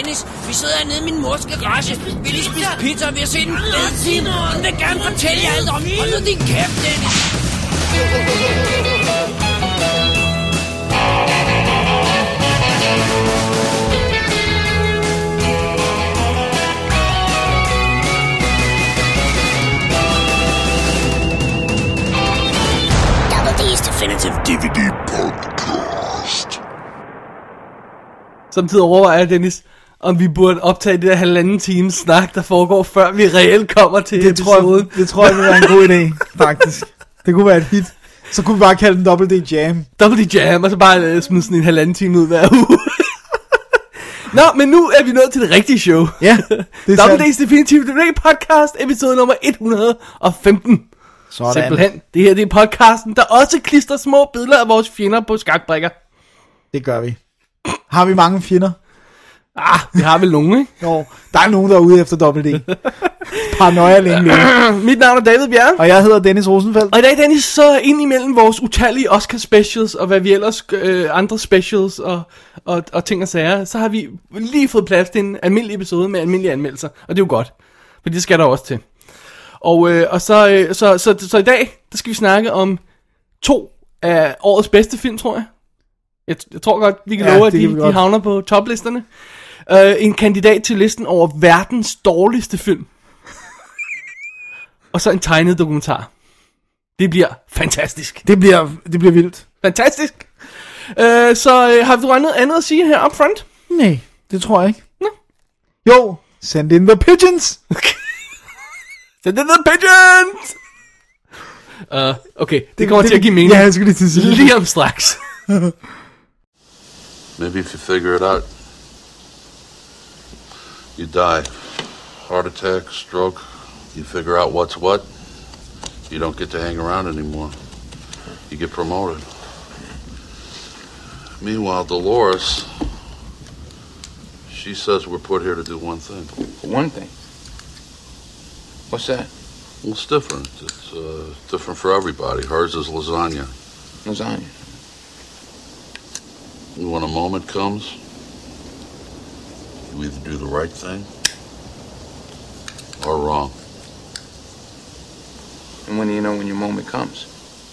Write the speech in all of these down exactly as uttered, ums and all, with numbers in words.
Dennis. Vi sidder hernede i min mors garage. Vi lige spise pizza, og vi har set en fed film. Hun vil gerne fortælle jer alt om. Hold nu din kæft, Dennis. Definitive D V D podcast. Samtidig overvejer jeg, Dennis, om vi burde optage det der halvanden time snak, der foregår, før vi reelt kommer til det tror jeg, det tror jeg, det er en god idé, faktisk. Det kunne være et hit. Så kunne vi bare kalde den Double D Jam. Double D Jam, og så bare uh, smide sådan en halvanden time ud hver uge. Nå, men nu er vi nået til det rigtige show. Ja, det er Double D's Definitive D V D podcast, episode nummer et hundrede og femten. Sådan. Simpelthen. Det her det er podcasten, der også klistrer små billeder af vores fjender på skakbrikker. Det gør vi. Har vi mange fjender? Ah, vi har vel nogen, ikke? Jo, der er nogen, der er ude efter dobbelt D. Paranoia længe længe. Mit navn er David Bjerre. Og jeg hedder Dennis Rosenfeldt. Og i dag, Dennis, så ind imellem vores utallige Oscar specials, og hvad vi ellers, øh, andre specials og, og, og ting og sager, så har vi lige fået plads til en almindelig episode med almindelige anmeldelser. Og det er jo godt, for det skal der også til. Og, øh, og så, øh, så, så, så, så i dag, der skal vi snakke om to af årets bedste film, tror jeg. Jeg, jeg tror godt, vi kan ja, love, at de, de havner på toplisterne. Uh, en kandidat til listen over verdens dårligste film. Og så en tegnet dokumentar. Det bliver fantastisk. Det bliver, det bliver vildt. Fantastisk. Uh, så uh, har du andet, andet at sige her up front? Nej, det tror jeg ikke. Nå. Jo, send in the pigeons. Send in the pigeons. Uh, okay, det kommer det, til at give mening. Ja, jeg skulle lige til at sige. Lige om straks. Maybe if you figure it out, you die. Heart attack, stroke. You figure out what's what. You don't get to hang around anymore. You get promoted. Meanwhile, Dolores, she says we're put here to do one thing. One thing? What's that? Well, it's different. It's uh, different for everybody. Hers is lasagna. Lasagna. When a moment comes, you either do the right thing or wrong. And when do you know when your moment comes?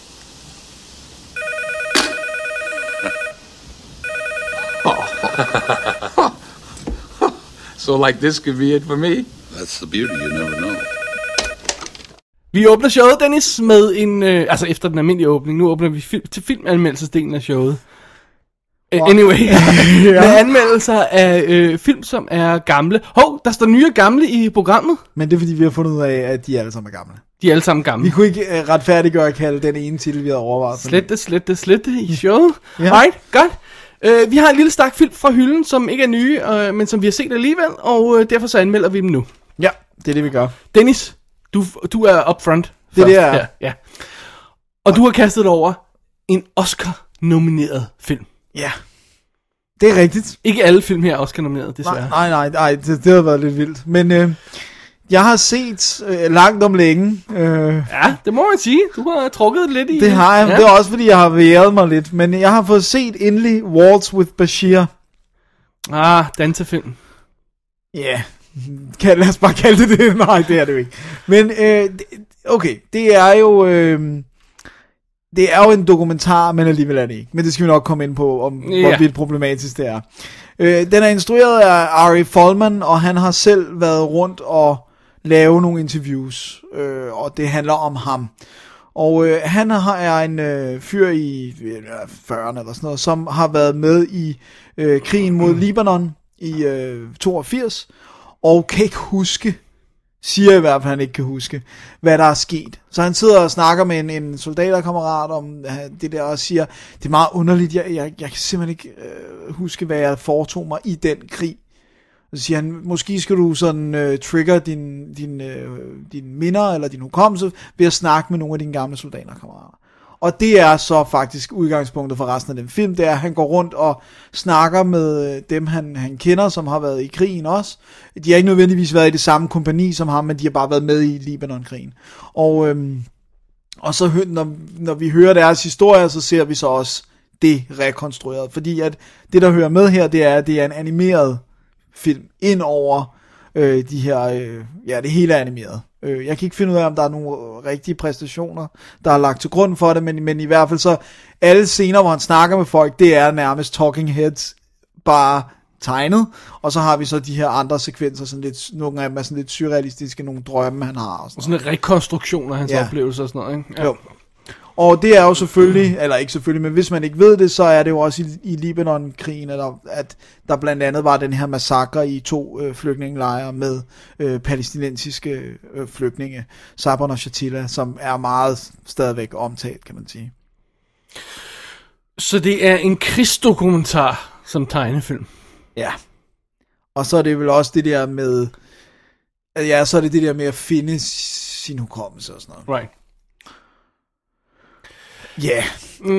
So like this could be it for me? That's the beauty, you never know. Vi åbner showet, Dennis, med en... Øh, altså efter den almindelige åbning. Nu åbner vi film, til filmanmeldelsesdelen af showet. Uh, anyway. Ja. Med anmeldelser af øh, film, som er gamle. Hov, der står nye og gamle i programmet. Men det er fordi, vi har fundet ud af, at de alle sammen er gamle. De er alle sammen gamle. Vi kunne ikke uh, retfærdiggøre at kalde den ene titel, vi havde overvejet. Slette, slette, slette i showet. Ja. Right, godt. Uh, vi har en lille stak film fra hylden, som ikke er nye, uh, men som vi har set alligevel, og uh, derfor så anmelder vi dem nu. Ja, det er det, vi gør. Dennis, du, du er up front. Det er det, jeg er. Ja, ja. Og du har kastet dig over en Oscar-nomineret film. Ja, det er rigtigt. Ikke alle film her er Oscar-nomineret, desværre. Nej, nej, nej, det, det har været lidt vildt. Men øh, jeg har set øh, langt om længe. Øh, ja, det må man sige. Du har trukket lidt i... Det har jeg, ja. Det er også fordi, jeg har været mig lidt. Men jeg har fået set endelig Waltz with Bashir. Ah, dansefilm. Ja, yeah. Kan, lad os bare kalde det det. Nej, det er det jo ikke. Men øh, okay, det er jo... Øh, det er jo en dokumentar, men alligevel er det ikke. Men det skal vi nok komme ind på, om ja. hvor vildt problematisk det er. Øh, den er instrueret af Ari Folman, og han har selv været rundt og lave nogle interviews, øh, og det handler om ham. Og øh, han har, er en øh, fyr i fyrrerne eller sådan noget, som har været med i øh, krigen mod Libanon i øh, toogfirs, og kan ikke huske, siger i hvert fald, han ikke kan huske, hvad der er sket. Så han sidder og snakker med en, en soldaterkammerat om det der, og siger, det er meget underligt, jeg, jeg, jeg kan simpelthen ikke øh, huske, hvad jeg foretog mig i den krig. Så siger han, måske skal du sådan øh, trigger din, din, øh, din minder, eller din hukommelse, ved at snakke med nogle af dine gamle soldaterkammerater. Og det er så faktisk udgangspunktet for resten af den film, det er, at han går rundt og snakker med dem, han, han kender, som har været i krigen også. De har ikke nødvendigvis været i det samme kompagni som ham, men de har bare været med i Libanon-krigen. Og, øhm, og så når, når vi hører deres historier, så ser vi så også det rekonstrueret. Fordi at det, der hører med her, det er, at det er en animeret film ind over øh, de her, øh, ja, det hele er animeret. Øh, jeg kan ikke finde ud af, om der er nogle rigtige præstationer, der er lagt til grund for det, men, men i hvert fald så, alle scener, hvor han snakker med folk, det er nærmest talking heads, bare tegnet, og så har vi så de her andre sekvenser, sådan lidt, nogle af dem er sådan lidt surrealistiske, nogle drømme, han har. Og sådan, og sådan en rekonstruktion af hans ja. oplevelser og sådan noget, ikke? Ja. Jo. Og det er jo selvfølgelig, eller ikke selvfølgelig, men hvis man ikke ved det, så er det jo også i, i Libanon-krigen, at der, at der blandt andet var den her massakre i to øh, flygtningelejre med øh, palæstinensiske øh, flygtninge, Sabon og Shatila, som er meget stadigvæk omtalt, kan man sige. Så det er en krigsdokumentar som tegnefilm? Ja. Og så er det vel også det der med, ja, så er det det der med at finde sin hukommelse og sådan noget. Right. Ja. Yeah.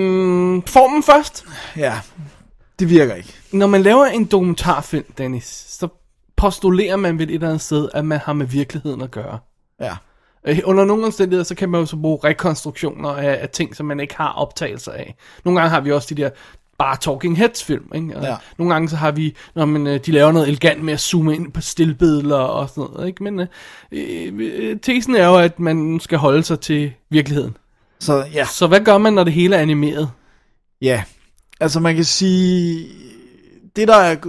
Mm, formen først? Ja, det virker ikke. Når man laver en dokumentarfilm, Dennis, så postulerer man ved et eller andet sted, at man har med virkeligheden at gøre. Ja. Under nogle omstændigheder, så kan man jo så bruge rekonstruktioner af, af ting, som man ikke har optagelser af. Nogle gange har vi også de der bare talking heads film, ikke? Og ja. Nogle gange så har vi, når man, de laver noget elegant med at zoome ind på stillbilleder og sådan noget, ikke? Men øh, tesen er jo, at man skal holde sig til virkeligheden. Så, ja. Så hvad gør man, når det hele er animeret? Ja, altså man kan sige, det der er,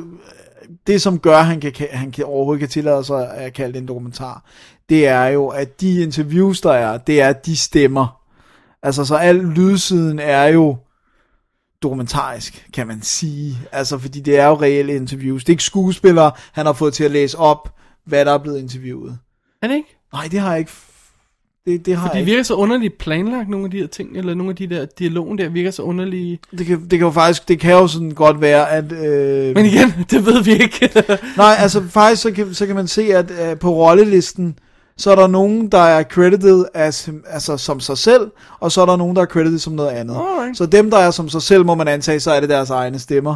det som gør, at han, kan, han kan overhovedet kan tillade sig at kalde det en dokumentar, det er jo, at de interviews, der er, det er de stemmer. Altså så al lydsiden er jo dokumentarisk, kan man sige. Altså fordi det er jo reelle interviews. Det er ikke skuespillere, han har fået til at læse op, hvad der er blevet interviewet. Er det ikke? Nej, det har jeg ikke. Det, det har For de virker så underligt planlagt, nogle af de her ting, eller nogle af de der dialogen der virker så underlige. Det kan, det kan jo faktisk, det kan jo sådan godt være, at... Øh... Men igen, det ved vi ikke. Nej, altså faktisk, så kan, så kan man se, at øh, på rollelisten, så er der nogen, der er credited as, altså, som sig selv, og så er der nogen, der er credited som noget andet. Alright. Så dem, der er som sig selv, må man antage, så er det deres egne stemmer.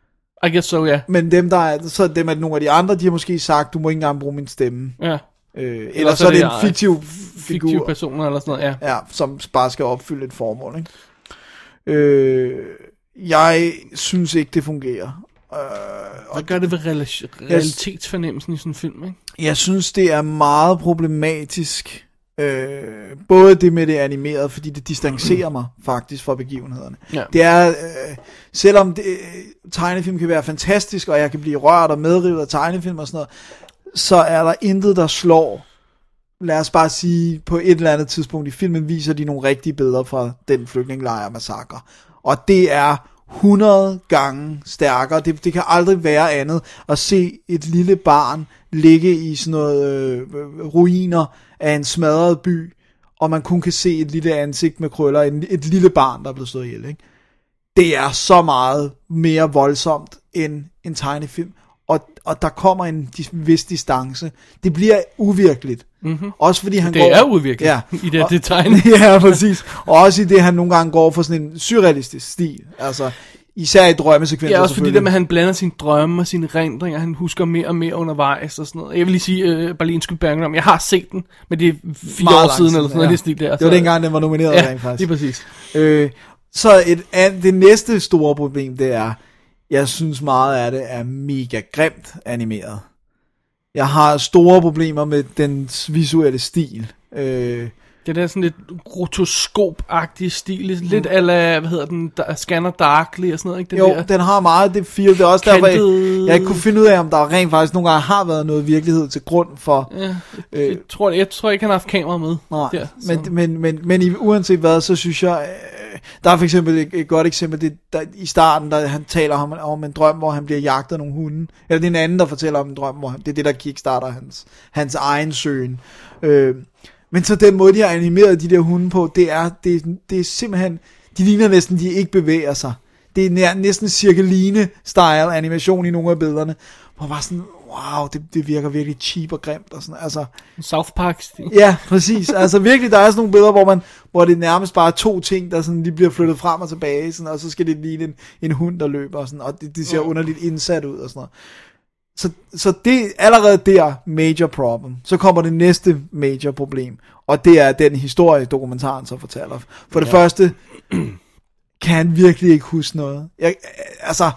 I guess so, ja. Yeah. Men dem, der er, så dem er nogle af de andre, de har måske sagt, du må ikke engang bruge min stemme. Ja. Øh, eller, eller så er det en fiktiv figur, fiktiv personer eller sådan noget, ja. Ja, som bare skal opfylde et formål, ikke? Øh, jeg synes ikke, det fungerer. Øh, Hvad gør det ved reali- realitetsfornemmelsen i sådan en film, ikke? Jeg synes, det er meget problematisk. Øh, både det med det animerede, fordi det distancerer mig faktisk fra begivenhederne. Ja. Det er, øh, selvom det, øh, tegnefilm kan være fantastisk, og jeg kan blive rørt og medrivet af tegnefilm og sådan noget, så er der intet, der slår. Lad os bare sige, på et eller andet tidspunkt i filmen viser de nogle rigtige billeder fra den flygtningelejr-massakre. Og det er hundrede gange stærkere. Det, det kan aldrig være andet at se et lille barn ligge i sådan noget øh, ruiner af en smadret by, og man kun kan se et lille ansigt med krøller, et, et lille barn, der er blevet slået ihjel, ikke? Det er så meget mere voldsomt end en tegnefilm. Og, og der kommer en vis distance. Det bliver uvirkeligt. Mm-hmm. Også fordi han det går... Det er uvirkeligt ja, i det, og, det tegn. Ja, præcis. Og også i det, han nogle gange går for sådan en surrealistisk stil. Altså, især i drømmesekvenser. Ja, også fordi det med, at han blander sine drømme og sine erindringer. Han husker mere og mere undervejs og sådan noget. Jeg vil lige sige, uh, Berlinske Bergedom, jeg har set den, men det er fire Meget år siden, eller sådan noget. Ja. Det, der, det var dengang, den var nomineret. Ja, rent, faktisk. det er præcis. Øh, så et, det næste store problem, det er... Jeg synes meget af det er mega grimt animeret. Jeg har store problemer med den visuelle stil. Øh, det der sådan lidt rotoskop-agtig stil, lidt, mm. lidt ala, hvad hedder den, der, Scanner Darkly og sådan noget, ikke? Den jo, der den har meget det feel. Det er også kantet... derfor, jeg, jeg ikke kunne finde ud af, om der rent faktisk nogle gange har været noget virkelighed til grund for... Ja, øh, jeg, tror, jeg tror ikke, han har haft kamera med. Nej, der, men, men, men, men i, uanset hvad, så synes jeg... Øh, der er for eksempel et, et godt eksempel, det, der, i starten, der han taler om, om en drøm, hvor han bliver jagtet af nogle hunde. Eller det er en anden, der fortæller om en drøm, hvor han, det er det, der kickstarter hans, hans egen søgen. Øh, Men så den måde, de har animeret de der hunde på, det er, det, det er simpelthen, de ligner næsten, de ikke bevæger sig. Det er nær, næsten cirkeline-style animation i nogle af billederne. Hvor bare sådan, wow, det, det virker virkelig cheap og grimt og sådan, altså. South Park-stil. Ja, præcis. Altså virkelig, der er sådan nogle billeder, hvor man, hvor det nærmest bare er to ting, der sådan, de bliver flyttet frem og tilbage, sådan, og så skal det ligne en, en hund, der løber og sådan, og det, det ser underligt indsat ud og sådan noget. Så, så det allerede der major problem. Så kommer det næste major problem, og det er den historie, dokumentaren så fortæller. For det ja. første, kan han virkelig ikke huske noget. Jeg, altså,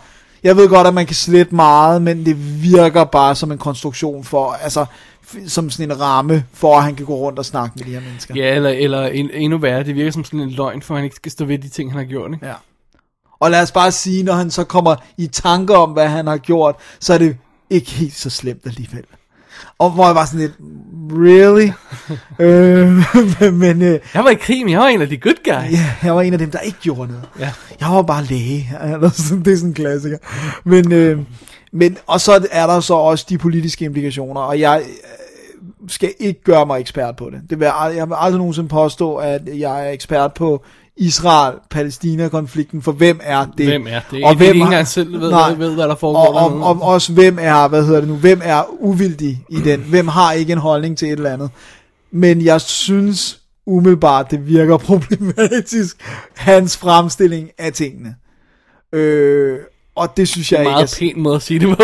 jeg ved godt, at man kan slette meget, men det virker bare som en konstruktion for, altså, som sådan en ramme, for at han kan gå rundt og snakke med de her mennesker. Ja, eller, eller en, endnu værre, det virker som sådan en løgn, for han ikke skal stå ved de ting, han har gjort, ikke? Ja. Og lad os bare sige, når han så kommer i tanker om, hvad han har gjort, så er det ikke helt så slemt alligevel. Og hvor jeg var sådan lidt, really? øh, men, øh, jeg var i krig, men jeg var en af de good guys. Ja, jeg var en af dem, der ikke gjorde noget. Ja. Jeg var bare læge. Det er sådan en klassiker. Men, øh, men, og så er der så også de politiske implikationer, og jeg øh, skal ikke gøre mig ekspert på det. det vil, jeg vil aldrig nogensinde påstå, at jeg er ekspert på Israel-Palæstina-konflikten, for hvem er det? Hvem er det? Og hvem hvem ikke har, engang selv ved, nej, ved, hvad der foregår. Og, og, og, og også hvem er, hvad hedder det nu, hvem er uvildig i den? Hvem har ikke en holdning til et eller andet? Men jeg synes umiddelbart, det virker problematisk, hans fremstilling af tingene. Øh, og det synes jeg ikke... Meget ikke... pæn måde at sige det på.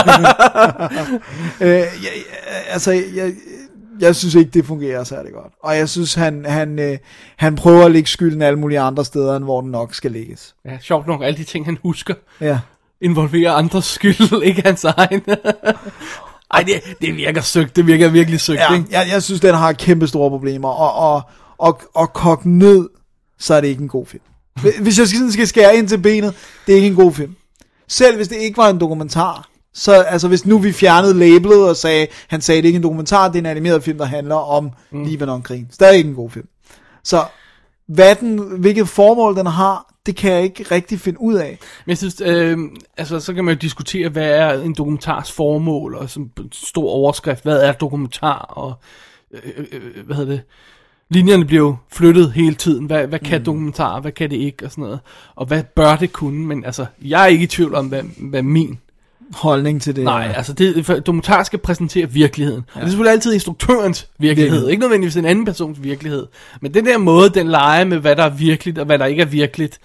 øh, jeg, altså, jeg... Jeg synes ikke, det fungerer særlig godt. Og jeg synes, han, han, øh, han prøver at lægge skylden alle mulige andre steder, end hvor den nok skal lægges. Ja, sjovt nok, alle de ting, han husker, ja. involverer andres skyld, ikke hans egen. Ej, det, det virker søgt, det virker virkelig søgt, ja, ikke? Jeg, jeg synes, den har kæmpe store problemer, og, og, og, og kogt ned, så er det ikke en god film. Hvis jeg skal, skal skære ind til benet, det er ikke en god film. Selv hvis det ikke var en dokumentar, så altså hvis nu vi fjernede labelet og sagde, han sagde, det er ikke en dokumentar, det er en animeret film, der handler om mm. Libanon-krigen. Så det er ikke en god film. Så hvad den, hvilket formål den har, det kan jeg ikke rigtig finde ud af. Men jeg synes, øh, altså så kan man jo diskutere, hvad er en dokumentars formål, og sådan en stor overskrift, hvad er dokumentar, og øh, øh, hvad hedder det, linjerne bliver jo flyttet hele tiden, hvad, hvad kan mm. dokumentar, hvad kan det ikke, og sådan noget, og hvad bør det kunne, men altså, jeg er ikke i tvivl om, hvad, hvad min holdning til det. Nej, altså det, dokumentar skal præsentere virkeligheden. Ja. Og det er selvfølgelig altid instruktørens virkelighed, virkelighed. Ikke nødvendigvis en anden persons virkelighed. Men den der måde, den leger med, hvad der er virkeligt, og hvad der ikke er virkeligt.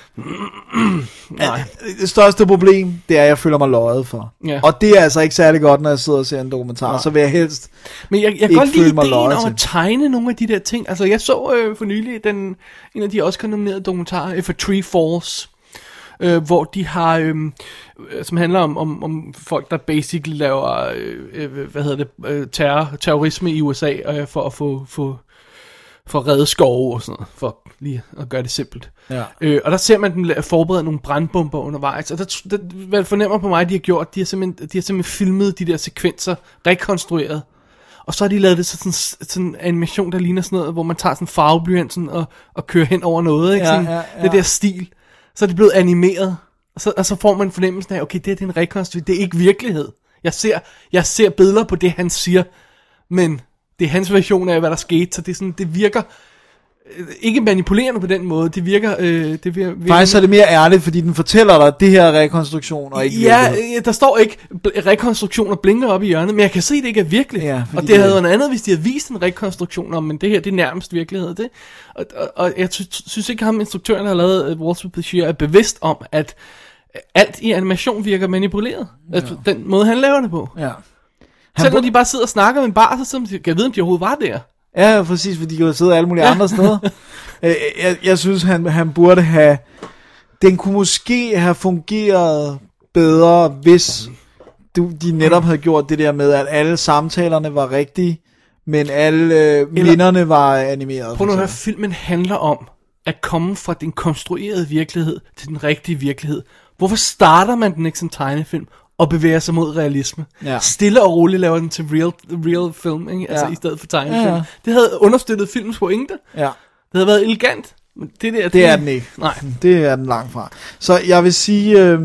Nej. Det største problem, det er, at jeg føler mig løjet for. Ja. Og det er altså ikke særlig godt, når jeg sidder og ser en dokumentar. Nej. Så vil jeg helst Men jeg, jeg kan godt lide ideen om at tegne nogle af de der ting. Altså jeg så øh, for nylig den, en af de Oscar-nominerede dokumentarer, If a Tree Falls, Øh, hvor de har, øh, som handler om, om, om folk, der basically laver, øh, hvad hedder det, øh, terror, terrorisme i U S A, øh, for at få, få, for at redde skove og sådan noget, for lige at gøre det simpelt. Ja. Øh, og der ser man dem forberede nogle brandbomber undervejs, og der, der, hvad fornemmer på mig, de har gjort, de har simpelthen, de har simpelthen filmet de der sekvenser, rekonstrueret, og så har de lavet det så sådan, sådan en animation, der ligner sådan noget, hvor man tager sådan farveblyant sådan, og, og kører hen over noget, ikke? Sådan, ja, ja, ja. Det der stil. Så er det blevet animeret, og så, og så får man fornemmelsen af, okay, det er en rekonstruktion, det er ikke virkelighed. Jeg ser, jeg ser billeder på det, han siger, men det er hans version af, hvad der skete, så det, er sådan, det virker øh, ikke manipulerende på den måde, det virker... Øh, det virker, virker faktisk er det mere ærligt, fordi den fortæller dig, det her er rekonstruktion, og ikke ja, virkelighed. Der står ikke rekonstruktion og blinker op i hjørnet, men jeg kan se, det ikke er virkeligt. Ja, og det, det havde været noget andet, hvis de havde vist en rekonstruktion om, men det her, det er nærmest virkelighed. Det. Og, og, og jeg sy- synes ikke, at ham instruktøren, der har lavet Walter Bashir, er bevidst om, at alt i animation virker manipuleret. Ja. Altså, den måde, han laver det på. Ja. Selv når de bare sidder og snakker med en bar, så sidder de, kan jeg vide, om de overhovedet var der. Ja, præcis, fordi de kan jo sidde alle mulige ja. andre steder. jeg, jeg, jeg synes, han, han burde have... Den kunne måske have fungeret bedre, hvis du, de netop havde gjort det der med, at alle samtalerne var rigtige, men alle øh, minderne var animeret. Prøv nu at høre, filmen handler om at komme fra den konstruerede virkelighed til den rigtige virkelighed. Hvorfor starter man den ikke som tegnefilm og bevæger sig mod realisme? Ja. Stille og roligt laver den til real, real film, ikke? Altså ja. i stedet for tegnefilm. Ja, ja. Det havde understøttet filmens pointe. Ja. Det havde været elegant. Men det der, det, det er den ikke. Nej. Det er den langt fra. Så jeg vil sige... Øh,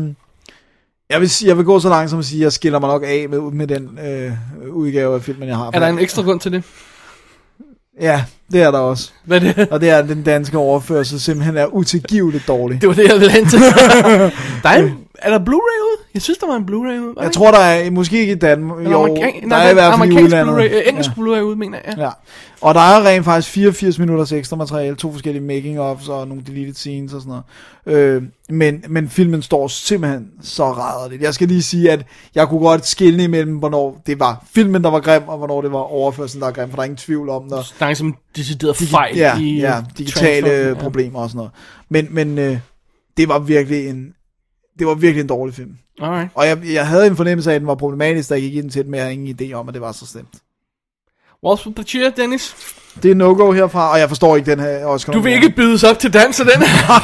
Jeg vil, jeg vil gå så langt som at sige, at jeg skiller mig nok af med, med den øh, udgave af filmen, jeg har. Er der en ekstra grund til det? Ja, det er der også. Hvad er det? Og det er, den danske overførsel simpelthen er utilgiveligt dårlig. Det var det, jeg ville hen til. Der er, er der Blu-ray ude? Jeg synes, der var en Blu-ray ude. Jeg tror, der er, måske ikke i Danmark. Jo, amerikan- der er i hvert fald i udlandet. Blu-ray, engelsk ja. Blu-ray ude, mener jeg. Ja. Ja. Og der er rent faktisk fireogfirs minutters ekstra materiale, to forskellige making-ofs og nogle deleted scenes og sådan noget. Øh, men, men filmen står simpelthen så rædderligt. Jeg skal lige sige, at jeg kunne godt skille imellem, hvornår det var filmen, der var grim, og hvornår det var overførselen, der var grim, for der er ingen tvivl om, når... Der er som decideret fejl ja, i... Ja, digitale transfer, problemer ja. og sådan noget. Men, men øh, det var virkelig en... det var virkelig en dårlig film. Alright. Og jeg, jeg havde en fornemmelse af, at den var problematisk, da jeg gik ind til det, men jeg havde ingen idé om, at det var så slemt. Waltz with the Cheer, Dennis? Det er no-go herfra, og jeg forstår ikke den her Oscar. Du vil ikke bydes op til dans af den?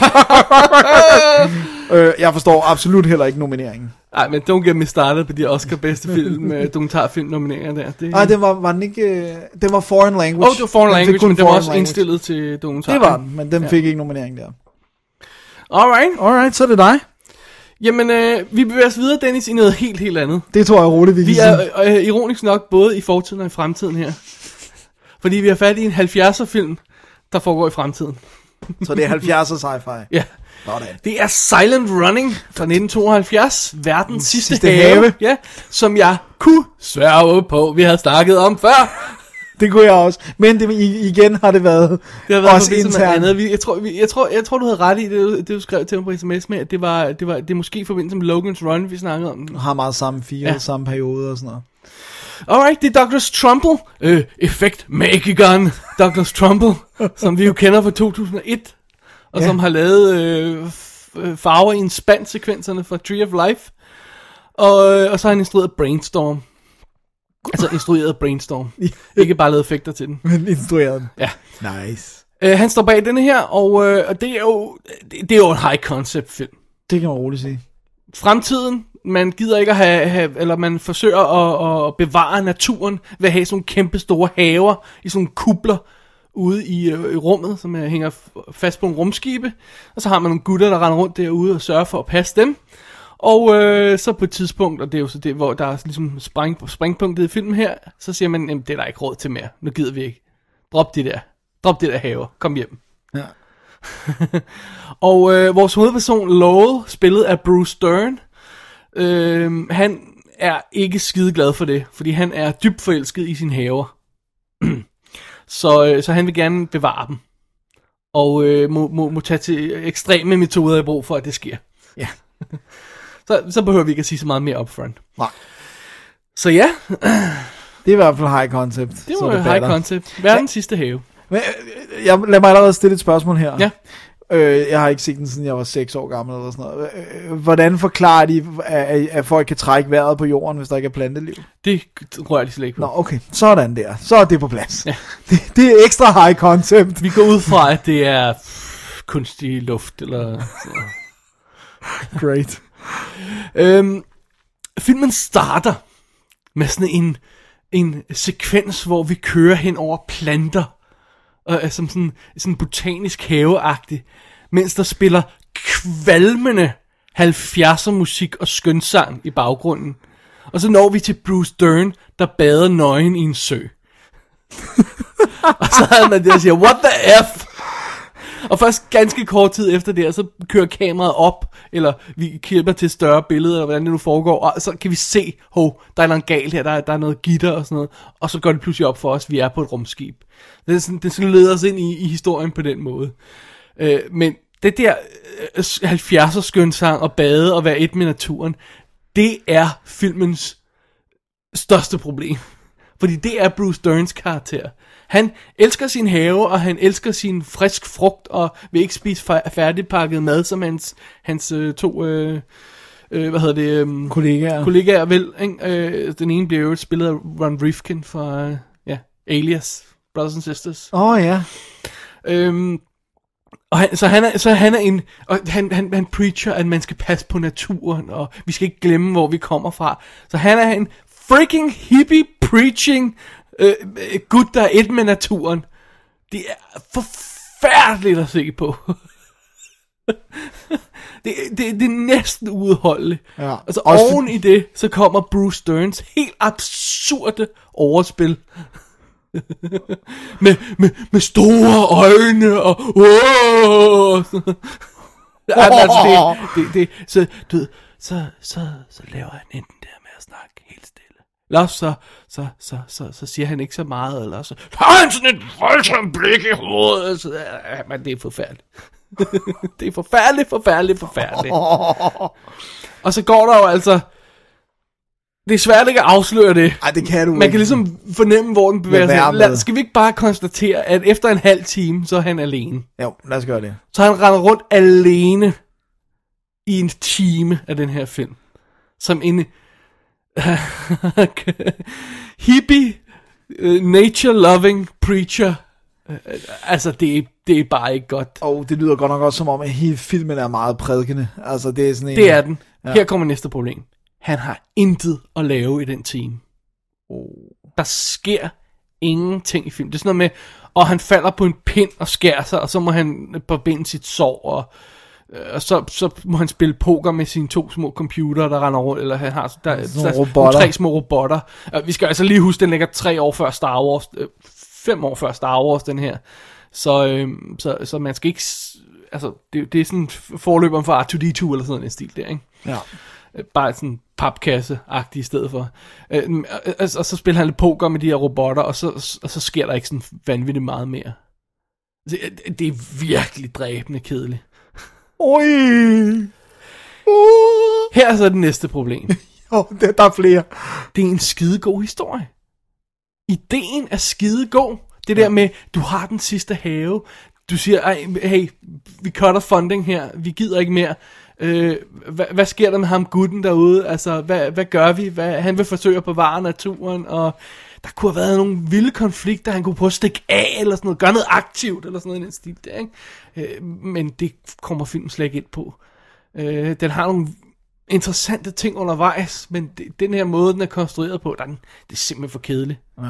øh, jeg forstår absolut heller ikke nomineringen. Nej, men don't get me started på de Oscar bedste film, dokumentarfilm nomineringer der. Det... Nej, den var, var den ikke... Øh, den var foreign language. Åh, oh, det var foreign den language, men den var også language. indstillet til dokumentar. Det var den, men den ja. fik ikke nominering der. Alright. Alright, så er det dig. Jamen, øh, vi bevæger os videre, Dennis, i noget helt, helt andet. Det tror jeg roligt, vi, vi kan Vi er øh, ironisk nok både i fortiden og i fremtiden her. Fordi vi har fat i en halvfjerdser film, der foregår i fremtiden. Så det er halvfjerdser sci-fi. Ja. Sådan. Det er Silent Running fra nitten tooghalvfjerds, verdens sidste, sidste have, have. Ja, som jeg kunne sværge på, vi havde snakket om før. Det kunne jeg også. Men det, igen har det været, det har været også internt. Andet. Vi, jeg, tror, vi, jeg, tror, jeg tror, du havde ret i det, det du skrev til mig på sms med, at det var, det var det er måske i forbindelse med Logan's Run, vi snakkede om. Har meget samme feel, ja. Samme periode og sådan noget. Alright, det er Douglas Trumbull, øh, Effect Make-A-Gun, Douglas Trumbull, som vi jo kender fra to tusind og et, og ja. Som har lavet øh, farver i en spand-sekvenserne fra Tree of Life, og, og så har han instrueret Brainstorm. Altså instrueret Brainstorm. Ikke bare lavet effekter til den. Men instrueret den. Ja. Nice. Uh, han står bag denne her, og, uh, og det er jo det, det er jo en high concept film. Det kan man roligt sige. Fremtiden, man gider ikke at have, have eller man forsøger at, at bevare naturen ved at have sådan nogle kæmpe store haver i sådan nogle kubler ude i, i rummet, som hænger fast på en rumskibe. Og så har man nogle gutter, der render rundt derude og sørger for at passe dem. Og øh, så på et tidspunkt, og det er jo så det, hvor der er ligesom spring, springpunktet i filmen her, så siger man, det er der ikke råd til mere. Nu gider vi ikke. Drop det der. Drop det der haver. Kom hjem. Ja. Og øh, vores hovedperson, Lowell, spillet af Bruce Dern, øh, han er ikke skide glad for det, fordi han er dybt forelsket i sine haver. så, øh, så han vil gerne bevare dem. Og øh, må, må, må tage til ekstreme metoder i brug for, at det sker. Ja. Så, så behøver vi ikke at sige så meget mere upfront. Nej. Så ja. Det er i hvert fald high concept. Det var high batter. Concept. Verdens ja. Sidste have. Men, jeg, lad mig allerede stille et spørgsmål her. Ja. Øh, jeg har ikke set den, siden jeg var seks år gammel eller sådan noget. Hvordan forklarer de, at, at folk kan trække vejret på jorden, hvis der ikke er planteliv? Det rører de slet ikke på. Nå, okay. Sådan der. Så er det på plads. Ja. Det, det er ekstra high concept. Vi går ud fra, at det er pff, kunstig luft, eller sådan. Great. Øhm, filmen starter med sådan en, en sekvens, hvor vi kører hen over planter, og er som sådan, sådan botanisk haveagtig, mens der spiller kvalmende halvfjerdser musik og skønsang i baggrunden. Og så når vi til Bruce Dern, der bader nøgen i en sø. Og så er man der og siger, what the F? Og først ganske kort tid efter det, så kører kameraet op, eller vi klipper til større billeder, eller hvordan det nu foregår, og så kan vi se, hov, der er noget galt her, der er, der er noget gitter og sådan noget, og så går det pludselig op for os, vi er på et rumskib. Det, er sådan, det sådan leder os ind i, i historien på den måde. Øh, men det der øh, halvfjerdser skønsang og bade og være et med naturen, det er filmens største problem. Fordi det er Bruce Derns karakter. Han elsker sin have, og han elsker sin frisk frugt, og vil ikke spise færdigpakket mad, som hans, hans øh, to, øh, øh, hvad hedder det? Øh, kollegaer. Kollegaer vel, ikke? Øh, den ene bliver jo spillet af Ron Rifkin fra, øh, ja, Alias, Brothers and Sisters. Åh, oh, ja. Øhm, og han, så, han er, så han er en, og han, han, han preacher, at man skal passe på naturen, og vi skal ikke glemme, hvor vi kommer fra. Så han er en freaking hippie preaching øh, gut, der er et med naturen. Det er forfærdeligt at se på. det, det, det er næsten uudholdeligt. Ja. Altså oven i det, så kommer Bruce Derns helt absurde overspil. med, med, med store øjne og wow. Ja, altså det, det, det, så, du ved, så, så, så laver han enten der med at snakke helt stille, eller så, så, så, så, så siger han ikke så meget, eller så har han sådan et voldsomt blik i hovedet, så, ja, men det er forfærdeligt. Det er forfærdeligt, forfærdeligt, forfærdeligt. Og så går der jo altså, det er svært ikke at afsløre det. Ej, det kan du Man ikke. kan ligesom fornemme, hvor den bevæger sig. Lad, skal vi ikke bare konstatere, at efter en halv time, så er han alene. Jo, lad os gøre det. Så han render rundt alene i en time af den her film. Som en hippie, uh, nature-loving preacher. Uh, altså, det er, det er bare ikke godt. Og oh, det lyder godt nok også som om, at hele filmen er meget prædikende. Altså, det er sådan en... Det er den. Ja. Her kommer næste problem. Han har intet at lave i den time. Oh. Der sker ingenting i filmen. Det er sådan noget med, og han falder på en pind og skærer sig, og så må han forbinde sit sår, og, og så, så må han spille poker med sine to små computere, der render rundt, eller han har der, der, der, tre små robotter. Vi skal altså lige huske, den ligger tre år før Star Wars, fem år før Star Wars, den her. Så, øh, så, så man skal ikke, altså, det, det er sådan forløberen for R to D to, eller sådan en stil der, ikke? Ja. Bare sådan papkasse-agtig i stedet for. Øh, og, og så spiller han lidt poker med de her robotter, og så, og så sker der ikke sådan vanvittigt meget mere. Det, det er virkelig dræbende kedeligt. Oj! Uh. Her er så det næste problem. Jo, der, der er flere. Det er en skidegod historie. Ideen er skidegod. Det der med, du har den sidste have. Du siger, ej, hey, vi cutter funding her. Vi gider ikke mere. Øh, hvad, hvad sker der med ham gutten derude? Altså, hvad, hvad gør vi? Hvad, han vil forsøge at bevare naturen, og der kunne have været nogle vilde konflikter, han kunne prøve at stikke af, eller sådan noget, gøre noget aktivt, eller sådan noget i den stil der, ikke? Øh, men det kommer filmen slet ikke ind på. Øh, den har nogle interessante ting undervejs, men det, den her måde, den er konstrueret på, der, det er simpelthen for kedeligt. Ja.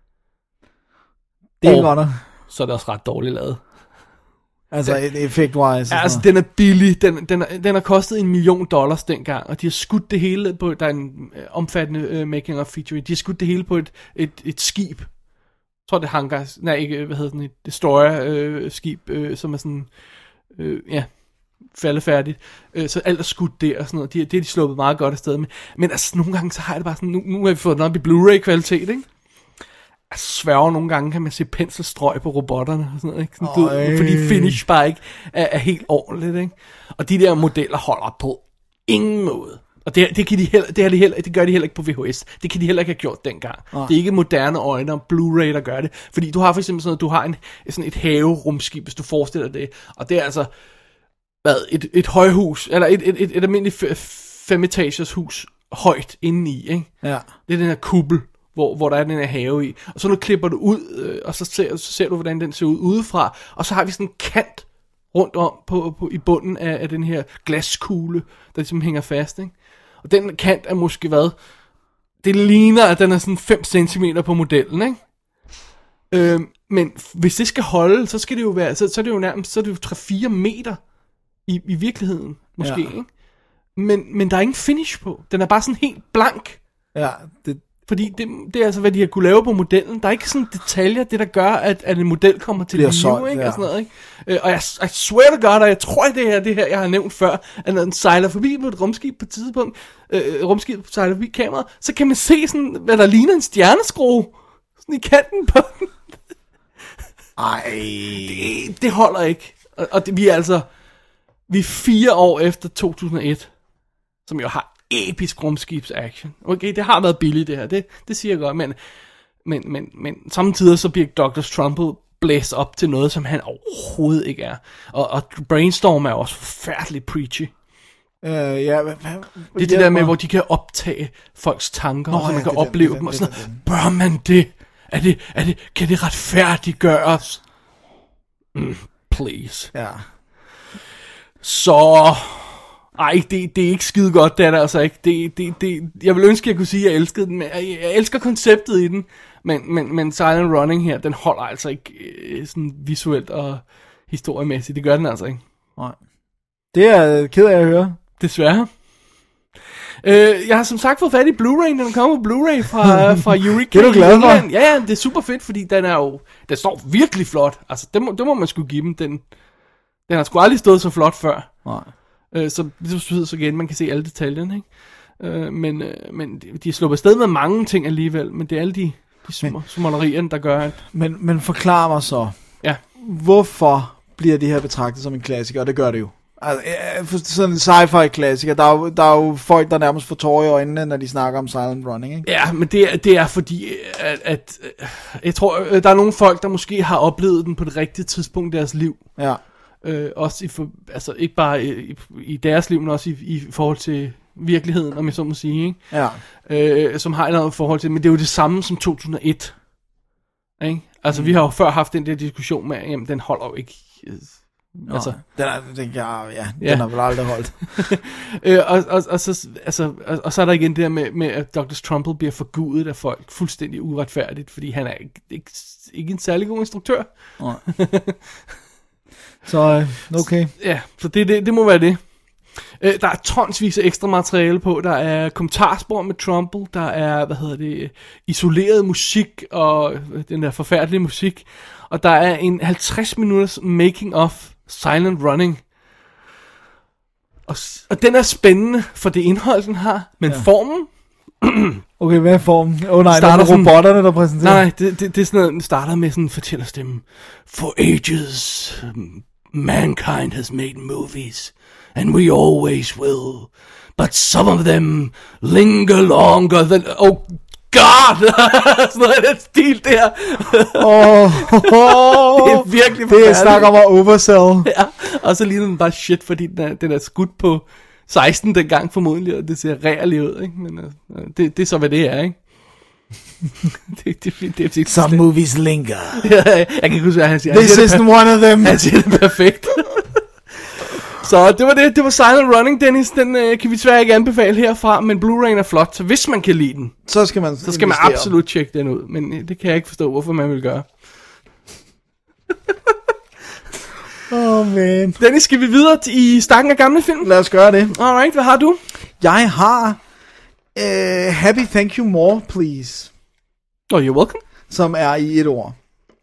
Det er godt nok. Så er det også ret dårligt lavet. Altså effekt-wise. Ja, altså den er billig, den, den, er, den har kostet en million dollars dengang, og de har skudt det hele på, der er en uh, omfattende uh, making of feature, de har skudt det hele på et, et, et skib. Jeg tror det er Hangars, nej ikke, hvad hedder den, et destroyer uh, skib, uh, som er sådan, uh, ja, faldefærdigt. Uh, så alt er skudt der og sådan noget, det, det er de sluppet meget godt afsted med. Men altså nogle gange så har jeg det bare sådan, nu, nu har vi fået den op i Blu-ray kvalitet, ikke? Jeg sværger nogle gange, kan man se penselstrøg på robotterne og sådan noget, ikke? Sådan, du, fordi finish bare ikke er, er helt ordentligt, ikke? Og de der modeller holder på ingen måde. Og det, det, kan de heller, det, har de heller, det gør de heller ikke på V H S. Det kan de heller ikke have gjort dengang. Oh. Det er ikke moderne øjne og Blu-ray, der gør det. Fordi du har for eksempel sådan noget, du har en, sådan et haverumskib, hvis du forestiller det. Og det er altså hvad, et, et højhus, eller et, et, et, et almindeligt femetagers hus højt indeni, ikke? Ja. Det er den her kuppel. Hvor, hvor der er den her have i. Og så nu klipper du ud, øh, og så ser, så ser du, hvordan den ser ud udefra. Og så har vi sådan en kant rundt om på, på, i bunden af, af den her glaskugle, der ligesom hænger fast, ikke? Og den kant er måske hvad? Det ligner, at den er sådan fem centimeter på modellen, ikke? Øh, men hvis det skal holde, så skal det jo være, så, så er det jo nærmest, så er det jo tre fire meter i, i virkeligheden, måske, ja. Ikke? Men, men der er ingen finish på. Den er bare sådan helt blank. Ja, det... Fordi det, det er altså, hvad de har kunne lave på modellen. Der er ikke sådan detaljer, det der gør, at, at en model kommer til live, solgt, ikke? Ja. Og sådan noget, ikke? Øh, og jeg, jeg swear to God, og jeg tror, det her, det her, jeg har nævnt før, at når den sejler forbi på et rumskib på et tidspunkt, øh, rumskib sejler forbi kameraet, så kan man se sådan, hvad der ligner en stjerneskrue, sådan i kanten på den. Ej. Det, det holder ikke. Og, og det, vi er altså, vi er fire år efter to tusind og et, som jo har episk rumskibsaction. Okay, det har været billigt det her, det, det siger jeg godt, men, men, men, men samtidig så bliver doctor Trumbull blæst op til noget, som han overhovedet ikke er. Og, og Brainstorm er også forfærdeligt preachy. Uh, ja, hvad, hvad, det er det der med, hvor de kan optage folks tanker, Nå, og så man ja, kan opleve den, dem, og sådan noget. Bør man det? Er det, er det? Kan det retfærdiggøres? Mm, please. Ja. Så... Ej, det, det er ikke skide godt, det er det altså ikke. Det, det, det, jeg vil ønske, at jeg kunne sige, at jeg elskede den. Men jeg, jeg elsker konceptet i den, men, men, men Silent Running her, den holder altså ikke øh, sådan visuelt og historiemæssigt. Det gør den altså ikke. Nej. Det er jeg ked af at høre. Desværre. Øh, jeg har som sagt fået fat i Blu-ray, den kommer på Blu-ray fra, fra Eureka. Det er du glad for? Ja, ja, det er super fedt, fordi den er jo, den står virkelig flot. Altså, det må, det må man skulle give dem. Den, den har sgu aldrig stået så flot før. Nej. Så det betyder så igen, man kan se alle detaljerne, ikke? Øh, men, øh, men de, de slår afsted med mange ting alligevel, men det er alle de, de små, smålerier, der gør, at... Men, men forklar mig så, ja. Hvorfor bliver det her betragtet som en klassiker, og det gør det jo. Altså, sådan en sci-fi klassiker, der er, jo, der er jo folk, der nærmest får tårer i øjnene, når de snakker om Silent Running, ikke? Ja, men det er, det er fordi, at, at jeg tror, der er nogle folk, der måske har oplevet den på det rigtige tidspunkt i deres liv. Ja. Øh, også i for, altså ikke bare i, i deres liv, men også i, i forhold til virkeligheden, om jeg så må sige, ikke? Ja. Øh, som har et andet forhold til, men det er jo det samme som to tusind og et. Ikke? Altså mm. vi har jo før haft den der diskussion med, jamen den holder jo ikke. Altså, den, er, den, ja, ja, ja. den har vel aldrig holdt. øh, og, og, og, så, altså, og, og så er der igen det der med, med at doktor Trumbull bliver forgudet af folk fuldstændig uretfærdigt, fordi han er ikke, ikke, ikke en særlig god instruktør. Så okay. Ja, så det, det, det må være det. Øh, der er tonsvis af ekstra materiale på. Der er kommentarspor med Trumbull. Der er, hvad hedder det, isoleret musik og den der forfærdelige musik. Og der er en halvtreds minutters making of Silent Running. Og, og den er spændende for det indhold, den har. Men ja. Formen... Okay, hvad er formen? Åh oh, nej, starter der er sådan, robotterne, der præsenterer. Nej, det, det, det er sådan noget, den starter med sådan en fortællerstemme. For ages, mankind has made movies, and we always will. But some of them linger longer than... Oh God! Sådan noget af den stil der. oh, oh, det er virkelig det er snak om at oversell. Ja, og så ligner den bare shit, fordi den er, den er skudt på seksten dengang formodentlig, og det ser rærligt ud, ikke? Men uh, det, det er så, hvad det er, ikke? det, det, det, det, det, Some movies linger. Ja, jeg kan ikke huske, hvad han siger. This isn't one of them. Han siger det perfekt. Så det var det, det var Silent Running, Dennis. Den øh, kan vi desværre ikke anbefale herfra, men Blu-ray'en er flot, så hvis man kan lide den, så skal man så skal man absolut tjekke den ud. Men øh, det kan jeg ikke forstå, hvorfor man vil gøre. Åh, oh, man. Dennis, skal vi videre til, i stakken af gamle film? Lad os gøre det. Alright, hvad har du? Jeg har uh, Happy Thank You More Please. Oh, you're welcome. Som er i et ord.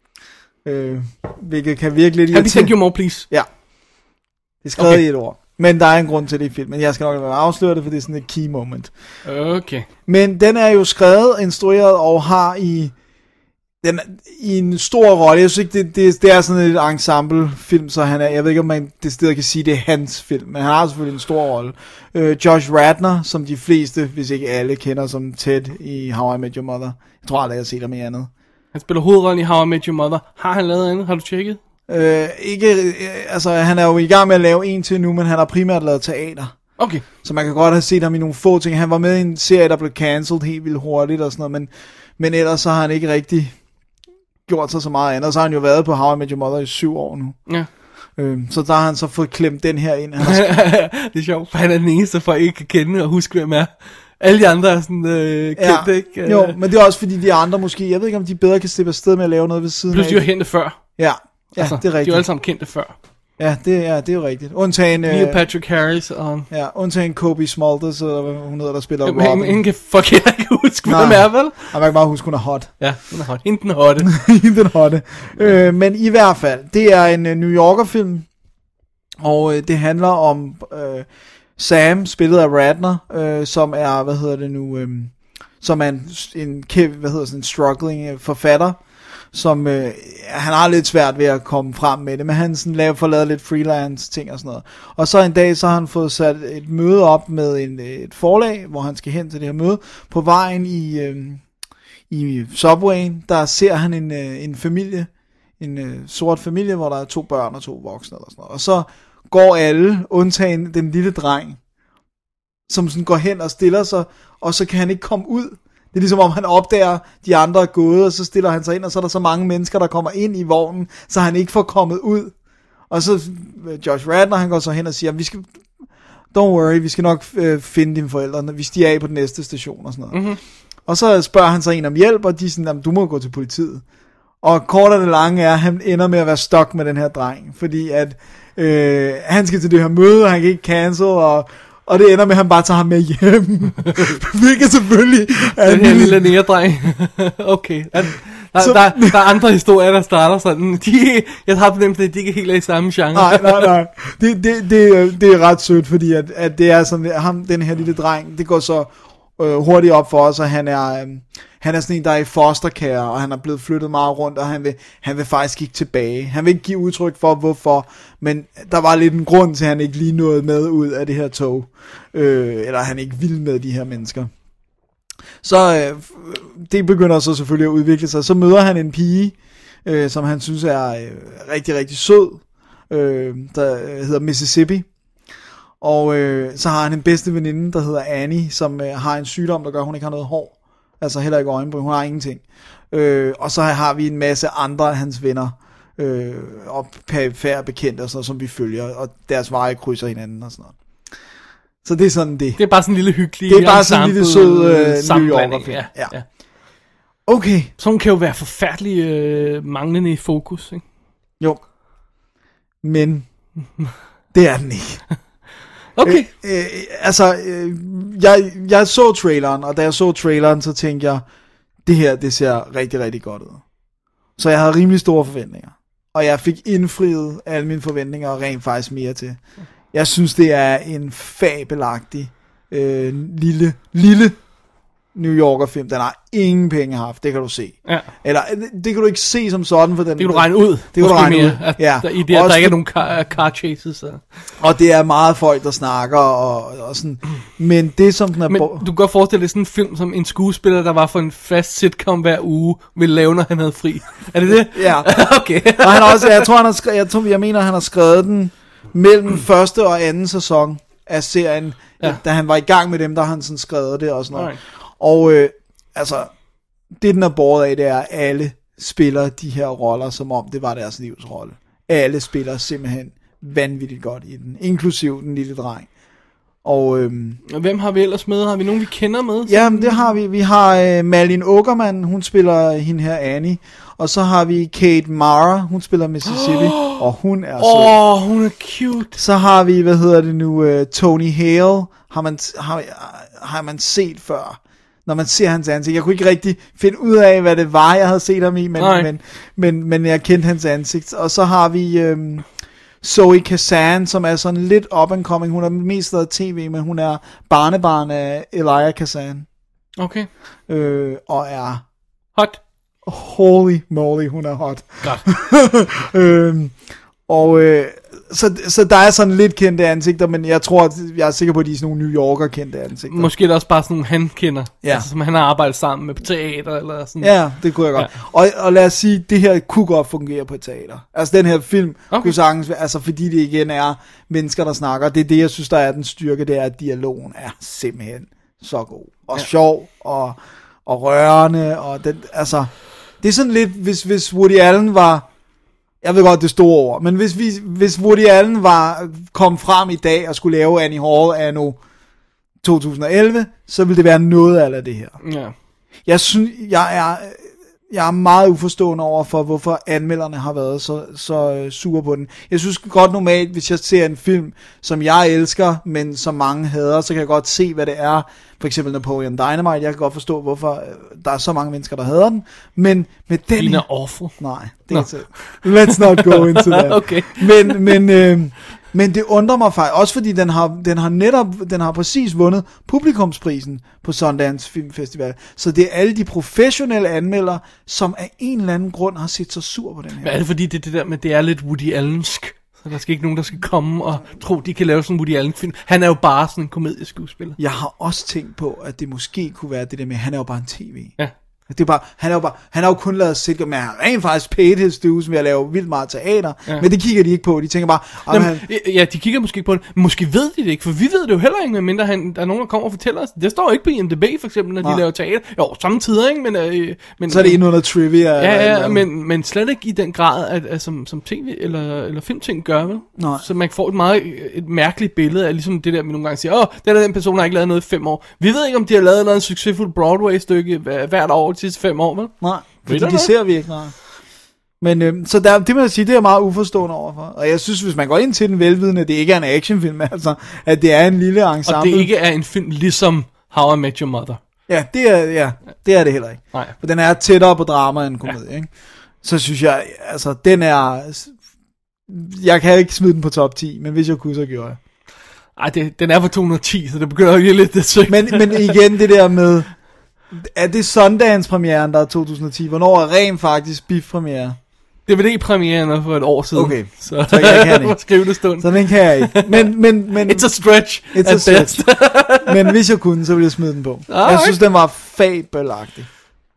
Uh, hvilket kan virke lidt... Happy Thank You More Please. Ja. Det er skrevet okay. i et ord. Men der er en grund til det i filmen. Jeg skal nok lade være afsløre det, for det er sådan et key moment. Okay. Men den er jo skrevet, instrueret og har i... Den, i en stor rolle. Jeg synes ikke, det, det, det er sådan et ensemble-film, så han er, jeg ved ikke, om man det sted kan sige, det er hans film, men han har selvfølgelig en stor rolle. Øh, Josh Radnor, som de fleste, hvis ikke alle, kender som Ted i How I Met Your Mother. Jeg tror aldrig, jeg har set ham i andet. Han spiller hovedrollen i How I Met Your Mother. Har han lavet andet? Har du tjekket? Øh, ikke, øh, altså han er jo i gang med at lave en til nu, men han har primært lavet teater. Okay. Så man kan godt have set ham i nogle få ting. Han var med i en serie, der blev cancelled helt vildt hurtigt og sådan noget, men, men ellers så har han ikke rigtig gjort sig så meget andet. Så har han jo været på How I Met Your Mother i syv år nu. Ja. Øhm, så der har han så fået klemt den her ind. Han har det er sjovt, for han er den eneste, for ikke kan kende og huske, hvem er. Alle de andre er sådan øh, kendt, ja, ikke? Jo, men det er også fordi de andre måske, jeg ved ikke, om de bedre kan slippe afsted med at lave noget ved siden Plus af. de var kendte før. Ja, ja altså, det er rigtigt. De var alle sammen kendte før. Ja, det er, det er jo rigtigt. Undtagen... Neil øh, Patrick Harris og... Ja, undtagen Kobe Smulders, eller hvad hun hedder, der spiller Jamen, Robin. Ingen kan fuck heller ikke huske, hvem er, vel? Jeg kan bare huske, hun er hot. Ja, hun er hot. Hende den hotte. Hende den hotte. Øh, men i hvert fald, det er en uh, New Yorker-film, og uh, det handler om uh, Sam, spillet af Radnor, uh, som er, hvad hedder det nu, um, som er en, en hvad hedder sådan en struggling forfatter, som øh, han har lidt svært ved at komme frem med det, men han sådan laver, får lavet lidt freelance ting og sådan noget. Og så en dag, så har han fået sat et møde op med en, et forlag, hvor han skal hen til det her møde. På vejen i, øh, i Subwayen, der ser han en, øh, en familie, en øh, sort familie, hvor der er to børn og to voksne og sådan noget. Og så går alle, undtagen den lille dreng, som sådan går hen og stiller sig, og så kan han ikke komme ud. Det er ligesom om han opdager, de andre er gået, og så stiller han sig ind, og så er der så mange mennesker, der kommer ind i vognen, så han ikke får kommet ud. Og så Josh Radnor, han går så hen og siger, vi skal, don't worry, vi skal nok øh, finde dine forældre, hvis de er af på den næste station og sådan noget. Mm-hmm. Og så spørger han så en om hjælp, og de siger, du må gå til politiet. Og kort og det lange er, at han ender med at være stok med den her dreng, fordi at øh, han skal til det her møde, og han kan ikke cancel, og Og det ender med, at han bare tager ham med hjem. Hvilket selvfølgelig er den her lille næredreng. Okay. Der, der, så, der, der er andre historier, der starter sådan. De, jeg har på dem, at de ikke er helt af i samme genre. Nej, nej, nej. Det, det, det, det er ret sødt, fordi at, at det er sådan, ham, den her lille dreng, det går så øh, hurtigt op for os, og han er, øh, han er sådan en, der er i fostercare, og han er blevet flyttet meget rundt, og han vil, han vil faktisk ikke tilbage. Han vil ikke give udtryk for, hvorfor, men der var lidt en grund til, at han ikke lige nåede med ud af det her tog, øh, eller han ikke ville med de her mennesker. Så øh, det begynder så selvfølgelig at udvikle sig. Så møder han en pige, øh, som han synes er øh, rigtig, rigtig sød, øh, der hedder Mississippi. Og øh, så har han en bedste veninde, der hedder Annie, som øh, har en sygdom, der gør, at hun ikke har noget hår. Altså heller ikke øjenbryn, hun har ingenting. Øh, og så har vi en masse andre af hans venner, øh, og perifære bekendte, og sådan noget, som vi følger, og deres veje krydser hinanden og sådan noget. Så det er sådan det. Det er bare sådan en lille hyggelig Det er bare sådan en lille sød øh, New Yorker film. Ja, ja. ja. Okay. Så hun kan jo være forfærdelig øh, manglende i fokus, ikke? Jo. Men det er den ikke. Okay. Øh, øh, altså, øh, jeg, jeg så traileren, og da jeg så traileren, så tænkte jeg, det her, det ser rigtig, rigtig godt ud. Så jeg havde rimelig store forventninger. Og jeg fik indfriet alle mine forventninger, og rent faktisk mere til. Jeg synes, det er en fabelagtig, øh, lille, lille New Yorker film. Den har ingen penge haft, det kan du se. Ja. Eller, det kan du ikke se som sådan, for den... Det kan du regne ud. Det kan du regne mere, ud, at ja. Der, i det, der ikke er nogen car, car chases. Så. Og det er meget folk, der snakker, og, og sådan... Men det, som den er... Men du kan godt forestille dig sådan en film, som en skuespiller, der var for en fast sitcom hver uge, ville lave, når han havde fri. Er det det? Ja. Okay. Og han har også, jeg tror, han har skrevet, jeg, tror, jeg mener, han har skrevet den mellem første og anden sæson af serien, ja. Da han var i gang med dem, der har han sådan skrevet det og sådan noget. Alright. Og øh, altså, det den er båret af, det er, at alle spiller de her roller, som om det var deres livsrolle. Alle spiller simpelthen vanvittigt godt i den, inklusiv den lille dreng. Og øhm, hvem har vi ellers med? Har vi nogen, vi kender med? ja, det har vi. Vi har øh, Malin Åkerman, hun spiller hende her Annie. Og så har vi Kate Mara, hun spiller Mississippi, oh, og hun er så. Åh, oh, hun er cute. Så har vi, hvad hedder det nu, uh, Tony Hale, har man, har, har man set før, når man ser hans ansigt. Jeg kunne ikke rigtig finde ud af, hvad det var, jeg havde set ham i, men, men, men, men jeg kendte hans ansigt. Og så har vi øhm, Zoe Kazan, som er sådan lidt up and coming. Hun er mest lavet tv, men hun er barnebarn af Elia Kazan. Okay. Øh, og er... Hot. Holy moly, hun er hot. Godt. øhm, og øh, så, så der er sådan lidt kendte ansigter, men jeg tror, jeg er sikker på, at de er sådan nogle New Yorker kendte ansigter. Måske er det også bare sådan nogle, han kender. Ja. Altså, som han har arbejdet sammen med på teater eller sådan. Ja, det kunne jeg godt. Ja. Og, og lad os sige, det her kunne godt fungere på teater. Altså den her film okay. kunne sagtens, altså fordi det igen er mennesker, der snakker. Det er det, jeg synes, der er den styrke, det er, at dialogen er simpelthen så god. Og ja. sjov, og, og rørende, og den, altså... Det er sådan lidt, hvis, hvis Woody Allen var, jeg ved godt det store ord, men hvis, vi, hvis Woody Allen var kom frem i dag og skulle lave Annie Hall anno to tusind og elleve, så ville det være noget af det her. Ja. Jeg synes, jeg er, jeg er meget uforstående over for, hvorfor anmelderne har været så, så sure på den. Jeg synes godt normalt, hvis jeg ser en film, som jeg elsker, men som mange hader, så kan jeg godt se, hvad det er. For eksempel Napoleon Dynamite, jeg kan godt forstå, hvorfor der er så mange mennesker, der hader den. Men med den... Den er awful. Nej, det er no. Let's not go into that. Okay. Men, men, øh, men det undrer mig faktisk, også fordi den har, den har netop, den har præcis vundet publikumsprisen på Sundance Film Festival. Så det er alle de professionelle anmeldere, som af en eller anden grund har set så sur på den her. Men er det fordi, det er det der med, det er lidt Woody Allensk? Så der skal ikke nogen, der skal komme og tro, de kan lave sådan en Woody Allen-film. Han er jo bare sådan en komedieskuespiller. Jeg har også tænkt på, at det måske kunne være det der med, han er jo bare en tv. Ja. Det er bare, han er jo bare, han har jo kun lavet sitcom, men han har rent faktisk paid his dues ved at lave vildt meget teater, ja. Men det kigger de ikke på, de tænker bare, Jamen, han... ja, de kigger måske ikke på det, men måske ved de det ikke, for vi ved det jo heller ikke, medmindre han, der er nogen, der kommer og fortæller os. Det står ikke på I M D B for eksempel, når Nej. de laver teater. Jo, samtidig, ikke, men... Øh, men så er det endnu noget trivia. Ja, ja, eller, men, men slet ikke i den grad, at, at som, som tv eller, eller filmting gør, vel? Nej. Så man får et meget et mærkeligt billede af ligesom det der, vi nogle gange siger, åh, den, den person har ikke lavet noget i fem år. Vi ved ikke, om de har lavet noget succesfuldt Broadway-stykke hvert år de sidste fem år, vel? Nej, fordi det ser vi ikke, nej. Men øhm, så der, det må jeg sige, det er jeg meget uforstående overfor. Og jeg synes, hvis man går ind til den velvidende, at det ikke er en actionfilm, altså, at det er en lille ensemble. Og det ikke er en film ligesom How I Met Your Mother. Ja, det er, ja, det er det heller ikke. Nej. For den er tættere på drama end komedie, ja. Ikke? Så synes jeg, altså, den er... Jeg kan ikke smide den på top ti, men hvis jeg kunne, så gjorde jeg. Ej, det, den er på to hundrede og ti, så det begynder jo lidt det søgt. Men, men igen, det der med... Er det Sundance-premieren, der er to tusind og ti? Hvornår er rent faktisk Biff-premiere? D V D-premieren for et år siden. Okay, så, så jeg kan ikke. Skrivende stund. Så den kan jeg ikke. Men, men, men, it's a stretch. It's a stretch. Men hvis jeg kunne, så ville jeg smide den på. Alright. Jeg synes, den var fabelagtig.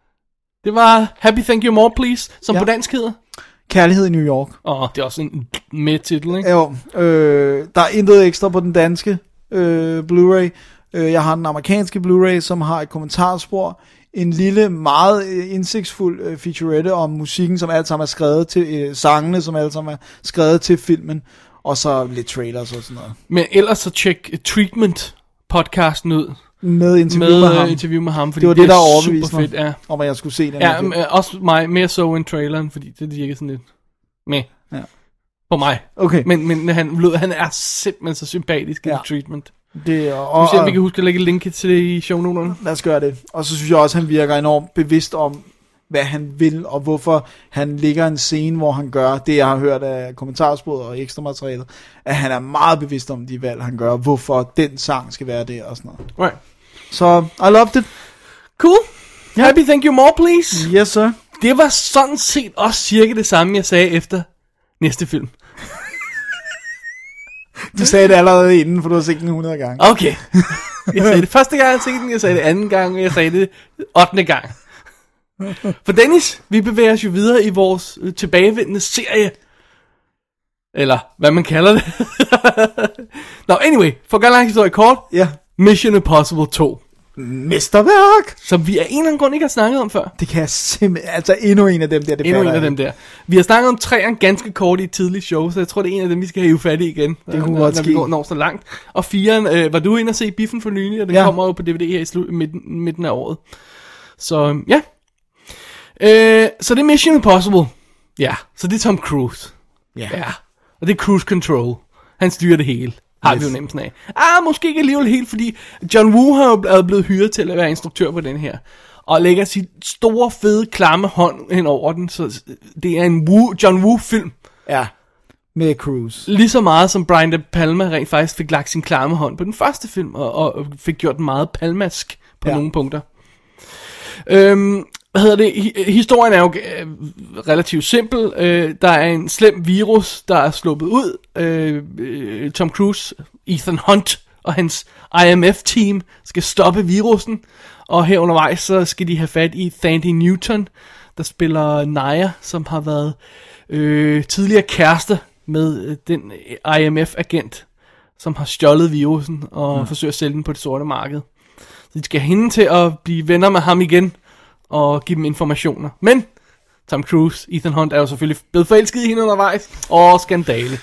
Det var Happy Thank You More Please, som ja. på dansk hedder. Kærlighed i New York. Åh, oh, det er også en med titel, ikke? Jo, øh, der er intet ekstra på den danske øh, Blu-ray. Øh, jeg har den amerikanske Blu-ray, som har et kommentarspor. En lille, meget øh, indsigtsfuld øh, featurette om musikken, som alt sammen er skrevet til, øh, sangene, som alt sammen er skrevet til filmen. Og så lidt trailers og sådan noget. Men ellers så tjek Treatment-podcasten ud. Med interview med, med ham. interview med ham, fordi det var det, det, der er overbeviste super fedt, ja. om at jeg skulle se den. Ja, men, også mig, mere så end traileren, fordi det virker sådan lidt med ja. på mig. Okay. Men, men han, han er simpelthen så sympatisk i ja. Treatment. Det, og, og, og, vi kan huske at lægge linket til det i shownoterne. Lad os gøre det. Og så synes jeg også, at han virker enormt bevidst om, hvad han vil, og hvorfor han ligger en scene, hvor han gør det, jeg har hørt af kommentarsporet og ekstra materialet, at han er meget bevidst om de valg, han gør, hvorfor den sang skal være der og sådan noget. Right. Så, I loved it. Cool. Yeah. Happy, thank you more, please. Yes, sir. Det var sådan set også cirka det samme, jeg sagde efter næste film. Du sagde det allerede inden, for du har set den hundrede gange. Okay. Jeg sagde det første gang, jeg sagde den, jeg sagde det anden gang, og jeg sagde det ottende gang. For Dennis, vi bevæger os jo videre i vores tilbagevendende serie. Eller hvad man kalder det. Nå, anyway, for at gøre lang historie kort. Ja. Mission Impossible to. Mesterværk! Som vi af en eller anden grund ikke har snakket om før. Det kan jeg simpelthen... Altså endnu en af dem der, det Endnu en af dem der. Vi har snakket om træerne ganske kort i et tidligt show, så jeg tror, det er en af dem, vi skal have fat i igen. Det kunne når, godt når ske. vi går, når så langt. Og firen, øh, var du inde og se Biffen for nylig, og den ja. kommer jo på D V D her i slut, midten, midten af året. Så ja. Øh, så det er Mission Impossible. Ja, så det er Tom Cruise. Ja. Ja. Og det er Cruise Control. Han styrer det hele. Har yes. vi jo nemt af. Ah, måske ikke alligevel helt, fordi John Woo har jo blevet hyret til at være instruktør på den her. Og lægger sit store, fede, klamme hånd hen over den. Så det er en Woo, John Woo-film. Ja, med Cruise. Lige så meget som Brian De Palma rent faktisk fik lagt sin klamme hånd på den første film. Og, og fik gjort den meget palmask på ja. nogle punkter. Øhm... Hvad hedder det? Historien er jo øh, relativt simpel. Øh, der er en slem virus, der er sluppet ud. Øh, øh, Tom Cruise, Ethan Hunt og hans I M F-team skal stoppe virusen. Og her undervejs så skal de have fat i Thandie Newton, der spiller Naya, som har været øh, tidligere kæreste med øh, den I M F-agent, som har stjålet virusen og ja. forsøger at sælge den på det sorte marked. Så de skal have hende til at blive venner med ham igen og give dem informationer. Men Tom Cruise, Ethan Hunt er jo selvfølgelig blevet forelsket i hende undervejs. Og skandale.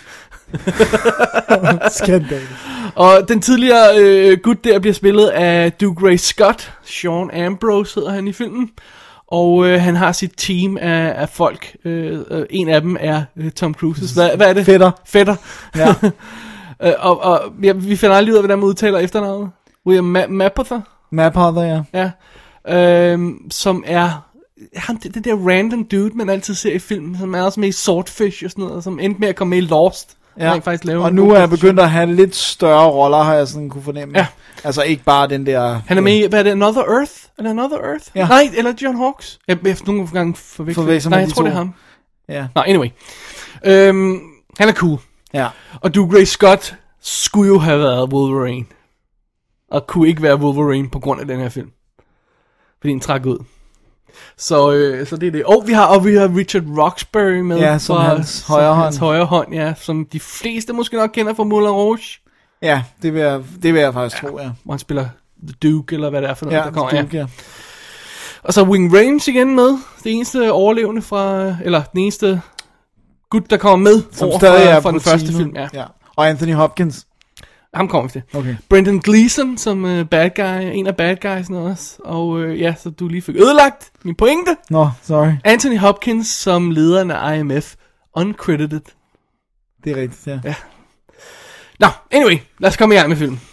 Skandale. Og den tidligere øh, gut der bliver spillet af Duke Ray Scott. Sean Ambrose hedder han i filmen. Og øh, han har sit team af, af folk. Øh, øh, en af dem er øh, Tom Cruises. Hvad, hvad er det? Fætter. Fætter. Ja. øh, og og ja, vi finder aldrig ud af, hvordan man udtaler efternavnet. William Ma- Mapother. Mapother, ja. Ja. Øhm, som er han, det, det der random dude man altid ser i film, som er også med i Swordfish og sådan noget, som endte med at komme med i Lost. Ja. Faktisk lave og nu er jeg begyndt at have lidt større roller, har jeg sådan kunne fornemme. Ja. Altså ikke bare den der... Han er med i, hvad er det, Another Earth? Eller Another Earth? Ja. Nej, eller John Hawkes. Jeg har nogle gange forvekslet. Nej, jeg tror to. det er ham. Ja. Nå, anyway. Øhm, han er cool. Ja. Og Duke Ray Scott skulle jo have været Wolverine. Og kunne ikke være Wolverine på grund af den her film. Fordi den trak ud. Så, øh, så det er det. Og vi har, og vi har Richard Roxbury med. Ja, som fra, hans højre hånd. Hans højre hånd, ja. Som de fleste måske nok kender fra Moulin Rouge. Ja, det vil jeg, det vil jeg faktisk ja, tro, ja. Hvor han spiller The Duke, eller hvad det er for noget, ja, der kommer. Duke, ja. ja. Og så Wing Rames igen med. Det eneste overlevende fra, eller den eneste gut, der kommer med. Som stadig fra, er fra den første film, ja. ja. Og Anthony Hopkins. Ham kommer vi til. Okay. Brendan Gleeson som uh, bad guy, en af bad guysene også. Og uh, ja, så du lige fik ødelagt min pointe. Nå, no, sorry. Anthony Hopkins som lederen af I M F. Uncredited. Det er rigtigt, ja. ja. Nå, anyway, lad os komme i gang med filmen.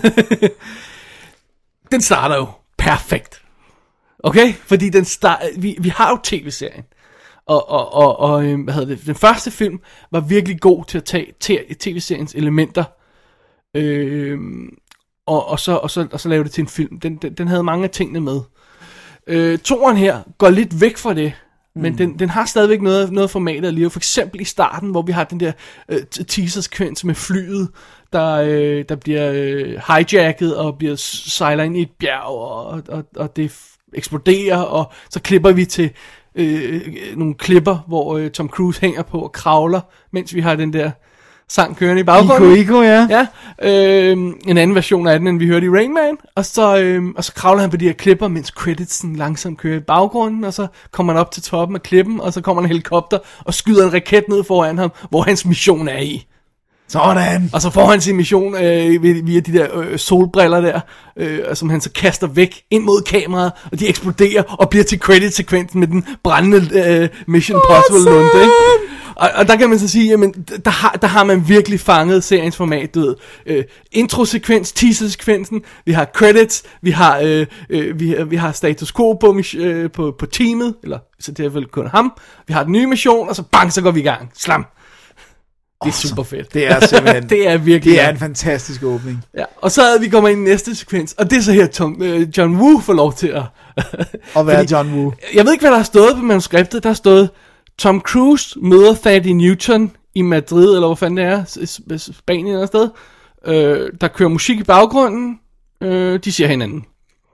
Den starter jo perfekt. Okay? Fordi den start, vi, vi har jo tv-serien. Og, og, og, og hvad hedder det? Den første film var virkelig god til at tage tv-seriens elementer. Øh, og, og, så, og, så, og så lave det til en film. Den, den, den havde mange af tingene med. Øh, toeren her går lidt væk fra det. Men mm. den, den har stadigvæk noget, noget format af liv. For eksempel i starten, hvor vi har den der øh, teaser-sekvens med flyet, der, øh, der bliver øh, hijacket og bliver sejler ind i et bjerg, og, og, og det eksploderer, og så klipper vi til øh, nogle klipper, hvor øh, Tom Cruise hænger på og kravler, mens vi har den der sang kørende i baggrunden. Ico Ico, ja. Ja, øh, en anden version af den, end vi hørte i Rain Man. Og så, øh, og så kravler han på de her klipper, mens creditsen langsomt kører i baggrunden. Og så kommer han op til toppen af klippen, og så kommer en helikopter og skyder en raket ned foran ham, hvor hans mission er i. Sådan. Og så får han sin mission øh, via de der øh, solbriller der, øh, som han så kaster væk ind mod kameraet, og de eksploderer og bliver til credit-sekvensen med den brændende øh, Mission Impossible lunde, ikke? Og, og der kan man så sige, jamen, der har, der har man virkelig fanget seriens format, du ved. Øh, introsekvens, teaser-sekvensen, vi har credits, vi har, øh, øh, vi, vi har status quo på, øh, på, på teamet, eller så det er vel kun ham, vi har den nye mission, og så bang, så går vi i gang. Slam. Det er super fedt. Det er simpelthen... det er virkelig... Det er en fantastisk åbning. Ja, og så vi kommer ind i næste sekvens, og det er så her, Tom, øh, John Woo får lov til at... Og hvad er John Woo? Jeg ved ikke, hvad der har stået på manuskriptet. Der har stået, Tom Cruise møder Thaddeus Newton i Madrid, eller hvor fanden det er, Spanien eller sted. Øh, der kører musik i baggrunden. Øh, de siger hinanden.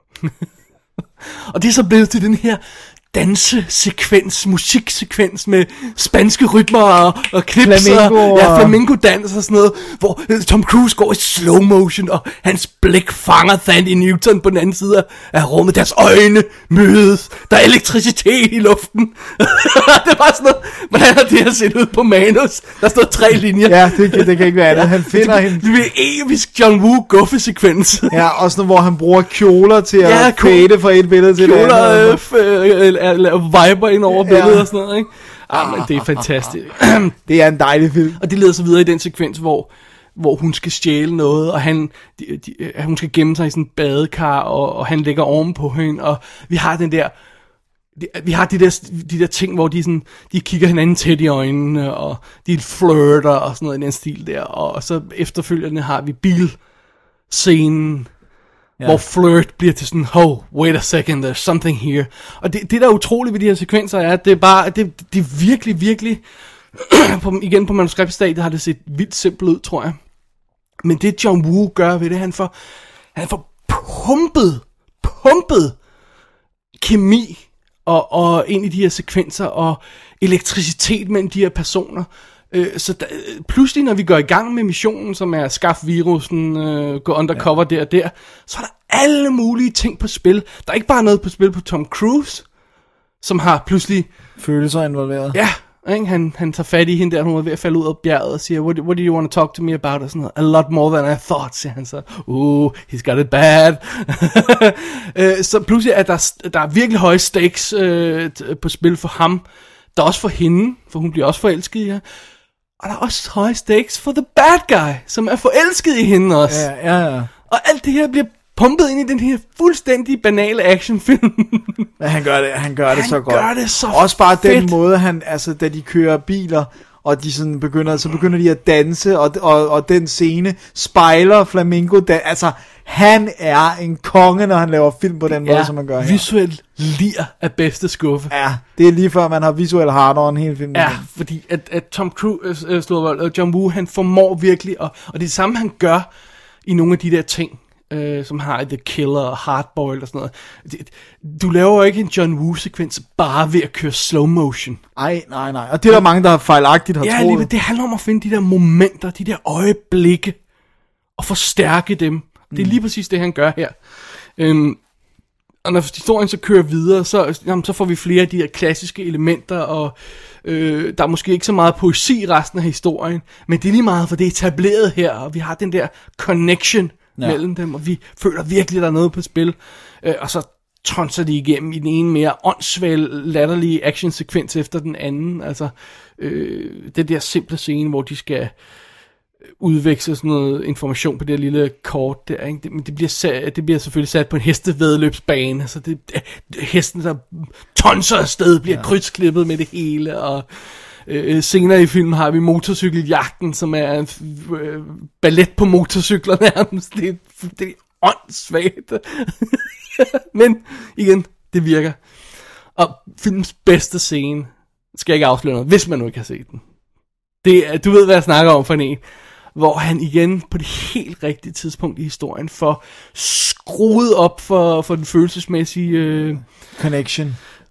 Og det er så blevet til den her dansesekvens, musiksekvens med spanske rytmer og, og klips Flamingo og, ja, flamingo-dans og sådan noget, hvor Tom Cruise går i slow motion, og hans blik fanger Thaddeus Newton på den anden side af rummet. Deres øjne mødes. Der er elektricitet i luften. Det var sådan noget, hvordan har det her set ud på manus? Der stod tre linjer. Ja, det, det kan ikke være andet. Han finder det, hende. Det bliver episk John Woo guffe-sekvens. Ja, også noget, hvor han bruger kjoler til at Ja, fade fra et billede til det andet. Kjoler, øh, lave viber ind over billedet ja. Og sådan noget, ikke? Ah, men det er fantastisk. Det er en dejlig film. Og det leder så videre i den sekvens, hvor, hvor hun skal stjæle noget, og han, de, de, hun skal gemme sig i sådan en badekar, og, og han ligger oven på hende, og vi har den der, de, vi har de der, de der ting, hvor de, sådan, de kigger hinanden tæt i øjnene, og de flirter og sådan noget i den stil der, og, og så efterfølgende har vi bilscenen, ja. Hvor flirt bliver til sådan, oh, wait a second, there's something here. Og det, det der er utroligt ved de her sekvenser er, at det er bare, det, det er virkelig, virkelig, på, igen på manuskriptstadiet har det set vildt simpelt ud, tror jeg. Men det John Woo gør ved det, han får, han får pumpet, pumpet kemi og, og ind i de her sekvenser, og elektricitet mellem de her personer. Øh, så da, pludselig når vi går i gang med missionen, som er skaf virusen, øh, gå undercover ja. der og der, så er der alle mulige ting på spil. Der er ikke bare noget på spil på Tom Cruise, som har pludselig følelser involveret. Ja, ikke? Han, han tager fat i hende der, hun er ved at falde ud af bjerget og siger, what, what do you want to talk to me about? Og sådan noget. A lot more than I thought, siger han så. Uh, he's got it bad. øh, så pludselig er der, der er virkelig høje stakes øh, på spil for ham. Der er også for hende, for hun bliver også forelsket i her. Og der er også høje stakes for the bad guy, som er forelsket i hende også. Ja, ja, ja. Og alt det her bliver pumpet ind i den her fuldstændig banale actionfilm. Men han gør det, han gør det han så godt. Han gør det så også bare fedt. Den måde, han, altså, da de kører biler, og de sådan begynder, så begynder de at danse, og, og, og den scene spejler Flamingo. Dan- altså, han er en konge, når han laver film på den måde, ja, som man gør her. Visuelt lir af bedste skuffe. Ja, det er lige før, man har visuelt hard-on hele filmen. Ja, fordi at, at Tom Cruise, øh, og John Woo, han formår virkelig, og, og det er det samme, han gør i nogle af de der ting, øh, som har The Killer og Hardboiled og sådan noget. Det, du laver jo ikke en John Woo-sekvens bare ved at køre slow motion. Ej, nej, nej. Og det er der mange, der har fejlagtigt har ja, troet. Ja, det handler om at finde de der momenter, de der øjeblikke, og forstærke dem. Det er lige præcis det, han gør her. Øhm, og når historien så kører videre, så, jamen, så får vi flere af de her klassiske elementer, og øh, der er måske ikke så meget poesi i resten af historien, men det er lige meget, for det er etableret her, og vi har den der connection ja. mellem dem, og vi føler virkelig, der er noget på spil. Øh, og så tonser de igennem i den ene mere åndssvage, latterlige actionsekvens efter den anden. Altså, øh, det der simple scene, hvor de skal udveksle sådan noget information på det lille kort der, ikke? Det, men det bliver, sat, det bliver selvfølgelig sat på en hestevæddeløbsbane, så det, hesten der tonser afsted, bliver ja. krydsklippet med det hele, og øh, senere i filmen har vi motorcykeljagten, som er en øh, ballet på motorcykler nærmest. Det, det er åndssvagt. Men igen, det virker. Og filmens bedste scene, skal jeg ikke afsløre noget, hvis man nu ikke har set den. Det er, du ved, hvad jeg snakker om for en, hvor han igen på det helt rigtige tidspunkt i historien får skruet op for, for den følelsesmæssige øh, connection.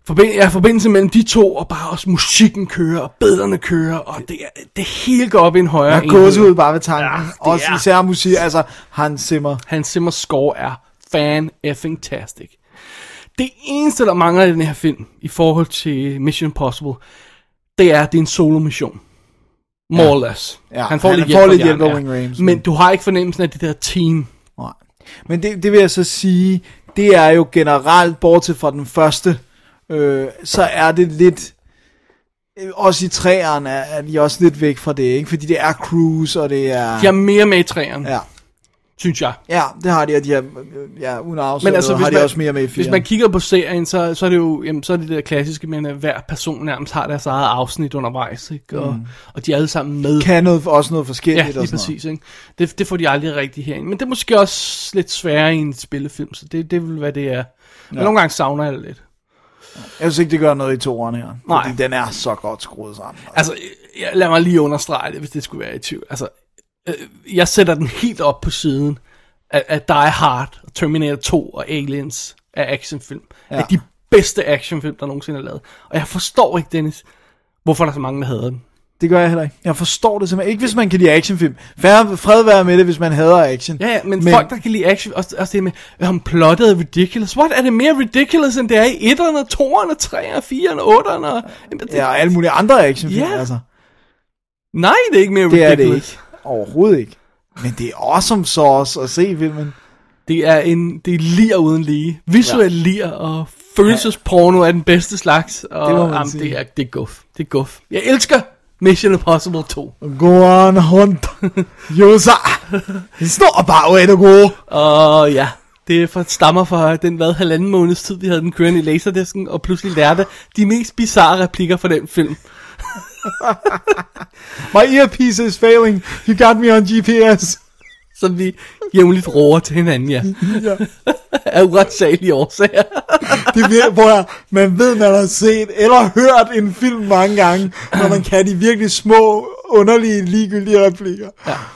Forbind, ja, forbindelse mellem de to, og bare også musikken kører, og billederne kører, og det, er, det hele går op i en højere Jeg enhed. går så ud bare ved tanken. Ja, Ja, det også er- især musik, altså Hans Zimmer. Hans Zimmer score er fan-effing-tastic. Det eneste, der mangler i den her film, i forhold til Mission Impossible, det er, at det er en solo-mission. More ja. or less. Ja, han får han lidt får hjælp, lidt af hjælp de af andre, Wing Rames, Men men- du har ikke fornemmelsen af det der team. Nej. Men det, det vil jeg så sige, det er jo generelt, bortset fra den første, øh, så er det lidt, øh, også i træerne er, er de også lidt væk fra det, ikke? Fordi det er Cruise, og det er... De er mere med i træerne, Ja, synes jeg. ja, det har de, og de har, øh, ja, uden at afsløre Men altså, noget, hvis har de man, også mere med i hvis fireren. man kigger på serien, så, så er det jo jamen, så er det det der klassiske, men at hver person nærmest har deres eget afsnit undervejs, ikke? Og, mm. og de er alle sammen med. Kan noget, også noget forskelligt. Ja, og lige sådan præcis. Ikke? Det, det får de aldrig rigtig herind. Men det er måske også lidt sværere i en spillefilm, så det, det vil være det er. Men Ja. nogle gange savner jeg det lidt. noget. Jeg synes ikke, det gør noget i toeren her. Nej. Fordi den er så godt skruet sammen. Altså, jeg, lad mig lige understrege det, hvis det skulle være i tvivl. Altså, øh, jeg sætter den helt op på siden af, af Die Hard, Terminator to og Aliens af actionfilm. Ja. Ja. Af de bedste actionfilm, der nogensinde er lavet. Og jeg forstår ikke, Dennis, hvorfor der er så mange, der hader den. Det gør jeg heller ikke. Jeg forstår det simpelthen. Ikke hvis man kan lide actionfilm. Færre, fred være med det, hvis man hader action. Ja, ja, men, men folk, der kan lide action, også, også det med, at han plottede ridiculous. What? Er det mere ridiculous, end det er i etterne, toerne, treerne, firerne, otterne? Og, Ja, og alle mulige andre actionfilm, Ja. altså. Nej, det er ikke mere Det er det ridiculous. ikke. Overhovedet ikke. Men det er awesome sauce at se filmen. Det er en, det er lir uden lige. Visuelt ja. lir, og følelsesporno er den bedste slags. Og, Det må man jamen, sige. det er, det er guf. Det er guf. Jeg elsker Mission Impossible to. Go on, hunt. User. It's not about way to go. Og ja, det for, stammer fra den hvad, halvanden måneds tid, vi havde den kørende i laserdisken, og pludselig lærte de mest bizarre replikker fra den film. My earpiece is failing. You got me on G P S. Som vi jævnligt råber til hinanden, ja. Ja. Af uretsagelige årsager. Det er virkelig, hvor jeg, man ved, man har set eller hørt en film mange gange, når man kan de virkelig små, underlige, ligegyldige replikker.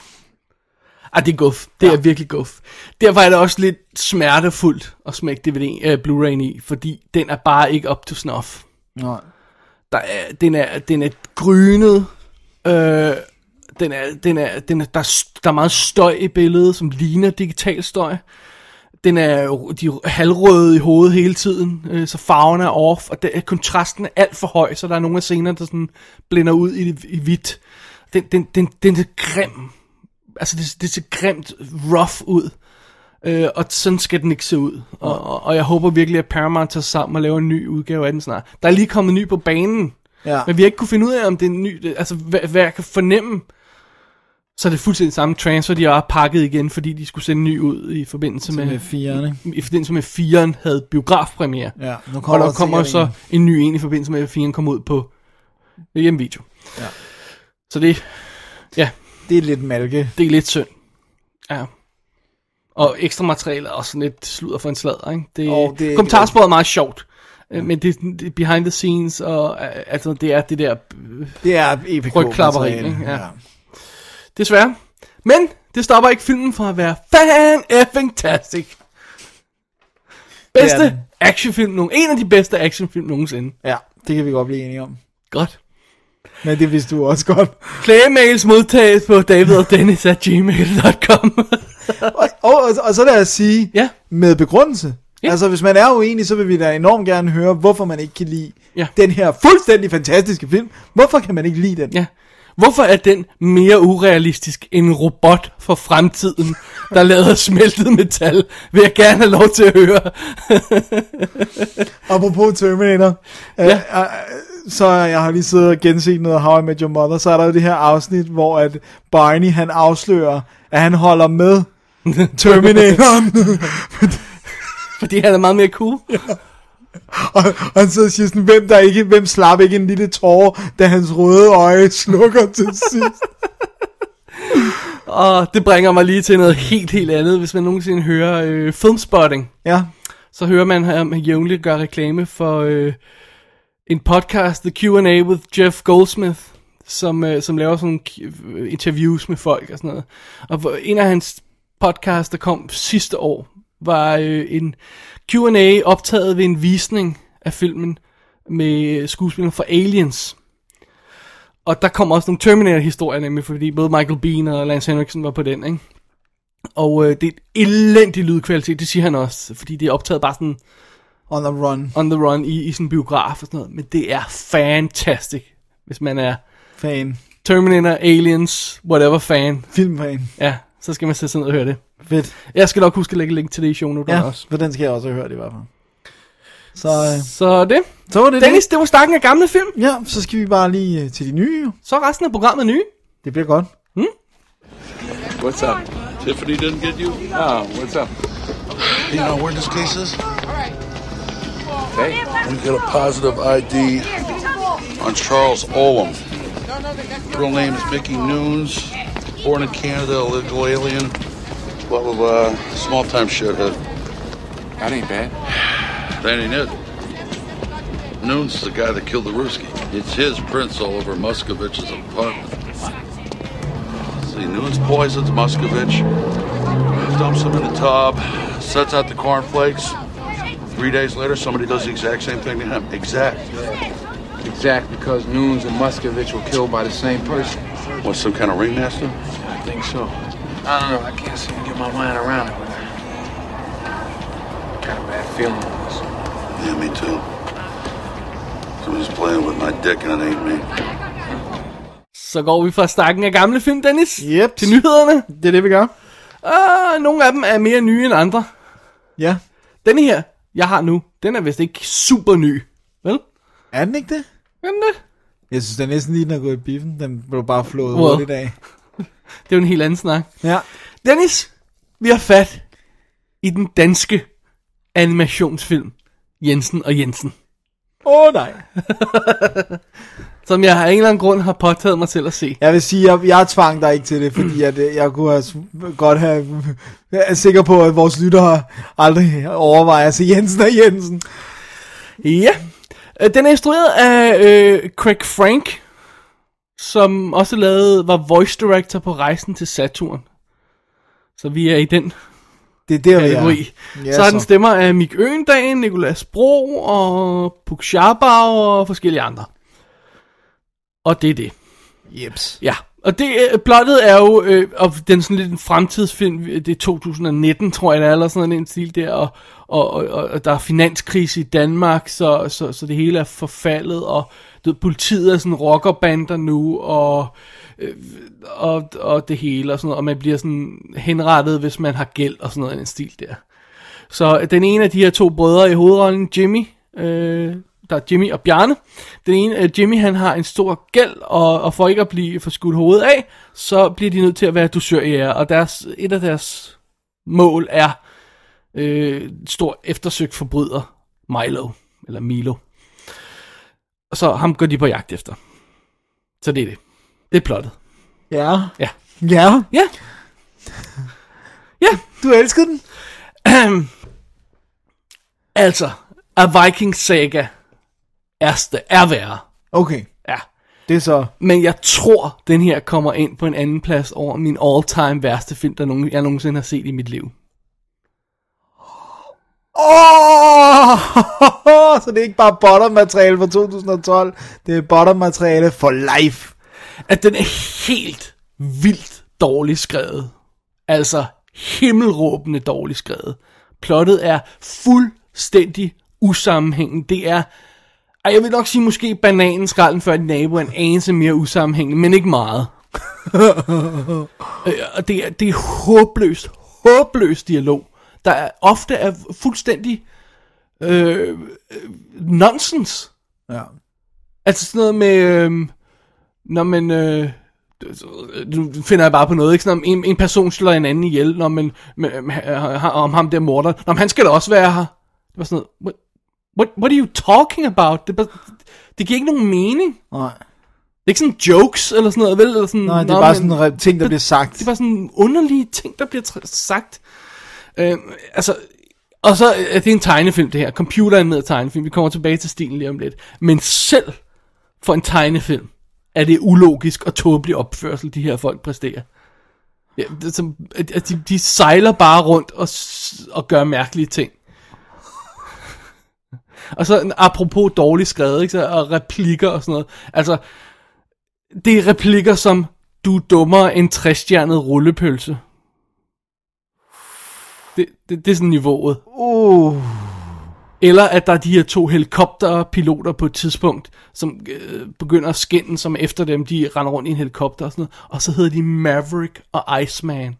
Ah, det er guf. Det ja. er virkelig guf. Derfor er det også lidt smertefuldt at smække D V D, øh, Blu-ray'en i, fordi den er bare ikke up to snuff. Nej. Der er, den er, den er grynet. Øh, den er, den er, den er, der, er, der er meget støj i billedet, som ligner digital støj. Den er, de er halvrøde i hovedet hele tiden, øh, så farverne er off, og det, kontrasten er alt for høj, så der er nogle af scenerne, der sådan blænder ud i, i hvidt. Den, den, den, den er grim. Altså, det, det ser grimt rough ud. Øh, og sådan skal den ikke se ud. Og, og, og jeg håber virkelig, at Paramount tager sammen og laver en ny udgave af den snart. Der er lige kommet ny på banen. Ja. Men vi har ikke kunne finde ud af, om det er en ny... Det, altså, hvad, hvad jeg kan fornemme, så er det fuldstændig samme transfer, de har pakket igen, fordi de skulle sende en ny ud i forbindelse med... Med fireren, ikke? I forbindelse med firen havde biografpremiere. Ja, nu Og kommer der kommer sikkert så en ny en i forbindelse med, at firen kom ud på hjemmevideo. Ja. Så det... Ja, Det er lidt malke. det er lidt synd. Ja. Og ekstra materiale er også sådan lidt sludder for en sladder, ikke? Det, Og det- kommentarsporet er meget sjovt. Ja. Men det, det behind the scenes, og øh, altså, det er det der... Øh, Det er E P Rygklapperi, K-materiale. ikke? Ja. desværre. Men det stopper ikke filmen fra at være fan-effing-tastic. Bedste den. actionfilm, nogen, en af de bedste actionfilm nogensinde. Ja, det kan vi godt blive enige om. Godt. Men det vidste du også godt. Klagemails modtages på david og dennis at gmail punktum com. og, og, og så lad os sige, Ja. med begrundelse. Ja. Altså, hvis man er uenig, så vil vi da enormt gerne høre, hvorfor man ikke kan lide Ja. den her fuldstændig fantastiske film. Hvorfor kan man ikke lide den? Ja. Hvorfor er den mere urealistisk end en robot for fremtiden, der lader smeltet metal? Vil jeg gerne have lov til at høre. Apropos Terminator, Ja. øh, øh, så jeg har lige siddet og genset noget How I Met Your Mother, så er der jo det her afsnit, hvor at Barney han afslører, at han holder med Terminatoren. Fordi han er meget mere cool. og, og han sidder og siger sådan, hvem der ikke, hvem slap ikke en lille tårer, da hans røde øje slukker til sidst. Og det bringer mig lige til noget helt, helt andet. Hvis man nogensinde hører øh, Filmspotting, Ja, så hører man ham jævnligt gøre reklame for øh, en podcast, The Q and A with Jeff Goldsmith, som, øh, som laver sådan nogle k- interviews med folk og sådan noget. Og hvor en af hans podcasts, der kom sidste år, var øh, en Q and A optaget ved en visning af filmen med skuespillere fra Aliens. Og der kommer også nogle Terminator-historier nemlig, fordi både Michael Biehn og Lance Henriksen var på den, ikke? Og øh, det er et elendig lydkvalitet, det siger han også, fordi det er optaget bare sådan... On the run. On the run i, i sådan en biograf og sådan noget. Men det er fantastic, hvis man er... Fan. Terminator, Aliens, whatever fan. Filmfan. Ja, så skal man sætte sig ned og høre det. Fedt. Jeg skal nok huske at lægge link til det i shownoterne ja, også. for den skal jeg også have hørt i hvert fald. Så, øh, så det. Så var det Dennis, det. det var stakken af gamle film. Ja, så skal vi bare lige uh, til de nye. Så er resten af programmet nye. Det bliver godt. Hmm? What's up? Tiffany didn't get you? Oh, what's up? You know where this case is? Hey. We got a positive I D on Charles Olam. Real name is Mickey Nunes. Born in Canada, illegal alien. Blah, blah, blah. Small time shithead. That ain't bad. That ain't it. Nunes is the guy that killed the Ruski. It's his prints all over Muscovich's apartment. See, Nunes poisons Muscovich, dumps him in the tub, sets out the cornflakes. Three days later, somebody does the exact same thing to him. Exact. Exact, because Nunes and Muscovich were killed by the same person. What, some kind of ringmaster? I think so. I don't know. I can't seem to get my mind around it, but I got a bad feeling on this. Yeah, me too. Somebody's playing with my dick and it ain't me. Så går vi fra stakken af gamle film, Dennis, Yep. til nyhederne. Det er det, vi gør. Uh, nogle af dem er mere nye end andre. Ja. Denne her, jeg har nu, den er vist ikke super ny. Vel? Er den ikke det? Er den det? Jeg synes, det er næsten lige, den er gået i biffen. Den blev bare flået Well. hurtigt af. Det er jo en helt anden snak. Ja. Dennis, vi har fat i den danske animationsfilm Jensen og Jensen. Åh oh, nej. Som jeg af en eller anden grund har påtaget mig til at se. Jeg vil sige, jeg, jeg tvang dig ikke til det, fordi at, øh, jeg kunne have, godt have... Jeg er sikker på, at vores lyttere aldrig overvejer at se Jensen og Jensen. Ja. Den er instrueret af øh, Craig Frank, som også lavede, var voice director på Rejsen til Saturn. Så vi er i den Det er der, vi kategori. er. Ja, så har den stemmer af Mik Øgendagen, Nicolas Bro og Puk Schabau og forskellige andre. Og det er det. Jeps. Ja, og det øh, plottet er jo, øh, og den er sådan lidt en fremtidsfilm, det er to tusind nitten, tror jeg det er, eller sådan en stil der, og, og, og, og der er finanskrise i Danmark, så, så, så det hele er forfaldet, og du, politiet er sådan rockerbander nu, og, øh, og, og det hele, og sådan noget, og man bliver sådan henrettet, hvis man har gæld, og sådan noget, en stil der. Så den ene af de her to brødre i hovedrollen, Jimmy, øh, der er Jimmy og Bjarne. Den ene, uh, Jimmy, han har en stor gæld, og, og for ikke at blive for skudt hovedet af, så bliver de nødt til at være dusørjæger, og deres, et af deres mål er øh, stor eftersøgt forbryder, Milo, eller Milo. Og så ham går de på jagt efter. Så det er det. Det er plottet. Ja. Ja. Ja. Ja. Ja. Du elskede den? Altså, A Viking Saga er, er værre. Okay. Ja. Det er så... Men jeg tror, den her kommer ind på en anden plads over min all-time værste film, der nogen, jeg nogensinde har set i mit liv. Åh! Oh! Så det er ikke bare bottom-materiale fra to tusind og tolv. Det er bottom-materiale for life. At den er helt vildt dårligt skrevet. Altså himmelråbende dårligt skrevet. Plottet er fuldstændig usammenhængende. Det er... Ej, jeg vil nok sige måske bananenskralden før din nabo er en anelse mere usammenhængende, men ikke meget. Og det er, det er håbløst, håbløst dialog, der er, ofte er fuldstændig øh, nonsens. Ja. Altså sådan noget med, øh, når man, øh, nu finder jeg bare på noget, ikke? Sådan, en, en person slår en anden ihjel, når man, med, med, om ham der morder, når han skal da også være her. Det var sådan noget, what, what, what are you talking about? Det, det giver ikke nogen mening. Nej. Det er ikke sådan jokes, eller sådan noget, vel? Eller sådan, Nej, det er bare sådan en ting, der bliver sagt. Det er bare sådan underlige ting, der bliver sagt. Øh, altså, og så er det en tegnefilm, det her. Computeranimeret tegnefilm. Vi kommer tilbage til stilen lige om lidt. Men selv for en tegnefilm, er det ulogisk og tåbelig opførsel, de her folk præsterer. Ja, det, som, at de, de sejler bare rundt og, og gør mærkelige ting. Og så apropos dårligt skrevet, ikke? Så, og replikker og sådan noget. Altså, det er replikker som, du er dummere end trestjernet rullepølse. Det, det, det er sådan niveauet. Uh. Eller at der er de her to helikopterpiloter på et tidspunkt, som øh, begynder at skænde, som efter dem, de render rundt i en helikopter og sådan noget. Og så hedder de Maverick og Iceman.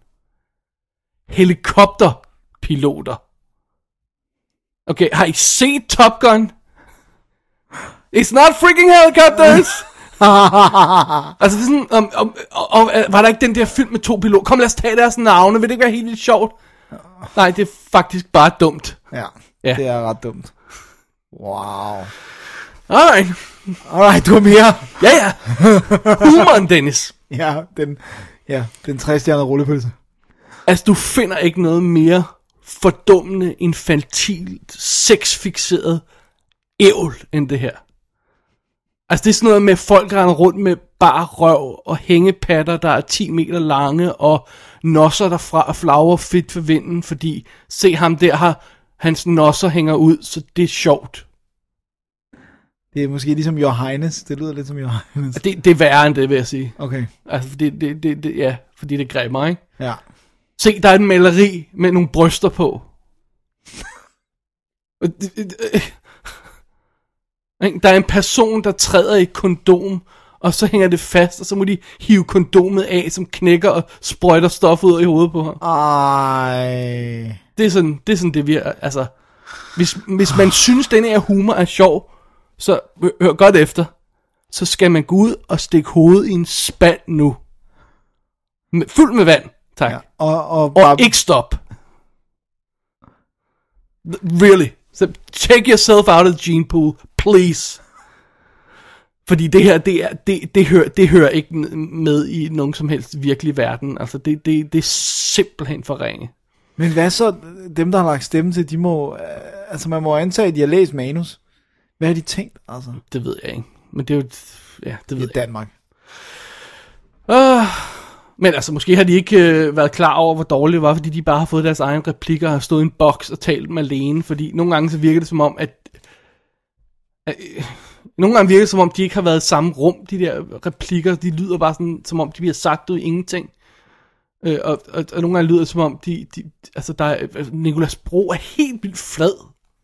Helikopterpiloter. Okay, har I set Top Gun? It's not freaking helicopters! Altså det er sådan, um, um, um, um, var der ikke den der film med to piloter? Kom lad os tage deres navne, vil det ikke være helt vildt sjovt? Nej, det er faktisk bare dumt. Ja, ja. Det er ret dumt. Wow. Alright. Alright, du er mere. Ja, ja. Humoren, Dennis. Ja, den, ja, den trestjernede rullepølse. Altså, du finder ikke noget mere fordummende, infantilt, sexfixeret ævl end det her. Altså, det er sådan noget med folk render rundt med bare røv og hængepatter, der er ti meter lange, og nosser, der fra flagrer fedt for vinden, fordi se ham der, har hans nosser hænger ud, så det er sjovt. Det er måske ligesom Johannes. Det lyder lidt som Johannes. Det, det er værre end det, vil jeg sige. Okay. Altså, fordi det, det, det, ja, fordi det græmmer, ikke? Ja. Se, der er et maleri med nogle bryster på. Der er en person, der træder i et kondom, og så hænger det fast, og så må de hive kondomet af, som knækker og sprøjter stof ud i hovedet på ham. Ej. Det er sådan, det er sådan det vi er, altså, hvis, hvis man synes, denne her humor er sjov, så hør godt efter, så skal man gå ud og stikke hovedet i en spand nu. Med, fuld med vand, tak. Ja, og, og, og ikke stop. Really. So take yourself out of the gene pool, please. Fordi det her, det, er, det, det, hører, det hører ikke med i nogen som helst virkelig verden. Altså, det, det, det er simpelthen for ringe. Men hvad så, dem der har lagt stemme til, de må, altså man må antage, at de har læst manus. Hvad har de tænkt, altså? Det ved jeg ikke. Men det er jo, ja, det ved I Danmark. Uh, men altså, måske har de ikke øh, været klar over, hvor dårligt det var, fordi de bare har fået deres egen replikker og har stået i en boks og talt dem alene. Fordi nogle gange så virker det som om, at... at øh, nogle gange virker det som om, de ikke har været i samme rum, de der replikker. De lyder bare sådan, som om de bliver sagt ud i ingenting. Øh, og, og, og nogle gange lyder det som om, de... de altså, der er, Nicolas Bro er helt vildt flad.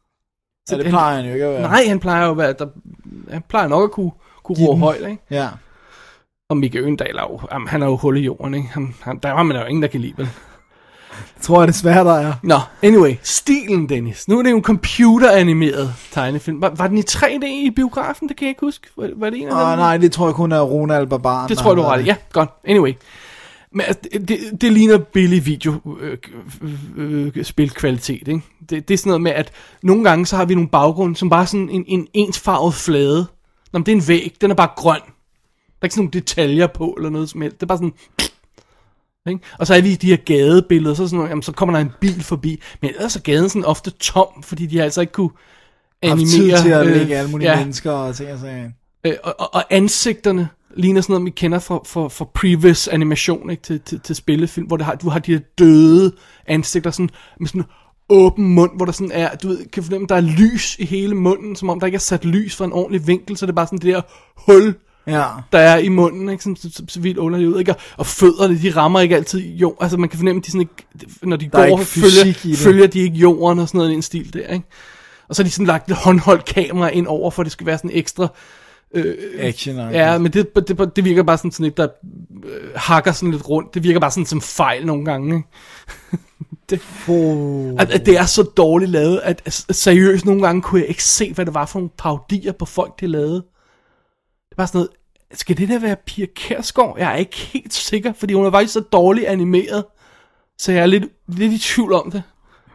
Så ja, det plejer han jo ikke at være. Nej, han plejer jo at være... Der, han plejer nok at kunne, kunne råbe højt, ikke? Ja. Og Mikke Øgendahl er jo, jamen, han er jo hul i jorden, ikke? Han, han, der var man jo ingen, der kan lide, vel? Jeg tror, det er svært, der er. Nå, anyway, stilen, Dennis. Nu er det jo en computeranimeret tegnefilm. Var, var den i tre D i biografen? Det kan jeg ikke huske. Var, var det en af dem? Oh, nej, det tror jeg kun er Ronald Barbaren. Det tror jeg, du har ret. Ja, godt. Anyway. Men altså, det, det, det ligner billig videospilkvalitet, øh, øh, ikke? Det, det er sådan noget med, at nogle gange så har vi nogle baggrunde, som bare sådan en, en ensfarvet flade. Nå, men det er en væg, den er bare grøn. Der er ikke sådan nogle detaljer på, eller noget som helst. Det er bare sådan... Ikke? Og så er vi i de her gadebilleder, så, sådan, jamen, så kommer der en bil forbi. Men ellers er gaden sådan ofte tom, fordi de altså ikke kunne animere... Haft tid til at øh, lægge alle mulige ja. mennesker og ting og sager. Øh, og, og, og ansigterne ligner sådan noget, vi kender fra, fra, fra previous animation, ikke? Til, til, til spillefilm, hvor det har, du har de her døde ansigter sådan, med sådan åben mund, hvor der sådan er, du ved, kan fornemme, der er lys i hele munden, som om der ikke er sat lys fra en ordentlig vinkel, så det er bare sådan det der hul, ja. Der er i munden, ikke? Sådan, så, så, så vildt underligt ud, ikke? Og fødderne, de rammer ikke altid jo, altså man kan fornemme, de sådan ikke, når de der går, følger, følger de ikke jorden og sådan noget i en stil der, ikke? Og så har de sådan lagt et håndholdt kamera ind over, for det skal være sådan ekstra øh, action. Okay. Ja, men det, det, det virker bare sådan sådan et, der øh, hakker sådan lidt rundt. Det virker bare sådan som fejl nogle gange, ikke? det, oh. at, at det er så dårligt lavet, at, at seriøst nogle gange kunne jeg ikke se, hvad det var for nogle parodier på folk, det lavede. Det var sådan noget, skal det der være Pia Kjærsgaard? Jeg er ikke helt sikker, fordi hun er faktisk så dårligt animeret, så jeg er lidt, lidt i tvivl om det.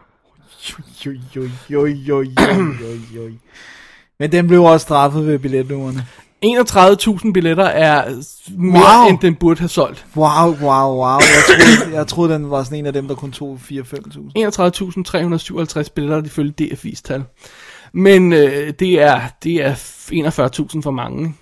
Jo, jo, jo, jo, jo, jo. Men den blev også straffet ved billetnummerne. enogtredive tusind billetter er mere, wow. end den burde have solgt. Wow, wow, wow. Jeg troede, jeg troede den var sådan en af dem, der kun tog fire til fem tusind. enogtredive tusind tre hundrede syvoghalvtreds billetter, det følger D F I's tal. Men øh, det er, det er enogfyrre tusind for mange.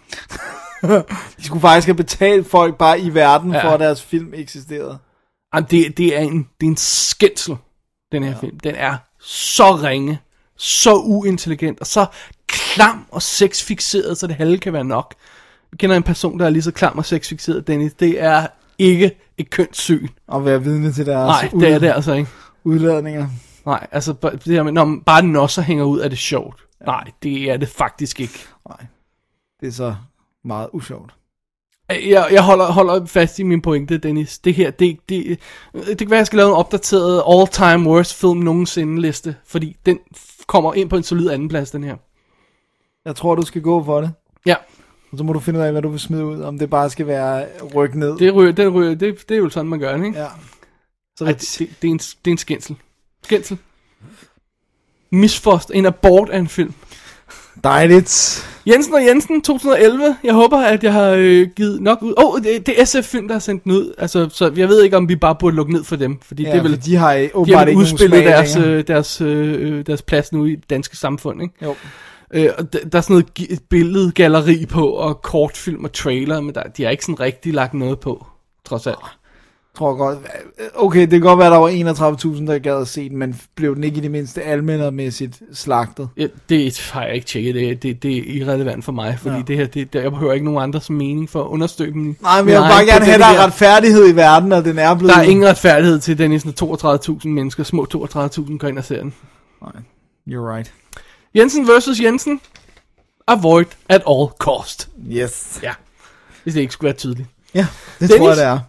De skulle faktisk have betalt folk bare i verden, ja. For at deres film eksisterede. Jamen, det, det, er en, det er en skændsel, den her ja. film. Den er så ringe, så uintelligent, og så klam og sexfixeret, så det halve kan være nok. Jeg kender en person, der er lige så klam og sexfixeret, Dennis. Det er ikke et kønt syn. Og være vidne til deres Nej, det er det altså ikke. udladninger. Nej, altså det her med, når bare den også hænger ud, er det sjovt. Ja. Nej, det er det faktisk ikke. Nej, det er så meget usjovt. Jeg, jeg holder, holder fast i min pointe, Dennis. Det her, det, det, det kan være, at jeg skal lave en opdateret all-time worst film nogensinde liste, fordi den kommer ind på en solid andenplads, den her. Jeg tror, du skal gå for det. Ja. Og så må du finde ud af, hvad du vil smide ud, om det bare skal være ryk ned. Det, ryger, det, ryger, det, det er jo sådan, man gør det, ikke? Ja. Så Ej, det, det, er en, det er en skændsel. Skændsel. Misfoster, en abort af en film. Dejligt. Jensen og Jensen, to tusind og elleve. Jeg håber, at jeg har øh, givet nok ud. Åh, oh, det, det er S F-film, der har sendt den ud. Altså, så jeg ved ikke, om vi bare burde lukke ned for dem. Fordi ja, det er vel, for de har de åbenbart har ikke udspillet nogen deres, smag øh, deres, øh, deres plads nu i det danske samfund, ikke? Jo. Øh, og der, der er sådan noget gi- billedgalleri på, og kortfilm og trailer, men der, de har ikke sådan rigtig lagt noget på, trods alt. Tror godt. Okay, det kan godt være, at der var enogtredive tusind, der gad at se den, men blev den ikke i det mindste almennermæssigt slagtet? Ja, det har jeg ikke tjekket. Det, det, det er irrelevant for mig, fordi ja. det her, det, jeg behøver ikke nogen andres mening for at understøtte dem. Nej, men jeg vil bare gerne have, at der er retfærdighed i verden, og den er blevet... Der er ingen retfærdighed til, den er toogtredive tusind mennesker, små toogtredive tusind går ind og ser den. Nej, you're right. Jensen versus Jensen. Avoid at all cost. Yes. Ja, hvis det ikke skulle være tydeligt. Ja, det Dennis, tror jeg, det er.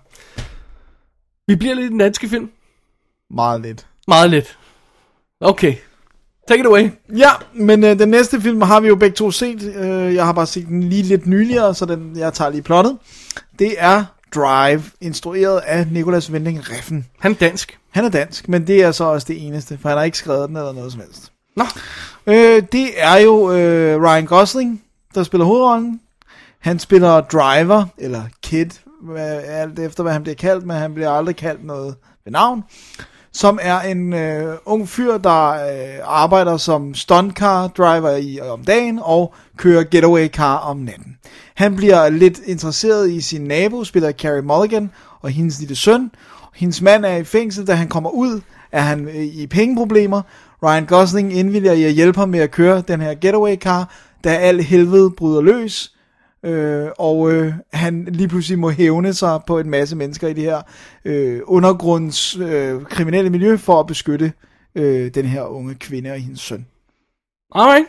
Vi bliver lidt i den danske film. Meget lidt. Meget lidt. Okay. Take it away. Ja, men øh, den næste film har vi jo begge to set. Øh, jeg har bare set den lige lidt nyligere, så den, jeg tager lige plottet. Det er Drive, instrueret af Nicolas Winding Refn. Han er dansk. Han er dansk, men det er så også det eneste, for han har ikke skrevet den eller noget som helst. Nå. Øh, det er jo øh, Ryan Gosling, der spiller hovedrollen. Han spiller driver, eller kid, alt efter hvad han bliver kaldt, men han bliver aldrig kaldt noget ved navn. Som er en øh, ung fyr, der øh, arbejder som stunt car driver i, om dagen og kører getaway car om natten. Han bliver lidt interesseret i sin nabo, spiller Carey Mulligan, og hendes lille søn. Hendes mand er i fængsel, da han kommer ud, er han øh, i pengeproblemer. Ryan Gosling indvilliger i at hjælpe ham med at køre den her getaway car, da al helvede bryder løs. Øh, og øh, han lige pludselig må hævne sig på en masse mennesker i det her øh, undergrunds øh, kriminelle miljø for at beskytte øh, den her unge kvinde og hendes søn. Alright.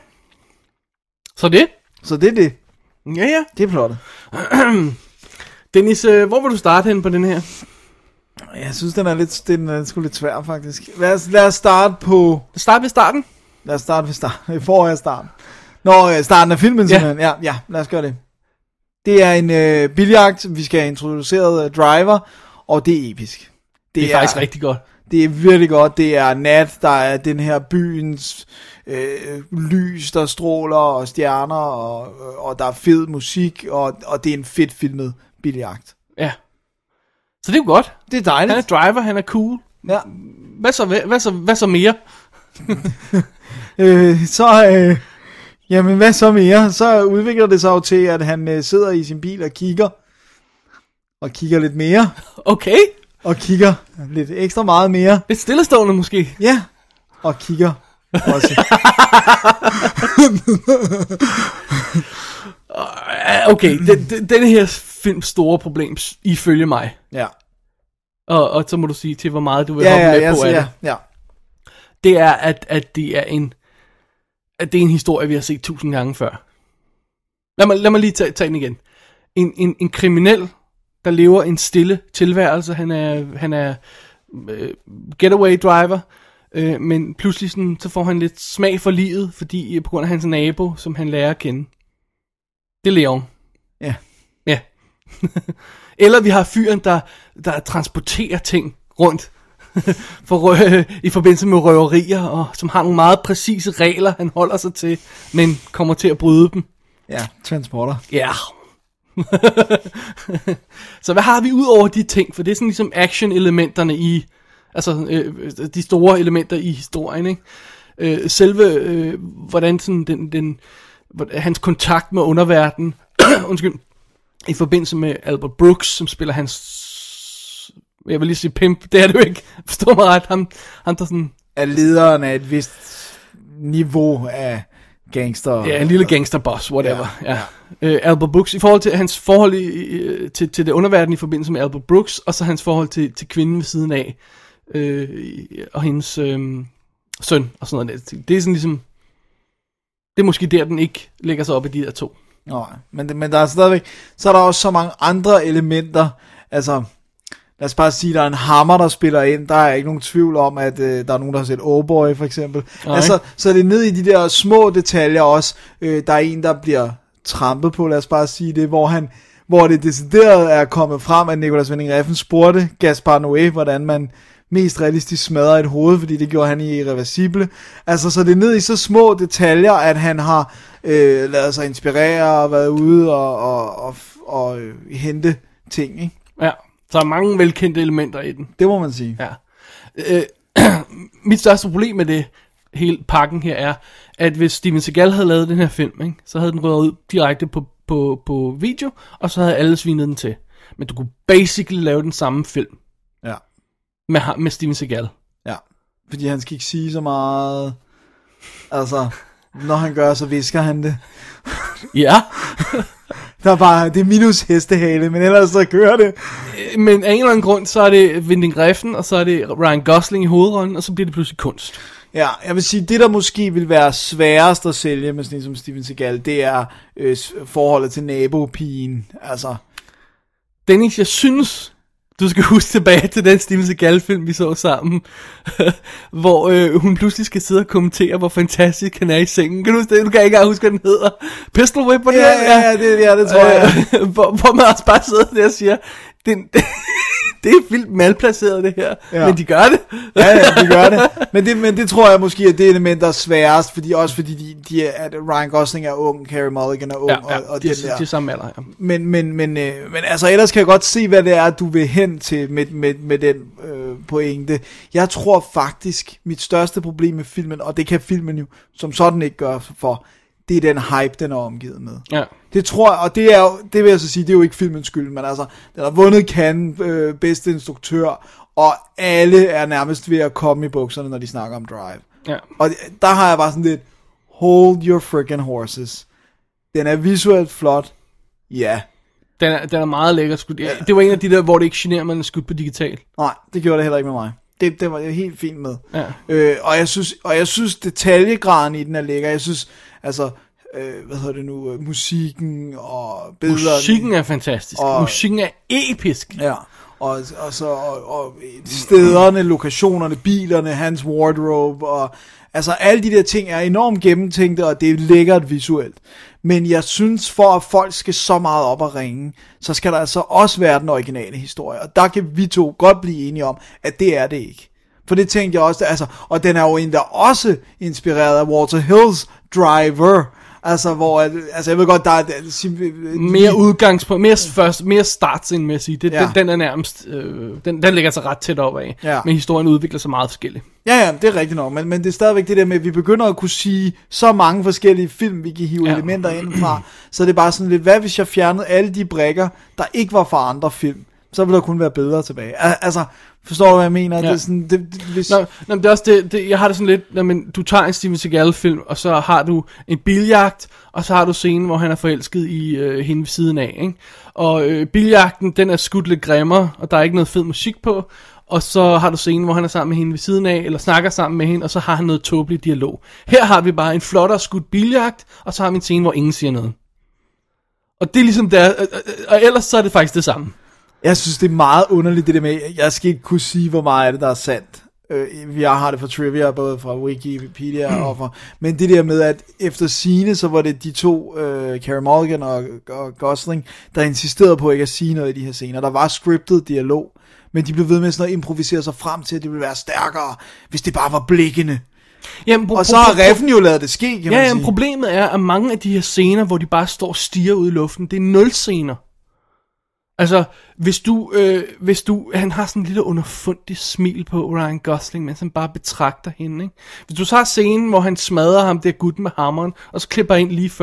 Så det? Så det er det. Ja, ja. Det er plottet. Dennis, øh, hvor vil du starte hen på den her? Jeg synes, den er lidt, den er sgu lidt svær, faktisk. Lad os, lad os starte på... Start ved starten? Lad os starte ved starten. For at starte. Nå, starten af filmen simpelthen. Ja, ja, lad os gøre det. Det er en øh, biljagt, vi skal have introduceret uh, driver, og det er episk. Det, det er, er faktisk rigtig godt. Det er virkelig godt. Det er nat, der er den her byens øh, lys, der stråler, og stjerner, og, og der er fed musik, og, og det er en fedt filmet biljagt. Ja. Så det er jo godt. Det er dejligt. Han er driver, han er cool. Ja. Hvad så, hvad så, hvad så mere? øh, så... Øh, Jamen, hvad så mere? Så udvikler det sig jo til, at han øh, sidder i sin bil og kigger. Og kigger lidt mere. Okay. Og kigger lidt ekstra meget mere. Lidt stillestående måske. Ja. Og kigger også. Okay, den, den, den her films store problem, ifølge mig. Ja. Og, og så må du sige til, hvor meget du vil ja, hoppe ja, med ja, på af ja, det. ja. Det er, at, at det er en... at det er en historie, vi har set tusind gange før. Lad mig, lad mig lige tage, tage den igen. En, en, en kriminel, der lever en stille tilværelse. Han er, han er uh, getaway driver, uh, men pludselig sådan, så får han lidt smag for livet, fordi på grund af hans nabo, som han lærer at kende. Det er Leon. Ja. Ja. Eller vi har fyren, der, der transporterer ting rundt for rø- i forbindelse med røverier, og som har nogle meget præcise regler, han holder sig til, men kommer til at bryde dem. Ja, transporter. Ja. Så hvad har vi ud over de ting? For det er sådan ligesom action-elementerne i, altså øh, de store elementer i historien, ikke? Øh, selve, øh, hvordan sådan den, den, hans kontakt med underverdenen, undskyld, i forbindelse med Albert Brooks, som spiller hans, jeg vil lige sige pimp, det er det jo ikke, forstår mig ret, ham, ham der sådan... Er lederen af et vist niveau af gangster. Ja, en lille gangsterboss, whatever. Ja. Ja. Uh, Albert Brooks, i forhold til hans forhold i, til, til det underverden i forbindelse med Albert Brooks, og så hans forhold til, til kvinden ved siden af, øh, og hendes øh, søn, og sådan noget. Det er sådan ligesom, det er måske der, den ikke lægger sig op i de der to. Nej, men, men der er stadigvæk, så er der også så mange andre elementer, altså, lad os bare sige, der er en hammer, der spiller ind, der er ikke nogen tvivl om, at øh, der er nogen, der har set Oldboy, for eksempel. Nej. Altså, så er det ned i de der små detaljer også, øh, der er en, der bliver trampet på, lad os bare sige det, hvor han, hvor det decideret er kommet frem, at Nicolas Winding Refn spurgte Gaspar Noé, hvordan man mest realistisk smadrer et hoved, fordi det gjorde han i Irreversible. Altså, så det er ned i så små detaljer, at han har øh, lavet sig inspirere og været ude og, og, og, og øh, hente ting, ikke? Ja, så er mange velkendte elementer i den. Det må man sige. Ja. Øh, mit største problem med det hele pakken her er, at hvis Steven Seagal havde lavet den her film, ikke, så havde den røget ud direkte på, på, på video, og så havde alle svinet den til. Men du kunne basically lave den samme film. Ja. Med, med Steven Seagal. Ja, fordi han skal ikke sige så meget. Altså, når han gør, så visker han det. Ja. Der er bare, det er minus hestehale, men ellers så kører det. Men af en eller anden grund, så er det Winding Refn, og så er det Ryan Gosling i hovedrollen, og så bliver det pludselig kunst. Ja, jeg vil sige, det der måske vil være sværest at sælge med sådan en som Steven Seagal, det er øh, forholdet til nabopigen. Altså. Dennis, jeg synes, du skal huske tilbage til den Steven Seagal-film, vi så sammen, hvor øh, hun pludselig skal sidde og kommentere, hvor fantastisk han er i sengen. Kan du huske det? Du kan ikke huske, hvad den hedder. Pistol Whip, hvor det ja, er? Ja, det, ja, det tror jeg. Øh, hvor, hvor man også bare sidder der og siger, det, det, det er vildt malplaceret det her, ja. Men de gør det. Ja, ja, de gør det. Men det, men det tror jeg måske, at det element, der er sværest, fordi, også fordi de, de er, at Ryan Gosling er ung, Carey Mulligan er ung, ja, ja, og, og de, den der. De er samme alder, ja. Men, men, men, øh, men altså, ellers kan jeg godt se, hvad det er, du vil hen til med, med, med den øh, pointe. Jeg tror faktisk, mit største problem med filmen, og det kan filmen jo som sådan ikke gøre for, det er den hype, den er omgivet med. Ja. Det tror jeg, og det er jo, det vil jeg så sige, det er jo ikke filmens skyld, men altså, den har vundet Cannes, øh, bedste instruktør, og alle er nærmest ved at komme i bukserne, når de snakker om Drive. Ja. Og der har jeg bare sådan lidt, hold your freaking horses. Den er visuelt flot, ja. Den er, den er meget lækker skudt. Ja. Det var en af de der, hvor det ikke generer, man er skudt på digital. Nej, det gjorde det heller ikke med mig. Det, det var jeg helt fint med. Ja. Øh, og jeg synes, og jeg synes detaljegraden i den er lækker. Jeg synes, altså, øh, hvad hedder det nu, øh, musikken og billederne. Musikken er fantastisk. Og, musikken er episk. Ja. Og, og så og, og stederne, lokationerne, bilerne, hans wardrobe og altså alle de der ting er enormt gennemtænkte, og det er lækkert visuelt. Men jeg synes, for at folk skal så meget op og ringe, så skal der altså også være den originale historie. Og der kan vi to godt blive enige om, at det er det ikke. For det tænkte jeg også, altså, og den er jo en, der også inspireret af Walter Hills Driver. Altså, hvor, altså, jeg ved godt, der er uh, mere udgangspunkt, mere, først, mere startsindmæssigt. Det, ja. den, den er nærmest, øh, den, den ligger sig ret tæt op af. Ja. Men historien udvikler sig meget forskelligt. Ja, ja, det er rigtigt nok, men, men det er stadigvæk det der med, at vi begynder at kunne sige så mange forskellige film, vi kan hive ja. elementer indenfra. Så det er bare sådan lidt, hvad hvis jeg fjernede alle de brikker, der ikke var fra andre film? Så ville der kun være bedre tilbage. Al- altså, forstår du, hvad jeg mener? Ja. Det er sådan, det, det, hvis... Nå, nå, det er også det, det, jeg har det sådan lidt, når man, du tager en Steven Seagal-film, og så har du en biljagt, og så har du scenen, hvor han er forelsket i øh, hende ved siden af, ikke? Og øh, biljagten, den er skudt lidt grimmere, og der er ikke noget fed musik på, og så har du scenen, hvor han er sammen med hende ved siden af, eller snakker sammen med hende, og så har han noget tåbelig dialog. Her har vi bare en flottere skudt biljagt, og så har vi en scene, hvor ingen siger noget. Og det er ligesom der, og, og ellers så er det faktisk det samme. Jeg synes, det er meget underligt, det der med, jeg skal ikke kunne sige, hvor meget af det, der er sandt. Øh, jeg har det fra trivia, både fra Wikipedia og fra... Men det der med, at efter sigende, så var det de to, øh, Carey Mulligan og, og Gosling, der insisterede på ikke at sige noget i de her scener. Der var scriptet dialog, men de blev ved med sådan at improvisere sig frem til, at det ville være stærkere, hvis det bare var blikkene. Jamen, pro- og så har Refn jo lavet det ske, kan ja, man sige. Jamen, problemet er, at mange af de her scener, hvor de bare står og stiger ud i luften, det er nul scener. Altså, hvis du, øh, hvis du, han har sådan en lille underfundig smil på Ryan Gosling, mens han bare betragter hende, ikke? Hvis du så har scenen, hvor han smadrer ham, der gutten med hammeren, og så klipper ind lige før,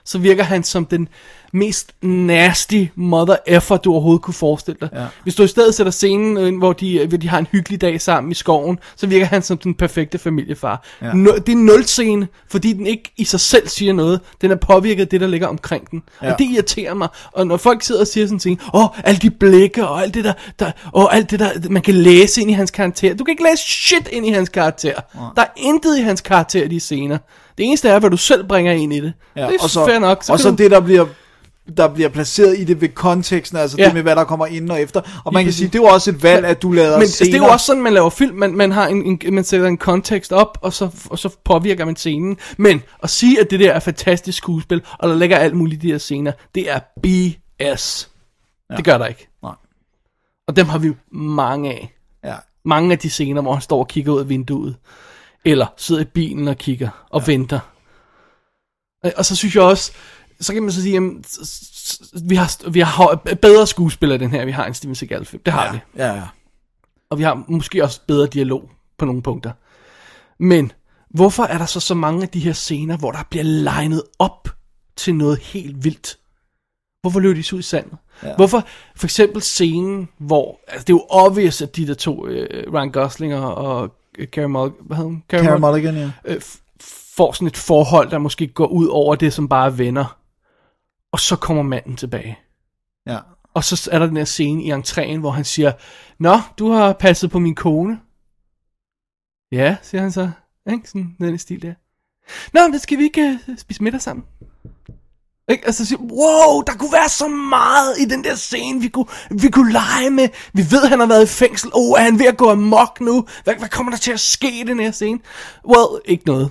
så virker han som den mest nasty mother effer, du overhovedet kunne forestille dig. Ja. Hvis du i stedet sætter scenen, hvor de, hvor de har en hyggelig dag sammen i skoven, så virker han som den perfekte familiefar. Ja. No, det er en nul-scene, fordi den ikke i sig selv siger noget. Den er påvirket af det, der ligger omkring den. Ja. Og det irriterer mig. Og når folk sidder og siger sådan ting, åh, oh, alle de blikke, og alt det der, der oh, alt det der, man kan læse ind i hans karakter. Du kan ikke læse shit ind i hans karakter. Ja. Der er intet i hans karakter i de scener. Det eneste er, hvad du selv bringer ind i det. Ja, det er og så, fair nok. Så og så du... det, der bliver, der bliver placeret i det ved konteksten, altså ja. det med, hvad der kommer ind og efter. Og man kan sige, det er jo også et valg, at du lader men scener. Det er jo også sådan, man laver film. Man, man, har en, en, man sætter en kontekst op, og så, og så påvirker man scenen. Men at sige, at det der er fantastisk skuespil, og der ligger alt muligt i de her scener, det er B S. Ja. Det gør der ikke. Nej. Og dem har vi jo mange af. Ja. Mange af de scener, hvor han står og kigger ud af vinduet. Eller sidder i bilen og kigger og ja. venter. Og så synes jeg også, så kan man så sige, jamen, vi har, vi har bedre skuespillere den her, vi har en Steven Seagal film. Det har ja. vi. Ja, ja. Og vi har måske også bedre dialog på nogle punkter. Men hvorfor er der så så mange af de her scener, hvor der bliver legnet op til noget helt vildt? Hvorfor løber de så ud i sandet? Ja. Hvorfor for eksempel scenen, hvor, altså det er jo obvious, at de der to, uh, Ryan Gosling og, og Carey Mulligan, hvad hedder hun? Carey Mulligan, ja. Øh, får sådan et forhold, der måske går ud over det, som bare er venner. Og så kommer manden tilbage. Ja. Og så er der den her scene i entréen, hvor han siger, nå, du har passet på min kone. Ja, siger han så. Ikke? Sådan den stil der. Nå, men skal vi ikke uh, spise middag sammen? Ikke? Altså siger, wow, der kunne være så meget i den der scene, vi kunne, vi kunne lege med. Vi ved, at han har været i fængsel. Åh, oh, er han ved at gå amok nu? Hvad, hvad kommer der til at ske i den her scene? Well, ikke noget.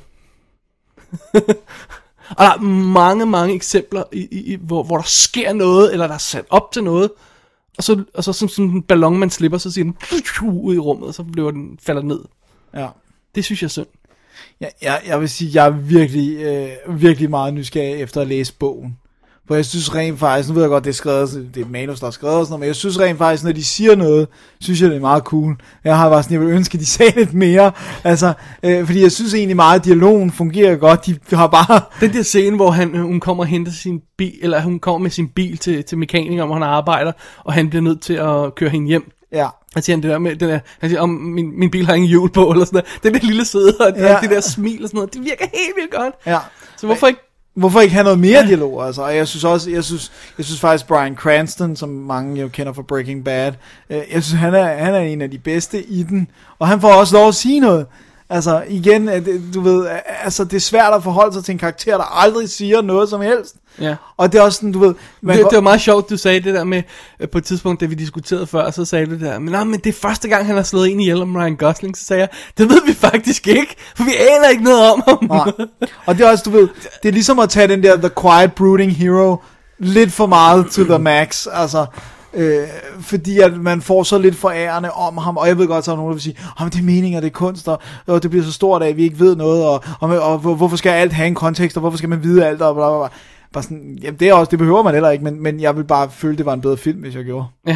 Og der er mange, mange eksempler, i, i, hvor, hvor der sker noget, eller der er sat op til noget, og så, og så som, som en ballon, man slipper, så siger den ud i rummet, og så bliver den, falder ned. Ja. Det synes jeg er synd. Ja, jeg, jeg vil sige, jeg er virkelig, øh, virkelig meget nysgerrig efter at læse bogen. For jeg synes rent faktisk, nu ved jeg godt, det er skrevet, det er manus, der er skrevet og sådan noget, men jeg synes rent faktisk, når de siger noget, synes jeg, det er meget cool. Jeg har bare sådan, jeg vil ønske, at de sagde lidt mere. Altså, øh, fordi jeg synes egentlig meget, at dialogen fungerer godt. De har bare... Den der scene, hvor han, hun kommer og henter sin bil, eller hun kommer med sin bil til, til mekanikeren, hvor han arbejder, og han bliver nødt til at køre hende hjem. Ja. Han siger han det der med, den der, han siger, om min, min bil har ingen hjul på, eller sådan der. Den der lille sæde, og ja. det der smil og sådan noget, det virker helt vildt godt. Ja. Så hvorfor ikke? Hvorfor ikke have noget mere ja. dialog, altså? Og jeg synes også, jeg synes, jeg synes faktisk Bryan Cranston, som mange jo kender fra Breaking Bad, øh, jeg synes, han er, han er en af de bedste i den, og han får også lov at sige noget. Altså, igen, du ved, altså, det er svært at forholde sig til en karakter, der aldrig siger noget som helst. Ja. Og det er også sådan, du ved... Det, det var meget sjovt, du sagde det der med, på et tidspunkt, da vi diskuterede før, så sagde du det der, men, nej, men det er første gang, han har slået en ihjel om Ryan Gosling, så sagde jeg, det ved vi faktisk ikke, for vi aner ikke noget om ham. Nej. Og det er også, du ved, det er ligesom at tage den der The Quiet Brooding Hero lidt for meget to the max, altså... Øh, fordi at man får så lidt forærende om ham, og jeg ved godt, så er nogen, der vil sige, oh, det er meninger, det er kunst, og, og det bliver så stort af, at vi ikke ved noget, og, og, og, og hvorfor skal alt have en kontekst, og hvorfor skal man vide alt, og bla, bla, bla. Bare sådan, jamen, det, er også, det behøver man heller ikke, men, men jeg vil bare føle, det var en bedre film, hvis jeg gjorde. Ja.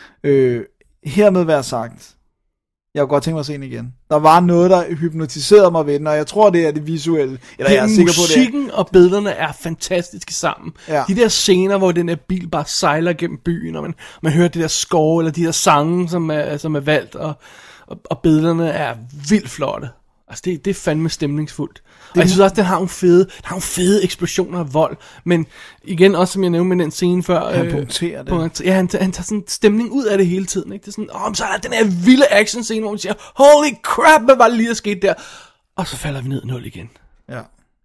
Øh, hermed være sagt, jeg kunne godt tænke mig at se den igen. Der var noget, der hypnotiserede mig ved den, og jeg tror, det er det visuelle. Eller jeg er sikker på det. Musikken og billederne er fantastiske sammen. Ja. De der scener, hvor den der bil bare sejler gennem byen, og man, man hører det der skove, eller de der sange, som er, som er valgt, og, og, og billederne er vildt flotte. Altså, det, det er fandme stemningsfuldt. Og jeg synes også, den har nogle fede, den har nogle fede eksplosioner af vold. Men igen, også som jeg nævnte med den scene før. Han punkterer det. På, ja, han, han tager sådan stemning ud af det hele tiden. Ikke? Det er sådan, åh, så er der den her vilde action scene, hvor man siger, holy crap, hvad var det lige der skete der? Og så falder vi ned i nul igen. Ja.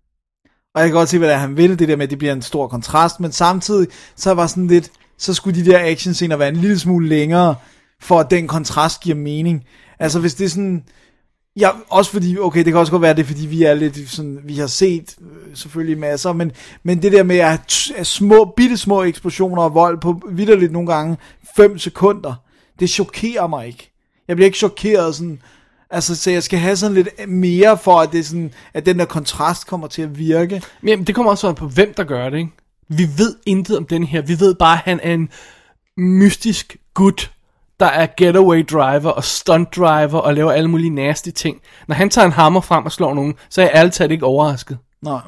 Og jeg kan godt se, hvad det er, han vil, det der med, at det bliver en stor kontrast. Men samtidig, så var sådan lidt, så skulle de der action scener være en lille smule længere, for at den kontrast giver mening. Altså, hvis det er sådan... Ja, også fordi, okay, det kan også godt være, det er, fordi vi er lidt sådan, vi har set øh, selvfølgelig masser, men, men det der med at have små, bitte små eksplosioner og vold på vitterligt nogle gange fem sekunder, det chokerer mig ikke. Jeg bliver ikke chokeret sådan, altså, så jeg skal have sådan lidt mere for, at, det sådan, at den der kontrast kommer til at virke. Men det kommer også an på, hvem der gør det, ikke? Vi ved intet om den her, vi ved bare, at han er en mystisk gut, der er getaway driver og stunt driver og laver alle mulige nasty ting. Når han tager en hammer frem og slår nogen, så er jeg ærligt talt ikke overrasket. Nej.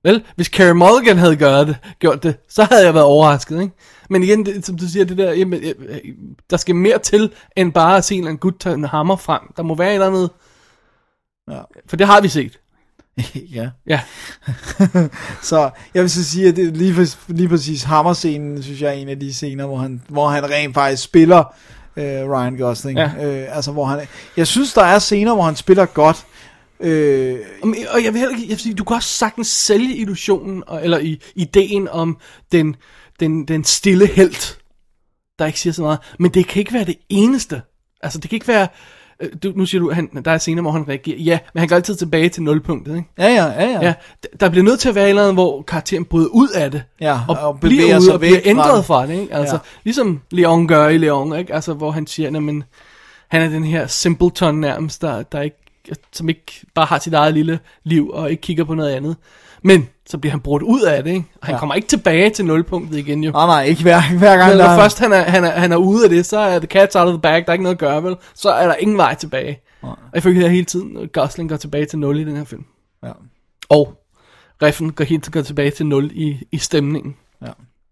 Vel, hvis Carey Mulligan havde gjort det, gjort det, så havde jeg været overrasket, ikke? Men igen, det, som du siger, det der, jamen, der skal mere til, end bare at se en eller anden gut tage en hammer frem. Der må være et eller andet, ja. For det har vi set. Ja. Ja. Så jeg vil så sige, at det, lige, lige præcis hammerscenen, synes jeg er en af de scener, hvor han, hvor han rent faktisk spiller øh, Ryan Gosling. Ja. Øh, altså, hvor han, jeg synes, der er scener, hvor han spiller godt. Øh, og jeg vil heller ikke, jeg vil sige, du kan også sagtens sælge illusionen, eller i, ideen om den, den, den stille helt, der ikke siger så meget. Men det kan ikke være det eneste. Altså, det kan ikke være... Du, nu siger du, han, der er scener, hvor han reagerer. Ja, men han går altid tilbage til nulpunktet, ikke? Ja, ja, ja, ja. ja der bliver nødt til at være et eller andet, hvor karakteren bryder ud af det. Ja, og, og bliver ud og bliver ændret fra det, fra det, ikke? Altså, ja. Ligesom Leon gør i Leon, ikke? Altså, hvor han siger, men han er den her simpleton nærmest, der, der ikke, som ikke bare har sit eget lille liv, og ikke kigger på noget andet. Men så bliver han brudt ud af det, ikke? Og han ja. kommer ikke tilbage til nulpunktet igen, jo. Nej, nej, ikke hver, hver gang. Men når der... først han er, han, er, han er ude af det, så er the cat's out of the bag, der er ikke noget at gøre, vel? Så er der ingen vej tilbage. Nej. Og jeg føler hele tiden, at Gosling går tilbage til nul i den her film. Ja. Og Refn går helt går tilbage til nul i, i stemningen. Ja.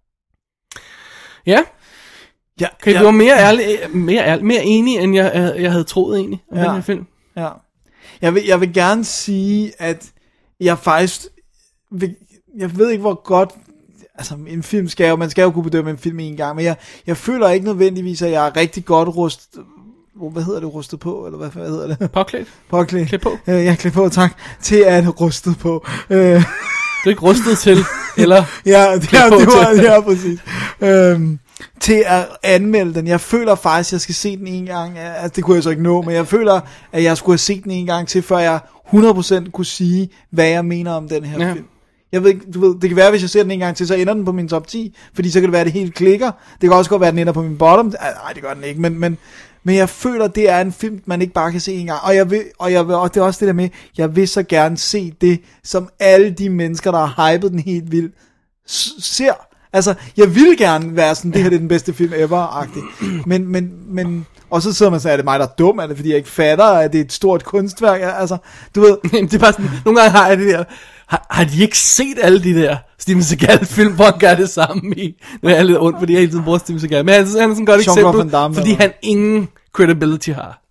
Ja. Ja, okay, ja. du var mere ærlig, mere, ærlig, mere enig, end jeg, jeg havde troet egentlig om ja. den her film. Ja. Jeg vil, jeg vil gerne sige, at jeg faktisk... Vil, jeg ved ikke, hvor godt... Altså, en film skal jo... Man skal jo kunne bedømme en film en gang, men jeg, jeg føler ikke nødvendigvis, at jeg er rigtig godt rustet... Hvad hedder det? Rustet på? Eller hvad, hvad hedder det? Påklædt. Påklædt. Klædt på. Øh, ja, klædt på, tak. Til at rustet på. Øh. Du er ikke rustet til, eller... ja, det, ja, det var det, ja, præcis. Øhm, til at anmelde den. Jeg føler faktisk, at jeg skal se den en gang. Altså, det kunne jeg så ikke nå, men jeg føler, at jeg skulle have set den en gang til, før jeg hundrede procent kunne sige, hvad jeg mener om den her ja. film. Jeg ved ikke, du ved, det kan være, hvis jeg ser den en gang til, så ender den på min top ti, fordi så kan det være, at det helt klikker. Det kan også godt være, at den ender på min bottom. Nej, det gør den ikke, men, men, men jeg føler, at det er en film, man ikke bare kan se en gang. Og, jeg vil, og, jeg vil, og det er også det der med, jeg vil så gerne se det, som alle de mennesker, der har hypet den helt vildt, ser. Altså, jeg vil gerne være sådan, det her det er den bedste film ever-agtig. Men, men, men, og så sidder man så, er det mig, der er dum? Er det, fordi jeg ikke fatter, at det er et stort kunstværk? Altså, du ved... det er bare sådan, nogle gange har jeg det der... Har, har de ikke set alle de der Steven Seagal-film, hvor han gør det samme i? Nu er jeg lidt ondt, fordi jeg hele tiden bruger Steven Seagal. Men han, han er sådan et godt eksempel, Damme, fordi han ingen credibility har.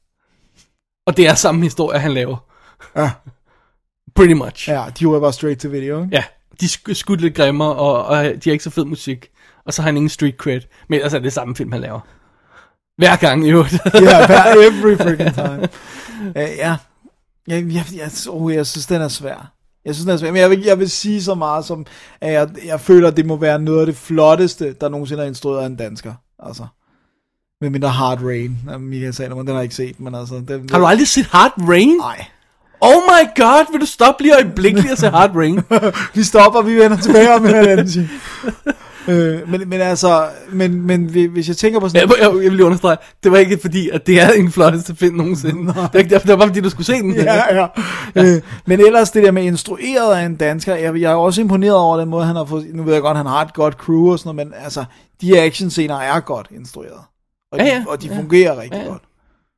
Og det er samme historie, han laver. Ja. Pretty much. Ja, de var bare straight to video, ikke? Ja, de er skudt lidt grimmere, og, og de har ikke så fed musik. Og så har han ingen street cred. Men ellers er det samme film, han laver. Hver gang, jo. Ja, hver every freaking time. uh, ja. Jeg, jeg, jeg, oh, jeg synes, den er svær. Jeg synes, det er svært. Men jeg vil, jeg vil sige så meget som, at jeg, jeg føler, at det må være noget af det flotteste, der nogensinde er instrueret af en dansker. Altså, med mindre Hard Rain. Michael Salomon, den har jeg ikke set, men altså... Det, har du aldrig set Hard Rain? Nej. Oh my god, vil du stoppe lige øjeblikkeligt at se Hard Rain? Vi stopper, vi vender tilbage om en anden time. Øh, men, men altså, men, men hvis jeg tænker på sådan... Jeg, jeg, jeg vil lige understrege, det var ikke fordi, at det er en flotteste film nogensinde. Det var, ikke, det var bare fordi, du skulle se den. Ja, ja. ja. Øh, men ellers det der med instrueret af en dansker, jeg, jeg er også imponeret over den måde, han har fået... Nu ved jeg godt, han har et godt crew og sådan noget, men altså, de actionscener er godt instrueret. Og de, ja, ja. Og de fungerer ja. rigtig ja, ja. godt.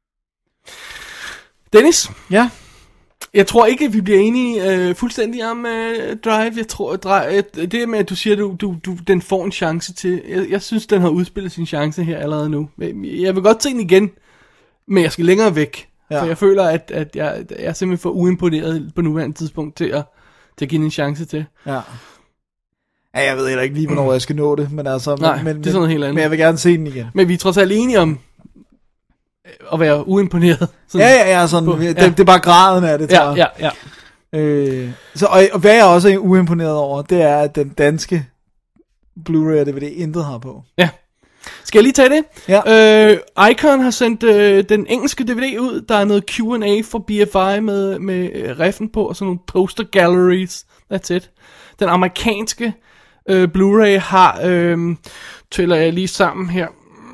Dennis? Ja? Jeg tror ikke, at vi bliver enige øh, fuldstændig om øh, Drive. Jeg tror, Drive, det med, at du siger, at du, du, du, den får en chance til. Jeg, jeg synes, den har udspillet sin chance her allerede nu. Jeg vil godt se den igen, men jeg skal længere væk. Ja. For jeg føler, at, at jeg, jeg er simpelthen for uimponeret på nuværende tidspunkt til at, til at give den en chance til. Ja. Ja, jeg ved heller ikke lige, hvornår jeg skal nå det. Men altså, Nej, men, det er sådan noget helt andet. Men jeg vil gerne se den igen. Men vi er trods alt enige om at være uimponeret. Sådan ja, ja, ja, sådan, på, ja. Det, det er bare graden af det, tror jeg. Ja, ja, ja. Øh, så, og, og hvad jeg også er uimponeret over, det er, at den danske Blu-ray og D V D intet har på. Ja. Skal jeg lige tage det? Ja. Øh, Icon har sendt øh, den engelske D V D ud. Der er noget Q and A for B F I med, med øh, riffen på, og sådan nogle poster galleries. That's it. Den amerikanske øh, Blu-ray har, øh, tæller jeg lige sammen her,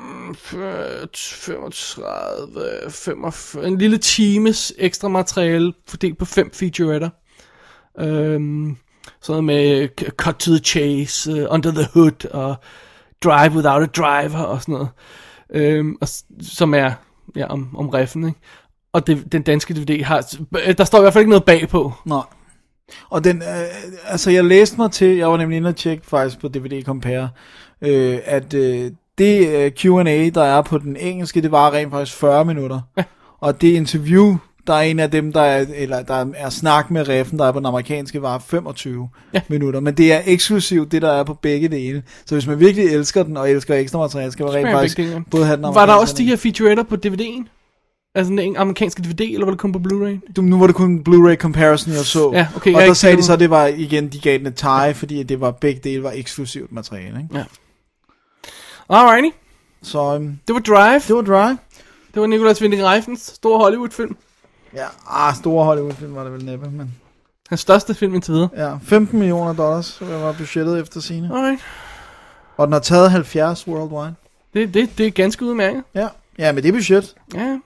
femogtredive, femogfyrre, en lille times ekstra materiale fordelt på fem featuretter. Øhm, sådan med Cut to the Chase, uh, Under the Hood og Drive Without a Driver og sådan noget. Øhm, og, som er ja, om, om riffen, ikke? Og det, den danske D V D har, der står i hvert fald ikke noget bagpå. Nej. Og den, øh, altså jeg læste mig til, jeg var nemlig inde og tjekke faktisk på D V D Compare, øh, at øh, det øh, Q and A, der er på den engelske, det var rent faktisk fyrre minutter. Ja. Og det interview, der er en af dem, der er, eller der er snak med reffen, der er på den amerikanske, var femogtyve ja. minutter. Men det er eksklusivt det, der er på begge dele. Så hvis man virkelig elsker den, og elsker ekstra materiale, skal man rent faktisk dele, både have den amerikanske. Var der også de her featuretter på D V D'en? Altså den amerikanske D V D, eller var det kun på Blu-ray? Du, nu var det kun Blu-ray comparison, jeg så. Ja, okay, og der sagde de så, at det var igen, de gav den et tie, fordi det var begge dele var eksklusivt materiale. Ikke? Ja. Alrighty. Så um, det var Drive. Det var Drive. Det var Nicolas Winding Refns store Hollywood-film. Ja, ah, store Hollywood-film var det vel næppe, men... Hans største film indtil videre. Ja, femten millioner dollars, så var budgettet efter sine. Alright. Og den har taget halvfjerds worldwide. Det, det, det er ganske udmærket. Ja, ja, men det er budget. Ja.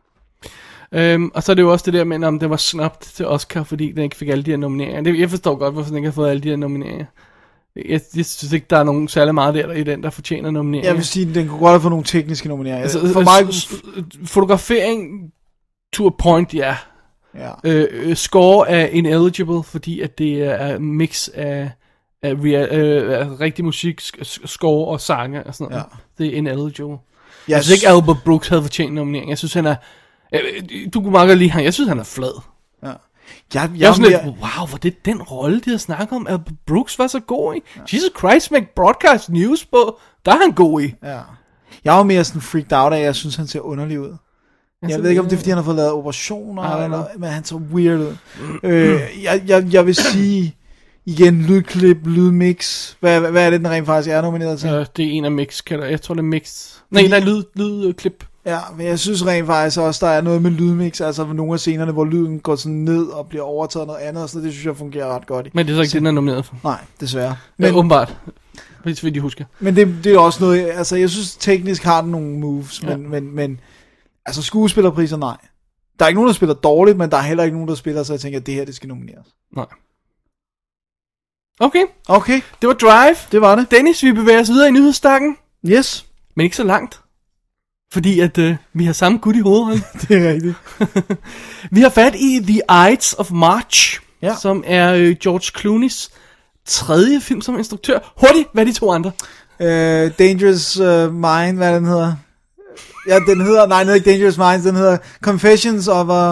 Øhm, og så er det jo også det der med, om det var snubbed til Oscar, fordi den ikke fik alle de her nomineringer. Det, jeg forstår godt, hvorfor den ikke har fået alle de her nomineringer. Jeg, jeg synes ikke, der er nogen særlig meget der i den, der fortjener nomineringer. Jeg vil sige, den kunne godt have fået nogle tekniske nomineringer. Altså, For mig... Fotografering to a point, ja. ja. Øh, score er ineligible, fordi at det er en mix af, af, rea- øh, af rigtig musik, score og sange og sådan noget. Ja. Det er ineligible. Jeg, jeg synes ikke, Albert Brooks havde fortjent nominering. Jeg synes, han er... Du kunne meget godt lide ham. Jeg synes, han er flad. Ja. Jeg, jeg, jeg er sådan jeg, lidt, wow, hvor det den rolle, de har snakket om, Albert Brooks var så god i. Ja. Jesus Christ, make broadcast news på. Der er han god i. Ja. Jeg var mere sådan freaked out af, jeg synes, han ser underlig ud. Jeg, jeg ved ikke, om det er, fordi han har fået lavet operationer, ah, eller, men han så weird ud. øh, jeg, jeg, jeg vil sige, igen, lydklip, lydmix. Hvad, hvad er det, den rent faktisk er nomineret til? Øh, det er en af mix, kalder jeg. Jeg tror, det er mix. Nej, der er lyd, lydklip. Ja, men jeg synes rent faktisk også, der er noget med lydmix, altså nogle af scenerne, hvor lyden går sådan ned og bliver overtaget af noget andet, så det synes jeg fungerer ret godt i. Men det er så ikke så, det, den er nomineret for? Nej, desværre. Men, ja, åbenbart. Hvis vi de husker. Men det, det er også noget, altså jeg synes teknisk har den nogle moves, men, ja. men, men altså skuespillerpriser, nej. Der er ikke nogen, der spiller dårligt, men der er heller ikke nogen, der spiller, så jeg tænker, at det her, det skal nomineres. Nej. Okay. Okay. Det var Drive. Det var det. Dennis, vi bevæger os videre i nyhedsstakken. Yes. Men ikke så langt. Fordi at øh, vi har samme gut i hovedet. Det er rigtigt. Vi har fat i The Ides of March, ja. Som er øh, George Clooney's tredje film som instruktør. Hurtigt, hvad er de to andre? Uh, Dangerous uh, Mind, hvad den hedder? Ja, den hedder, nej, den hedder ikke Dangerous Minds, den hedder Confessions of a...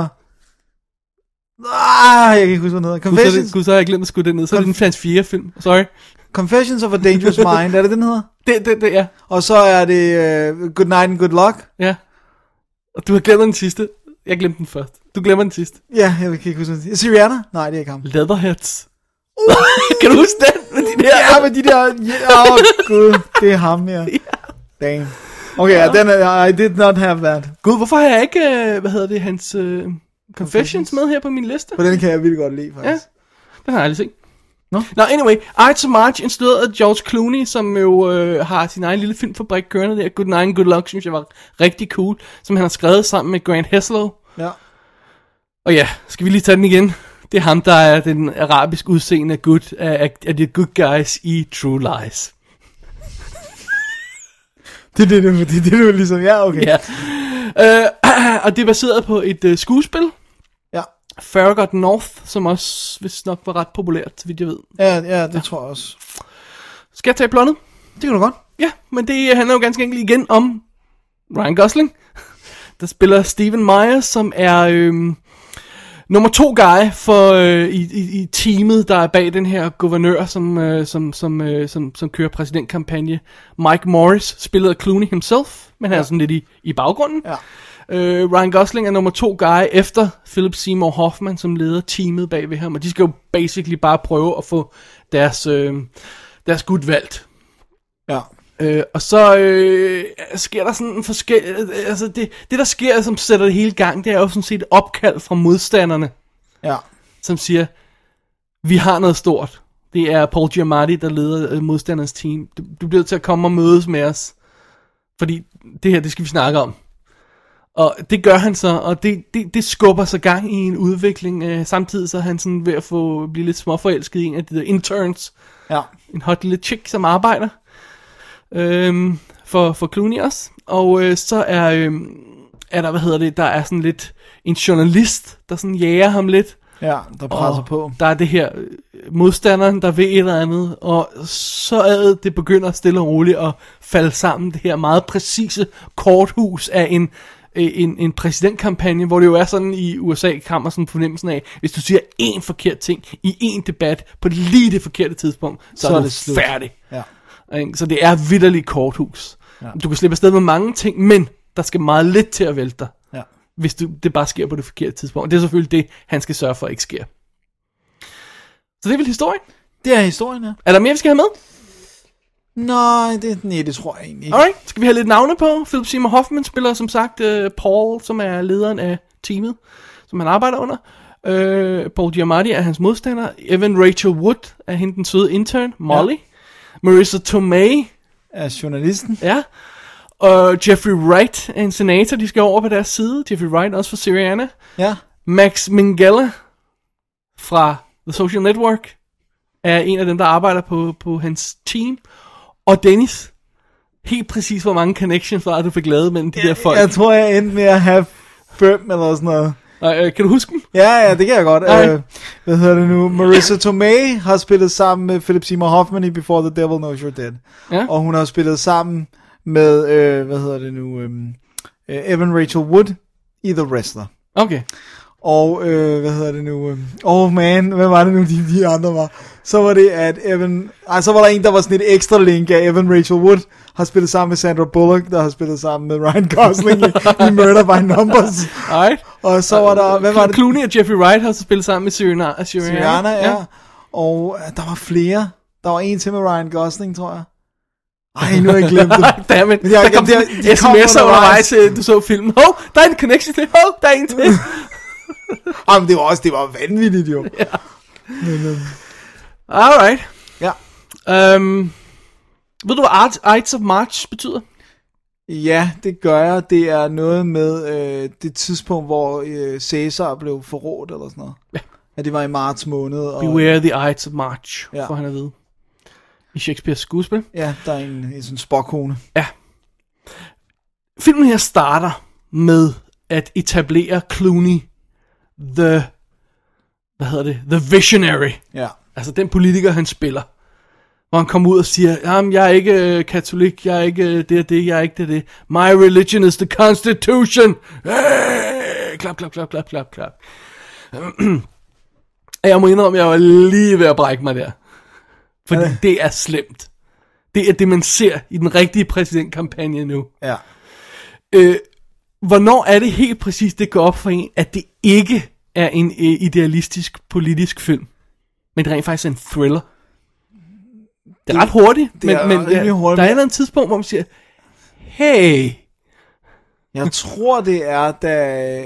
Ah, jeg kan ikke huske, hvad den hedder. Confessions... Gud, så, Gud, så har jeg glemt at skrive den ned. Så er det den fandt fjerde film. Sorry. Confessions of a Dangerous Mind, er det den hedder? Det, det, det, ja. Og så er det uh, Good Night and Good Luck. Ja. Og du har glemt den sidste. Jeg glemte den først. Du glemmer den sidste. Ja, jeg kan ikke huske den. Syriana? Nej, det er ikke ham. Leatherheads. Uh. Kan du huske den? Med de der... Ja, med de der... Åh, oh, gud. Det er ham, ja. Damn. Okay, ja. Den er... I did not have that. Gud, hvorfor har jeg ikke... Uh, hvad hedder det? Hans... Uh, Confessions, Confessions med her på min liste? For den kan jeg virkelig godt lide, faktisk. Ja, den har jeg aldrig set. Nå, no? no, anyway, Ides of March, instrueret af George Clooney, som jo øh, har sin egen lille filmfabrik kørende der. Good Night and Good Luck, synes jeg var rigtig cool. Som han har skrevet sammen med Grant Heslov. Ja. Og ja, skal vi lige tage den igen? Det er ham, der er den arabisk udseende good af, af de good guys i True Lies. det er det, det, det, det, det er ligesom, ja, okay. Ja. Øh, og det er baseret på et uh, skuespil. Ja. Farragut North, som også vist nok var ret populært, så vidt jeg ved. Ja, ja, det ja. tror jeg også. Skal jeg tage plottet? Det kan du godt. Ja, men det handler jo ganske enkelt igen om Ryan Gosling, der spiller Stephen Myers, som er øhm, nummer to guy for, øh, i, i, i teamet, der er bag den her guvernør, som, øh, som, som, øh, som, som kører præsidentkampagne. Mike Morris, spillet af Clooney himself, men han ja. er sådan lidt i, i baggrunden. Ja. Øh, Ryan Gosling er nummer to guy efter Philip Seymour Hoffman, som leder teamet bag ved ham, og de skal jo basically bare prøve at få deres, øh, deres gut valgt. Ja. Øh, og så øh, sker der sådan en forskel, altså det, det der sker, som sætter det hele i gang, det er jo sådan set et opkald fra modstanderne, ja. som siger, vi har noget stort. Det er Paul Giamatti, der leder øh, modstandernes team. Du, du bliver til at komme og mødes med os, fordi det her, det skal vi snakke om. Og det gør han så, og det, det, det skubber sig gang i en udvikling. Øh, samtidig så er han sådan ved at få blive lidt småforelsket i en af de der interns. Ja. En hot lille chick, som arbejder øhm, for, for Clooney også. Og øh, så er, øh, er der, hvad hedder det, der er sådan lidt en journalist, der sådan jager ham lidt. Ja, der presser og på. Der er det her øh, modstanderen, der ved et eller andet, og så er det begynder stille og roligt at falde sammen, det her meget præcise korthus af en, en, en præsidentkampagne, hvor det jo er sådan i U S A, kommer sådan fornemmelsen af, hvis du siger én forkert ting i en debat på lige det forkerte tidspunkt, så, så er, er det slut. Færdig. Ja. Så det er vitterligt korthus. Ja. Du kan slippe afsted med mange ting, men der skal meget lidt til at vælte dig. Ja. Hvis du, det bare sker på det forkerte tidspunkt. Det er selvfølgelig det, han skal sørge for, ikke sker. Så det er vel historien? Det er historien, ja. Er der mere, vi skal have med? Nej, det, nej, det tror jeg egentlig ikke. Alright, skal vi have lidt navne på? Philip Seymour Hoffman spiller som sagt uh, Paul, som er lederen af teamet, som han arbejder under. Uh, Paul Giamatti er hans modstander. Evan Rachel Wood er hende den søde intern, Molly. Ja. Marissa Tomei er journalisten. Ja. Og Jeffrey Wright er en senator, de skal over på deres side. Jeffrey Wright også fra Syriana. Ja. Max Minghella fra The Social Network er en af dem, der arbejder på, på hans team. Og Dennis, helt præcis hvor mange connections var du fik lavet mellem de jeg, der folk. Jeg tror, jeg endte med at have fem eller sådan noget. Nej, øh, kan du huske dem? Ja, ja, det kan jeg godt. Øh, hvad hedder det nu? Marissa Tomei har spillet sammen med Philip Seymour Hoffman i Before the Devil Knows You're Dead. Ja. Og hun har spillet sammen med, øh, hvad hedder det nu, øh, Evan Rachel Wood i The Wrestler. Okay. Og, øh, hvad hedder det nu? Åh, oh man, hvad var det nu, de, de andre var? Så var det, at Evan... Ej, så var der en, der var sådan et ekstra link af Evan Rachel Wood, har spillet sammen med Sandra Bullock, der har spillet sammen med Ryan Gosling i, i Murder by Numbers. Ej. Og så var der... Hvad var det? Clooney og Jeffrey Wright har så spillet sammen med Syriana. Syriana, ja. ja. Og uh, der var flere. Der var en til med Ryan Gosling, tror jeg. Ej, nu har jeg glemt det. Dammit, men jeg, der kom de, de sms'er undervejs, du så filmen. Hov, der er en connection til. Hov, der er en til. Jamen, det var også, det var vanvittigt jo. Ja. Men, um... Alright. Ja. Um, ved du, hvad Art, Ides of March betyder? Ja, det gør jeg. Det er noget med øh, det tidspunkt, hvor øh, Caesar blev forrådt, eller sådan noget. Ja. Ja, det var i marts måned. Og... Beware the Ides of March, ja. får han at vide. I Shakespeares skuespil. Ja, der er en, en sådan spåkone. Ja. Filmen her starter med at etablere Clooney, the, hvad hedder det, the visionary. Ja. Altså den politiker, han spiller. Hvor han kommer ud og siger, jamen jeg er ikke uh, katolik, jeg er ikke uh, det og det, jeg er ikke det og det. My religion is the Constitution. Hey! Klap, klap, klap, klap, klap, klap. Jeg må indrømme, jeg var lige ved at brække mig der. Fordi ja. Det er slemt. Det er det, man ser i den rigtige præsidentkampagne nu. Ja. Øh, hvornår er det helt præcis, det går op for en, at det ikke er en øh, idealistisk politisk film, men det rent faktisk er en thriller? Det er ret hurtigt, det men, er men der, hurtigt. der er et eller andet tidspunkt, hvor man siger, hey. Jeg tror, det er, da...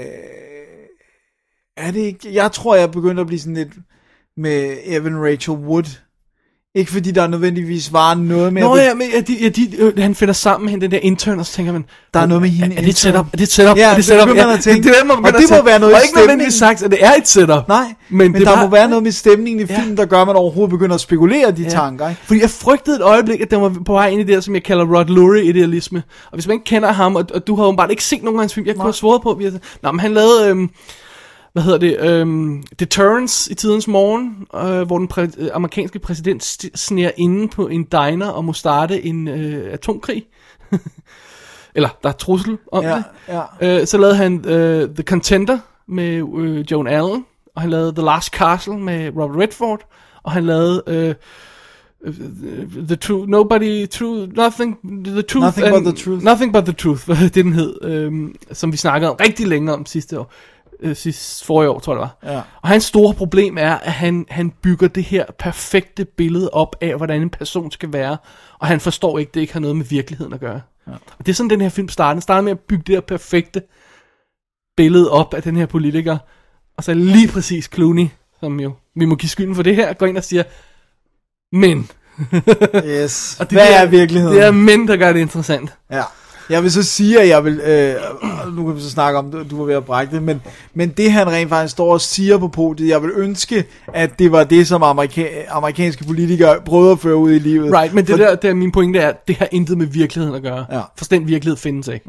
Er det ikke... Jeg tror, jeg begyndte at blive sådan lidt med Evan Rachel Wood. Ikke fordi der nødvendigvis var noget med... Nå ja, men ja, de, ja, de, øh, han finder sammen med hende, den der intern, og så tænker man... Der er noget med hende. Er, er det et setup? Er det et setup? Ja, er det, setup? det, ja, det, det, det, man og det må være noget og i ikke nødvendigvis sagt, at det er et setup. Nej, men, men det der var, må være noget med stemningen i filmen, ja. der gør, at man overhovedet begynder at spekulere de ja. tanker. Ikke? Fordi jeg frygtede et øjeblik, at den var på vej ind i det, som jeg kalder Rod Lurie-idealisme. Og hvis man ikke kender ham, og, og du har jo bare ikke set nogen af hans film, jeg kunne have svoret på, at Nå, men han lavede... Øhm, hvad hedder det, øhm, Deterrence i tidens morgen, øh, hvor den præ- øh, amerikanske præsident st- sneer inde på en diner og må starte en øh, atomkrig. Eller, der er trussel om ja, det. Ja. Øh, så lavede han øh, The Contender med øh, Joan Allen, og han lavede The Last Castle med Robert Redford, og han lavede øh, The Truth, Nobody, Truth, Nothing, The Truth, Nothing and, But The Truth. Nothing But The Truth, det den hed, øh, som vi snakkede om rigtig længe om sidste år. sidste forrige år, tror jeg det var. Ja. Og hans store problem er, at han, han bygger det her perfekte billede op af, hvordan en person skal være, og han forstår ikke, det ikke har noget med virkeligheden at gøre. Ja. Og det er sådan, den her film starter. Den starter med at bygge det her perfekte billede op af den her politiker, og så lige præcis Clooney, som jo, vi må give skylden for det her, går ind og siger, men. Yes. Og det hvad der, er virkeligheden? Det er men, der gør det interessant. Ja. Jeg vil så sige, at jeg vil, øh, nu kan vi så snakke om, du var ved at brække det, men, men det han rent faktisk står og siger på podiet, jeg vil ønske, at det var det, som amerika- amerikanske politikere prøvede at føre ud i livet. Right, men det For, der, der min pointe er, at det har intet med virkeligheden at gøre. Ja. For den virkelighed findes ikke. Nej.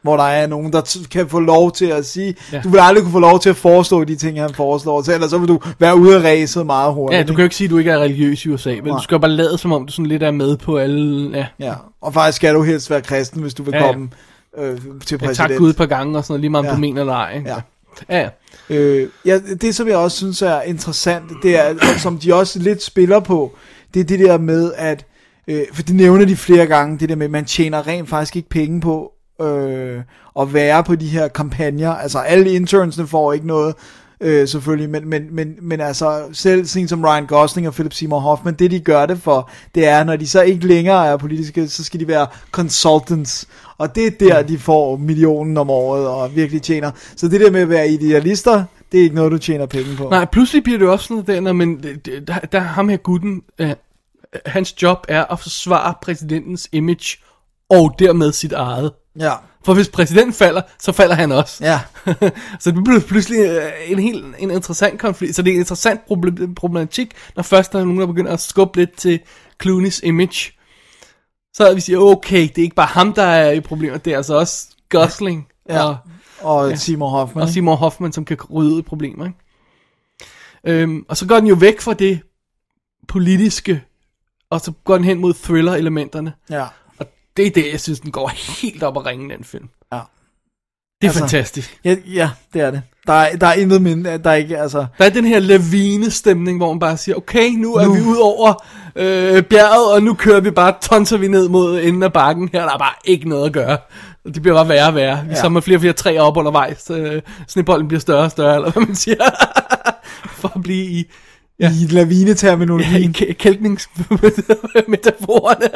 hvor der er nogen, der t- kan få lov til at sige, Ja. du vil aldrig kunne få lov til at foreslå de ting, han foreslår, så ellers så vil du være ude af ræset meget hurtigt. Ja, du kan jo ikke sige, at du ikke er religiøs i U S A, men Nej. du skal jo bare lade, som om du sådan lidt er med på alle... Ja, Ja, og faktisk skal du helst være kristen, hvis du vil Ja, ja. komme øh, til ja præsident. tak Gud et par gange og sådan noget, lige meget om Ja. du mener eller ej. Ikke? Ja. Ja, ja. Øh, ja, det som jeg også synes er interessant, det er, og som de også lidt spiller på, det er det der med, at, øh, for det nævner de flere gange, det der med, at man tjener rent faktisk ikke penge på øh, at være på de her kampagner. Altså alle internsene får ikke noget, øh, selvfølgelig, men, men, men, men altså selv sådan som Ryan Gosling og Philip Seymour Hoffman, det de gør det for, det er, når de så ikke længere er politiske, så skal de være consultants, og det er der, de får millionen om året og virkelig tjener. Så det der med at være idealister, det er ikke noget, du tjener penge på. Nej, pludselig bliver det jo også sådan noget der, når man, der, der ham her gutten, øh, hans job er at forsvare præsidentens image, og dermed sit eget. Ja. For hvis præsidenten falder, så falder han også. Ja. Så det bliver pludselig øh, en helt en interessant konflikt. Så det er en interessant problem- problematik, når først der er nogen, der begynder at skubbe lidt til Clooney's image. Så vi siger, okay, det er ikke bare ham, der er i problemet, det er altså også Gosling Ja. og, Og Ja. Seymour Hoffman. og Seymour Hoffman, som kan rydde ud i problemer. Ikke? Øhm, og så går den jo væk fra det politiske, og så går den hen mod thriller-elementerne. Ja. Og det er det, jeg synes, den går helt op at ringe, den film. Ja. Det er Altså- fantastisk. Ja, ja, det er det. Der er, der er intet mindre, der er ikke, altså... Der er den her lavine-stemning, hvor man bare siger, okay, nu er Nu. vi ud over øh, bjerget, og nu kører vi bare, tonser vi ned mod enden af bakken. Her der er bare ikke noget at gøre. Og det bliver bare værre og værre. Vi Ja. samler flere og flere træer op undervejs. Øh, snebolden bliver større og større, eller hvad man siger. For at blive i, Ja. I lavineterminologien. ja, i kæ- kælkningsmetaforerne.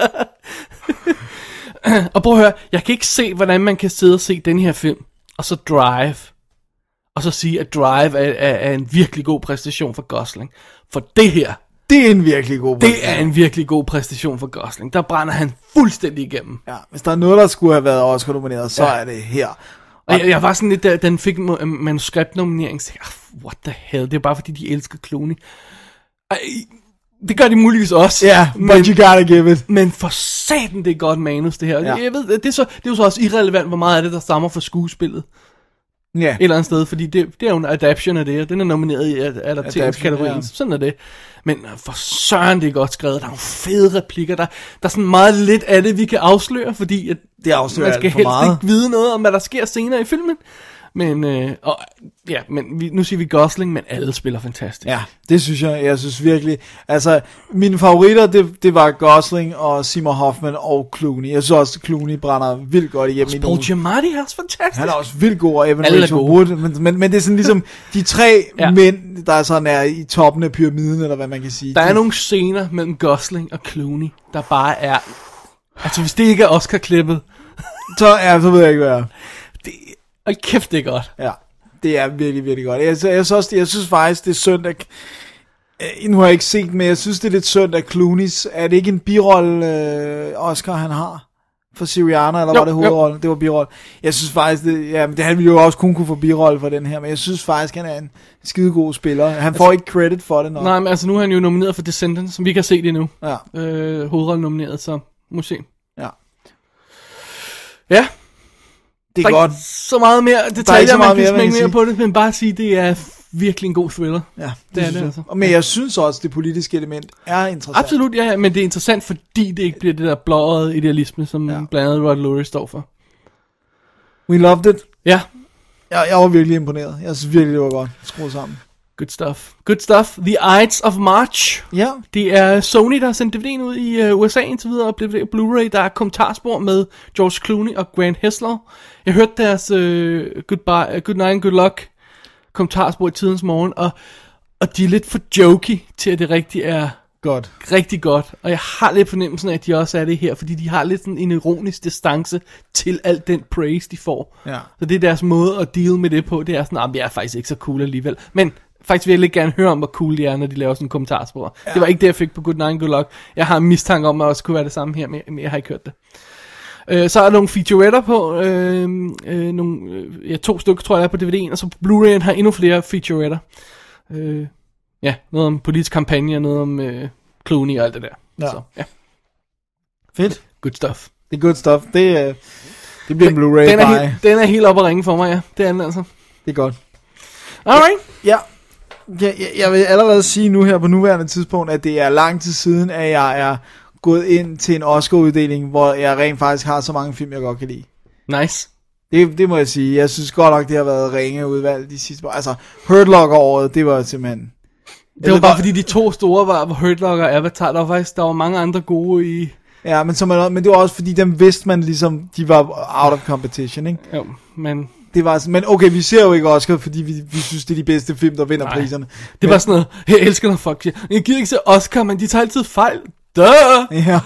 Og prøv at høre, jeg kan ikke se, hvordan man kan sidde og se den her film, og så Drive, og så sige, at Drive er, er, er en virkelig god præstation for Gosling. For det her, Det er en virkelig god det er en virkelig god præstation for Gosling. Der brænder han fuldstændig igennem. Ja, hvis der er noget, der skulle have været Oscar-nomineret, så Ja. er det her. Og jeg, jeg var sådan lidt, da den fik mo- manuskriptnominering, så jeg, ah, what the hell, det er bare fordi, de elsker Clooney. Ej, det gør de muligvis også. Ja, men, but you gotta give it. men for satan, det er godt manus, det her. Ja. Jeg ved, det er, så, det er jo så også irrelevant, hvor meget af det, der stammer fra skuespillet. Ja. Et eller andet sted, fordi det, det er jo en adaption af det, og den er nomineret i ad- adapteringskategorien, ja. sådan er det. Men for søren, det er godt skrevet, der er nogle fede replikker, der, der er sådan meget lidt af det, vi kan afsløre, fordi at Det afslører man skal alt for helst meget. ikke vide noget om, hvad der sker senere i filmen. Men, øh, og, ja, men vi, nu siger vi Gosling, men alle spiller fantastisk. Ja, det synes jeg. Jeg synes virkelig. Altså, mine favoritter, det, det var Gosling og Seymour Hoffman og Clooney. Jeg synes også, Clooney brænder vildt godt igennem i Paul nogle. Giamatti er også fantastisk. Han er også vildt god, og Evan Alle er Rachel gode. Wood. Men, men, men det er sådan ligesom de tre Ja. ja. mænd, der sådan er i toppen af pyramiden, eller hvad man kan sige. Der er De- nogle scener mellem Gosling og Clooney, der bare er... Altså, hvis det ikke er Oscar-klippet, Så, ja, så ved jeg ikke, hvad jeg er. det, hold kæft, det er godt. Ja, det er virkelig, virkelig godt. Jeg, jeg, jeg, synes, også, jeg synes faktisk, det er synd, at... øh, Nu har jeg ikke set, men jeg synes, det er lidt synd, at Clooney's... Er det ikke en birolle, øh, Oscar, han har? For Syriana, eller Jo, var det hovedrolle? Det var birolle. Jeg synes faktisk, det, ja, men det, han ville jo også kun kunne få birolle for den her, men jeg synes faktisk, han er en skidegod spiller. Han får ikke credit for det nok. Nej, men altså, nu er han jo nomineret for Descendants, som vi kan se det nu. Ja, Øh, hovedrollen nomineret, så må se. ja. Ja, Det der er er godt. ikke så meget mere ikke detaljer, så man meget kan mere, man smække kan mere sige. på det, men bare sige, det er virkelig en god thriller. Ja, det, Det er synes det jeg. altså. Og Men jeg synes også, det politiske element er interessant. Absolut, ja, men det er interessant, fordi det ikke bliver det der blåede idealisme, som Ja. ja. blandt andet Rod Lurie står for. We loved it. Ja, Jeg, jeg var virkelig imponeret. Jeg synes virkelig, det var godt skruet sammen. good stuff. Good stuff. The Ides of March. Ja, Det er Sony, der har sendt D V D'en ud i uh, U S A indtil videre, og Blu-ray, der er kommentarspor med George Clooney og Grant Hessler. Jeg hørte deres uh, goodbye, uh, Good Night and Good Luck kommentarspor i tidens morgen, og, og de er lidt for jokey til, at det rigtig er godt. rigtig godt. Og jeg har lidt fornemmelsen af, at de også er det her, fordi de har lidt sådan en ironisk distance til alt den praise, de får. Ja. Så det er deres måde at deal med det på, det er sådan, at jeg er faktisk ikke så cool alligevel. Men faktisk vil jeg lidt gerne høre om, hvor cool de er, når de laver sådan en kommentarspor. Ja. Det var ikke det, jeg fik på Good Night and Good Luck. Jeg har en mistanke om, at det også kunne være det samme her, men jeg har ikke hørt det. Øh, så er der nogle featuretter på, øh, øh, nogle, øh, ja, to stykker tror jeg er på D V D'en, og så på Blu-ray'en har endnu flere featuretter. Øh, ja, noget om politisk kampagne, noget om øh, Clooney og alt det der. Ja. Så, ja. Fedt. Good stuff. Det er good stuff. Det, øh, Det bliver en Blu-ray den er, bare. helt, den er helt oppe at ringe for mig, ja. Det er den altså. Det er godt. Alright. Ja. Jeg, jeg, jeg vil allerede sige nu her på nuværende tidspunkt, at det er lang tid siden, at jeg er gået ind til en Oscar-uddeling, hvor jeg rent faktisk har så mange film, jeg godt kan lide. Nice. Det, det må jeg sige. Jeg synes godt nok, det har været ringe udvalg de sidste år. Altså, Hurt Locker-året, det var simpelthen... Det var bare fordi de to store var Hurt Locker og Avatar. Der var faktisk der var mange andre gode i... Ja, men, som man, men det var også fordi, dem vidste man ligesom, de var out of competition, ikke? Jo, men... Det var, men okay, vi ser jo ikke Oscar, fordi vi, vi synes, det er de bedste film, der vinder Nej. priserne. Det men, var sådan noget, jeg elsker når folk siger, jeg gider ikke se Oscar, men de tager altid fejl. Duh! Ja.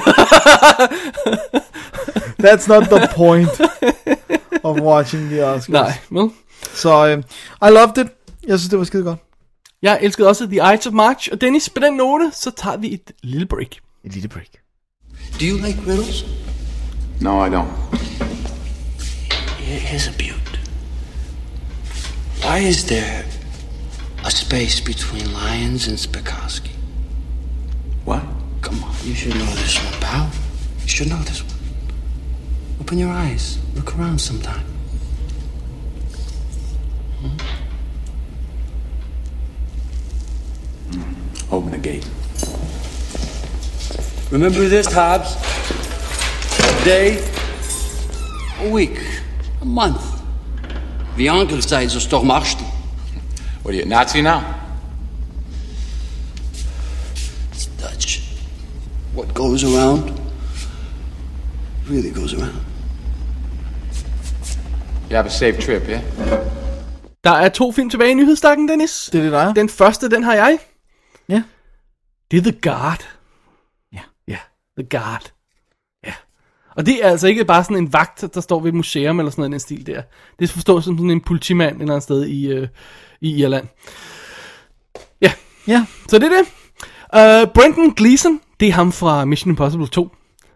That's not the point of watching the Oscars. Nej, vel? Så, uh, I loved it. Jeg synes, det var skide godt. Jeg elskede også The Ides of March, og Dennis, på den note, så tager vi et lille break. Et lille break. Do you like riddles? No, I don't. Here's a beaut. Why is there a space between Lions and Spikoski? What? Come on, you should know this one, pal. You should know this one. Open your eyes. Look around sometime. Hmm? Open the gate. Remember this, Hobbs? A day, a week, a month. Wie Onkel zei, so doch machst du. What are you, Nazi now? It's Dutch. What goes around really goes around. You have a safe trip, yeah? Der er to film tilbage i nyhedsstakken, Dennis. Det er det, der er. Den første, den har jeg. Ja. Det er The Guard. Ja. Ja, The Guard. Ja. Og det er altså ikke bare sådan en vagt, der står ved et museum eller sådan noget, en stil der. Det er forstået som sådan en politimand et eller andet sted i, øh, i Irland. Ja. Ja. Så det er det. Uh, Brendan Gleeson, det er ham fra Mission Impossible to.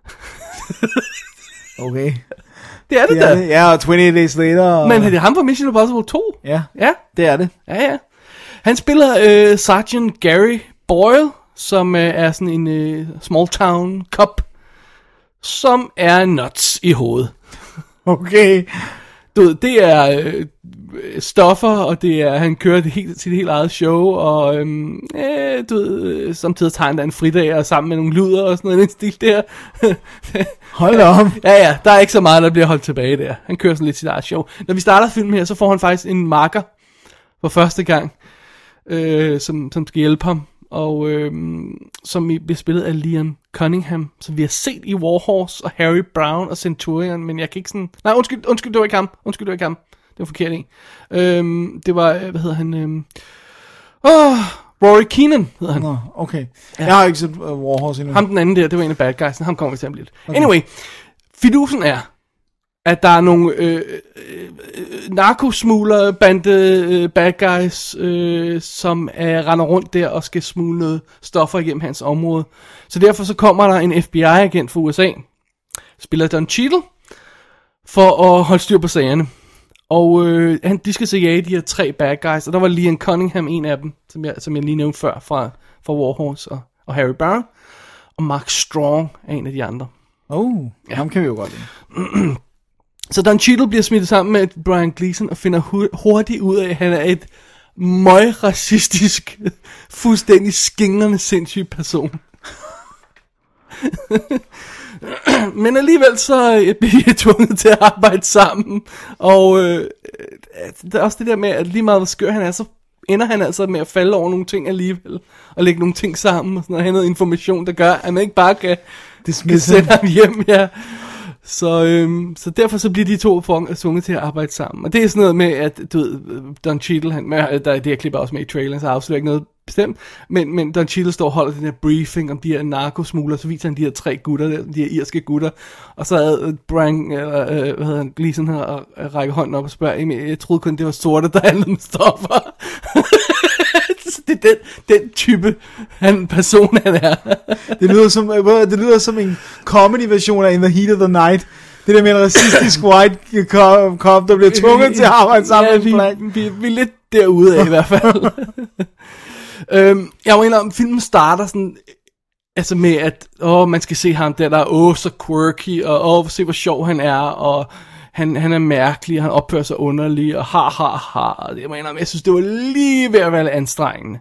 Okay. Det er det, Det er da. det. Ja, og tyve Days Later. Og... Men det er ham fra Mission Impossible to. Ja, Ja. det er det. Ja, ja. Han spiller øh, Sergeant Gary Boyle, som øh, er sådan en øh, small town cop, som er nuts i hovedet. Okay. Du ved, det er øh, stoffer, og det er, han kører det helt, sit helt eget show, og øhm, øh, du ved, øh, samtidig tager han da en fridag og sammen med nogle luder og sådan noget, en stil der. Hold da op. Ja, ja, der er ikke så meget, der bliver holdt tilbage der. Han kører sådan lidt sit eget show. Når vi starter filmen her, så får han faktisk en marker for første gang, øh, som, som skal hjælpe ham, og øh, som bliver spillet af Liam Cunningham, som vi har set i War Horse og Harry Brown og Centurion, men jeg kan ikke sådan... Nej, undskyld, undskyld, det var ikke ham. Undskyld, det var ikke ham. Det var forkert en. Øh, det var, hvad hedder han? Øh, oh, Rory Keenan hedder han. Nå, okay. Ja. Jeg har ikke set uh, War Horse endnu. Ham den anden der, det var en af bad guys. Ham kommer vi til at blive lidt. Okay. Anyway, fidusen er, at der er nogle øh, øh, narkosmuglere, bande øh, bad guys, øh, som er, render rundt der og skal smugle noget stoffer igennem hans område. Så derfor så kommer der en F B I-agent fra U S A, spiller Don Cheadle, for at holde styr på sagerne. Og øh, han, de skal så jage de her tre bad guys, og der var Liam Cunningham en af dem, som jeg, som jeg lige nævnte før, fra, fra War Horse og, og Harry Brown. Og Mark Strong er en af de andre. Oh, ja. Ham kan vi jo godt lide. Så Don Cheadle bliver smittet sammen med Brian Gleeson og finder hu- hurtigt ud af, at han er et møg-racistisk, fuldstændig skingrende, sindssyg person. Men alligevel så bliver de tvunget til at arbejde sammen. Og øh, det er også det der med, at lige meget hvor skør han er, så ender han altså med at falde over nogle ting alligevel. Og lægge nogle ting sammen og sådan noget. Have noget information, der gør, at man ikke bare kan, kan sende ham hjem. Ja. Så, øhm, så derfor så bliver de to tvunget til at arbejde sammen. Og det er sådan noget med, at du ved, Don Cheadle, han, der er det her klip også med i traileren, så afslører ikke noget bestemt. Men, men Don Cheadle står og holder den her briefing om de her narkosmugler, så viser han de her tre gutter, der, de her irske gutter. Og så er Brian, eller øh, hvad hedder han, Gleeson her, og rækker hånden op og spørger, jeg, jeg troede kun det var sorte, der handlede med stoffer. Det er den, den type han, person, han er. Det lyder som, det lyder som en comedy-version af In the Heat of the Night. Det der med en racistisk white cop, cop der bliver tvunget til at arbejde sammen ja, med en black. Vi, vi, vi er lidt derude af i hvert fald. øhm, jeg må indrømme, filmen starter sådan Altså med, at åh, man skal se ham der, der er åh, så quirky, og åh, se hvor sjov han er, og han, han er mærkelig, og han opfører sig underlig, og ha, ha, ha. Jeg mener, jeg synes, det var lige ved at være anstrengende.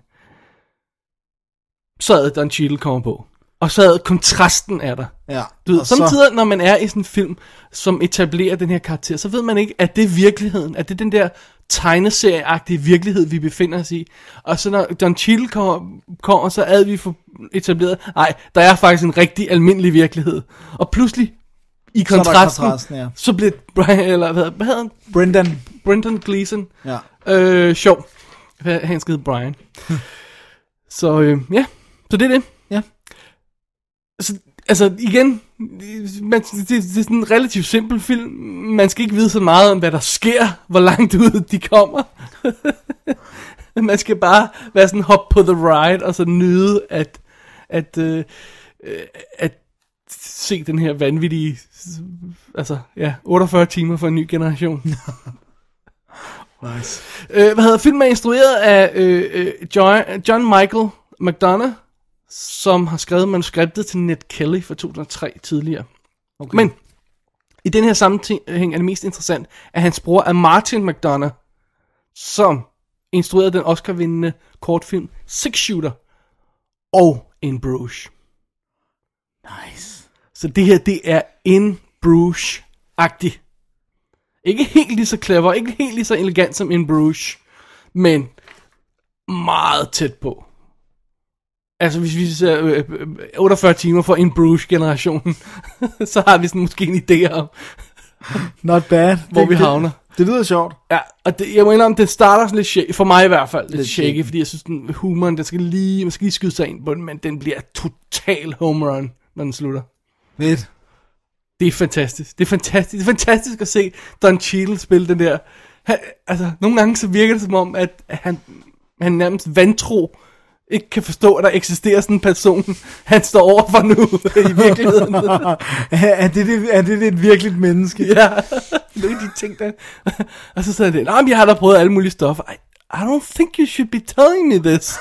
Så havde Don Cheadle kommer på. Og så havde kontrasten af der. Ja. Du ved, og så- samtidig, når man er i sådan en film, som etablerer den her karakter, så ved man ikke, at det er virkeligheden, at det er den der tegneserieagtige virkelighed, vi befinder os i. Og så når Don Cheadle kommer, kommer så havde vi for etableret, nej, der er faktisk en rigtig almindelig virkelighed. Og pludselig, i er der kontrasten, kontrasten, ja. så bliver Brian, eller hvad, hvad hedder han? Brendan. Brendan Gleeson. Ja. Øh, sjov. Han skal hedde Brian. så øh, ja, så det er det. Ja. Så, altså igen, man, det, det er sådan en relativt simpel film. Man skal ikke vide så meget om, hvad der sker, hvor langt ud de kommer. Man skal bare være sådan hop på the ride, og så nyde at, at, øh, at se den her vanvittige, altså ja, otteogfyrre timer for en ny generation. Nice. Øh, hvad hedder filmen er instrueret af øh, øh, John, John Michael McDonough, som har skrevet manuskriptet til Ned Kelly fra to tusind og tre tidligere. Okay. Men i den her sammenhæng er det mest interessant, at hans bror er Martin McDonough, som instruerede den Oscar-vindende kortfilm Six Shooter og In Bruges. Nice. Så det her, det er In Bruges-agtigt. Ikke helt lige så clever, ikke helt lige så elegant som In Bruges, men meget tæt på. Altså hvis vi ser øh, otteogfyrre timer for In Bruges-generationen, så har vi sådan måske en idé om, Not bad. hvor det, vi det, havner. Det lyder sjovt. Ja, og det, jeg må indrømme, det starter sådan lidt shaky, for mig i hvert fald, lidt, Lidt shaky, shaky. fordi jeg synes, den humoren, den skal lige, man skal lige skyde sig ind på den, men den bliver total home run, når den slutter. Fedt. Det er fantastisk. Det er fantastisk. Det er fantastisk at se Don Cheadle spille den der. Han, altså, nogle gange så virker det som om, at han, han nærmest vantro ikke kan forstå, at der eksisterer sådan en person, han står overfor nu i virkeligheden. er, det, det, er det et virkeligt menneske? Ja, nogle af de ting der. Og så sagde han, nej, men jeg har da prøvet alle mulige stoffer. I, I don't think you should be telling me this.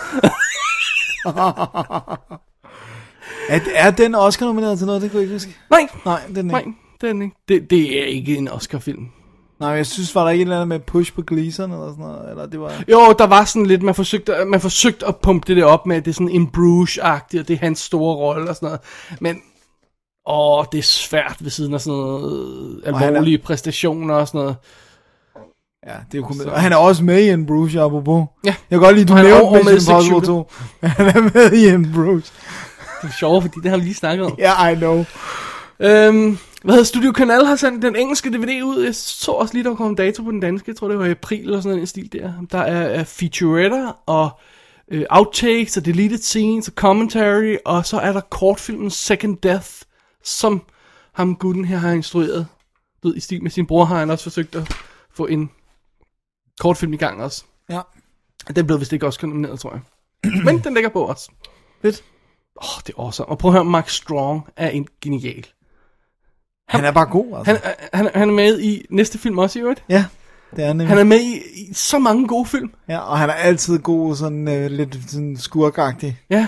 Er, er den Oscar nomineret til noget? Det kunne jeg ikke huske. Nej, Nej, den er nej, ikke. det er den ikke. Det, det er ikke en Oscar-film. Nej, jeg synes, var der ikke et eller andet med push på Gleason eller sådan noget? Eller det var... Jo, der var sådan lidt, man forsøgte, man forsøgte at pumpe det der op med, at det er sådan en Bruges-agtigt, og det er hans store rolle og sådan noget. Men, åh, det er svært ved siden af sådan noget alvorlige er... præstationer og sådan noget. Ja, det er jo komedie. Og han er også med i en Bruges, apropos. Ja. Jeg kan godt lide, du Og han er nævnte over med Mission Six Impossible to. Han er med i en Bruges. Det er sjovt, fordi det har vi lige snakket om. Ja, yeah, I know. Øhm, hvad hedder Studio Canal har sendt den engelske D V D ud. Jeg så også lige, der kom en dato på den danske. Jeg tror, det var i april eller sådan en stil der. Der er, er featuretter og øh, outtakes og deleted scenes og commentary. Og så er der kortfilmen Second Death, som ham gutten her har instrueret. Du ved, i stil med sin bror har han også forsøgt at få en kortfilm i gang også. Ja. Den blev vist ikke også nomineret, tror jeg. Men den ligger på os. Fedt. Åh, oh, det er awesome. Og prøv at høre, Mark Strong er en genial. Han er bare god, altså. Han, han, han er med i næste film også i øvrigt. Ja, det er nemlig. Han er med i, i så mange gode film. Ja, og han er altid god, sådan øh, lidt sådan skurkagtig. Ja.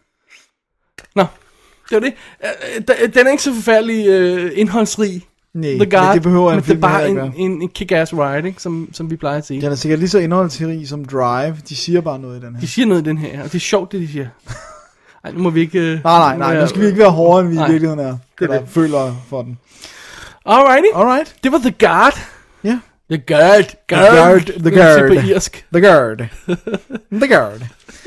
Nå, det var det. Øh, øh, Den er ikke så forfærdelig øh, indholdsrig. Nej, The men Guard, det behøver en men det er film bare heller en, ikke en, en kick-ass ride, ikke? Som, som vi plejer at sige. Den er sikkert lige så indholdsrig som Drive. De siger bare noget i den her. De siger noget i den her, og det er sjovt, det de siger. Ej, nu må vi ikke... Øh, Nej, nej, nej. Nu skal vi ikke være hårdere, end vi Nej. i virkeligheden er. Det er Eller det. føler for den. Alrighty. Alright. Det var The Guard. Ja. The Guard. The Guard. The Det vil jeg sige Guard. på irsk. The Guard. The Guard.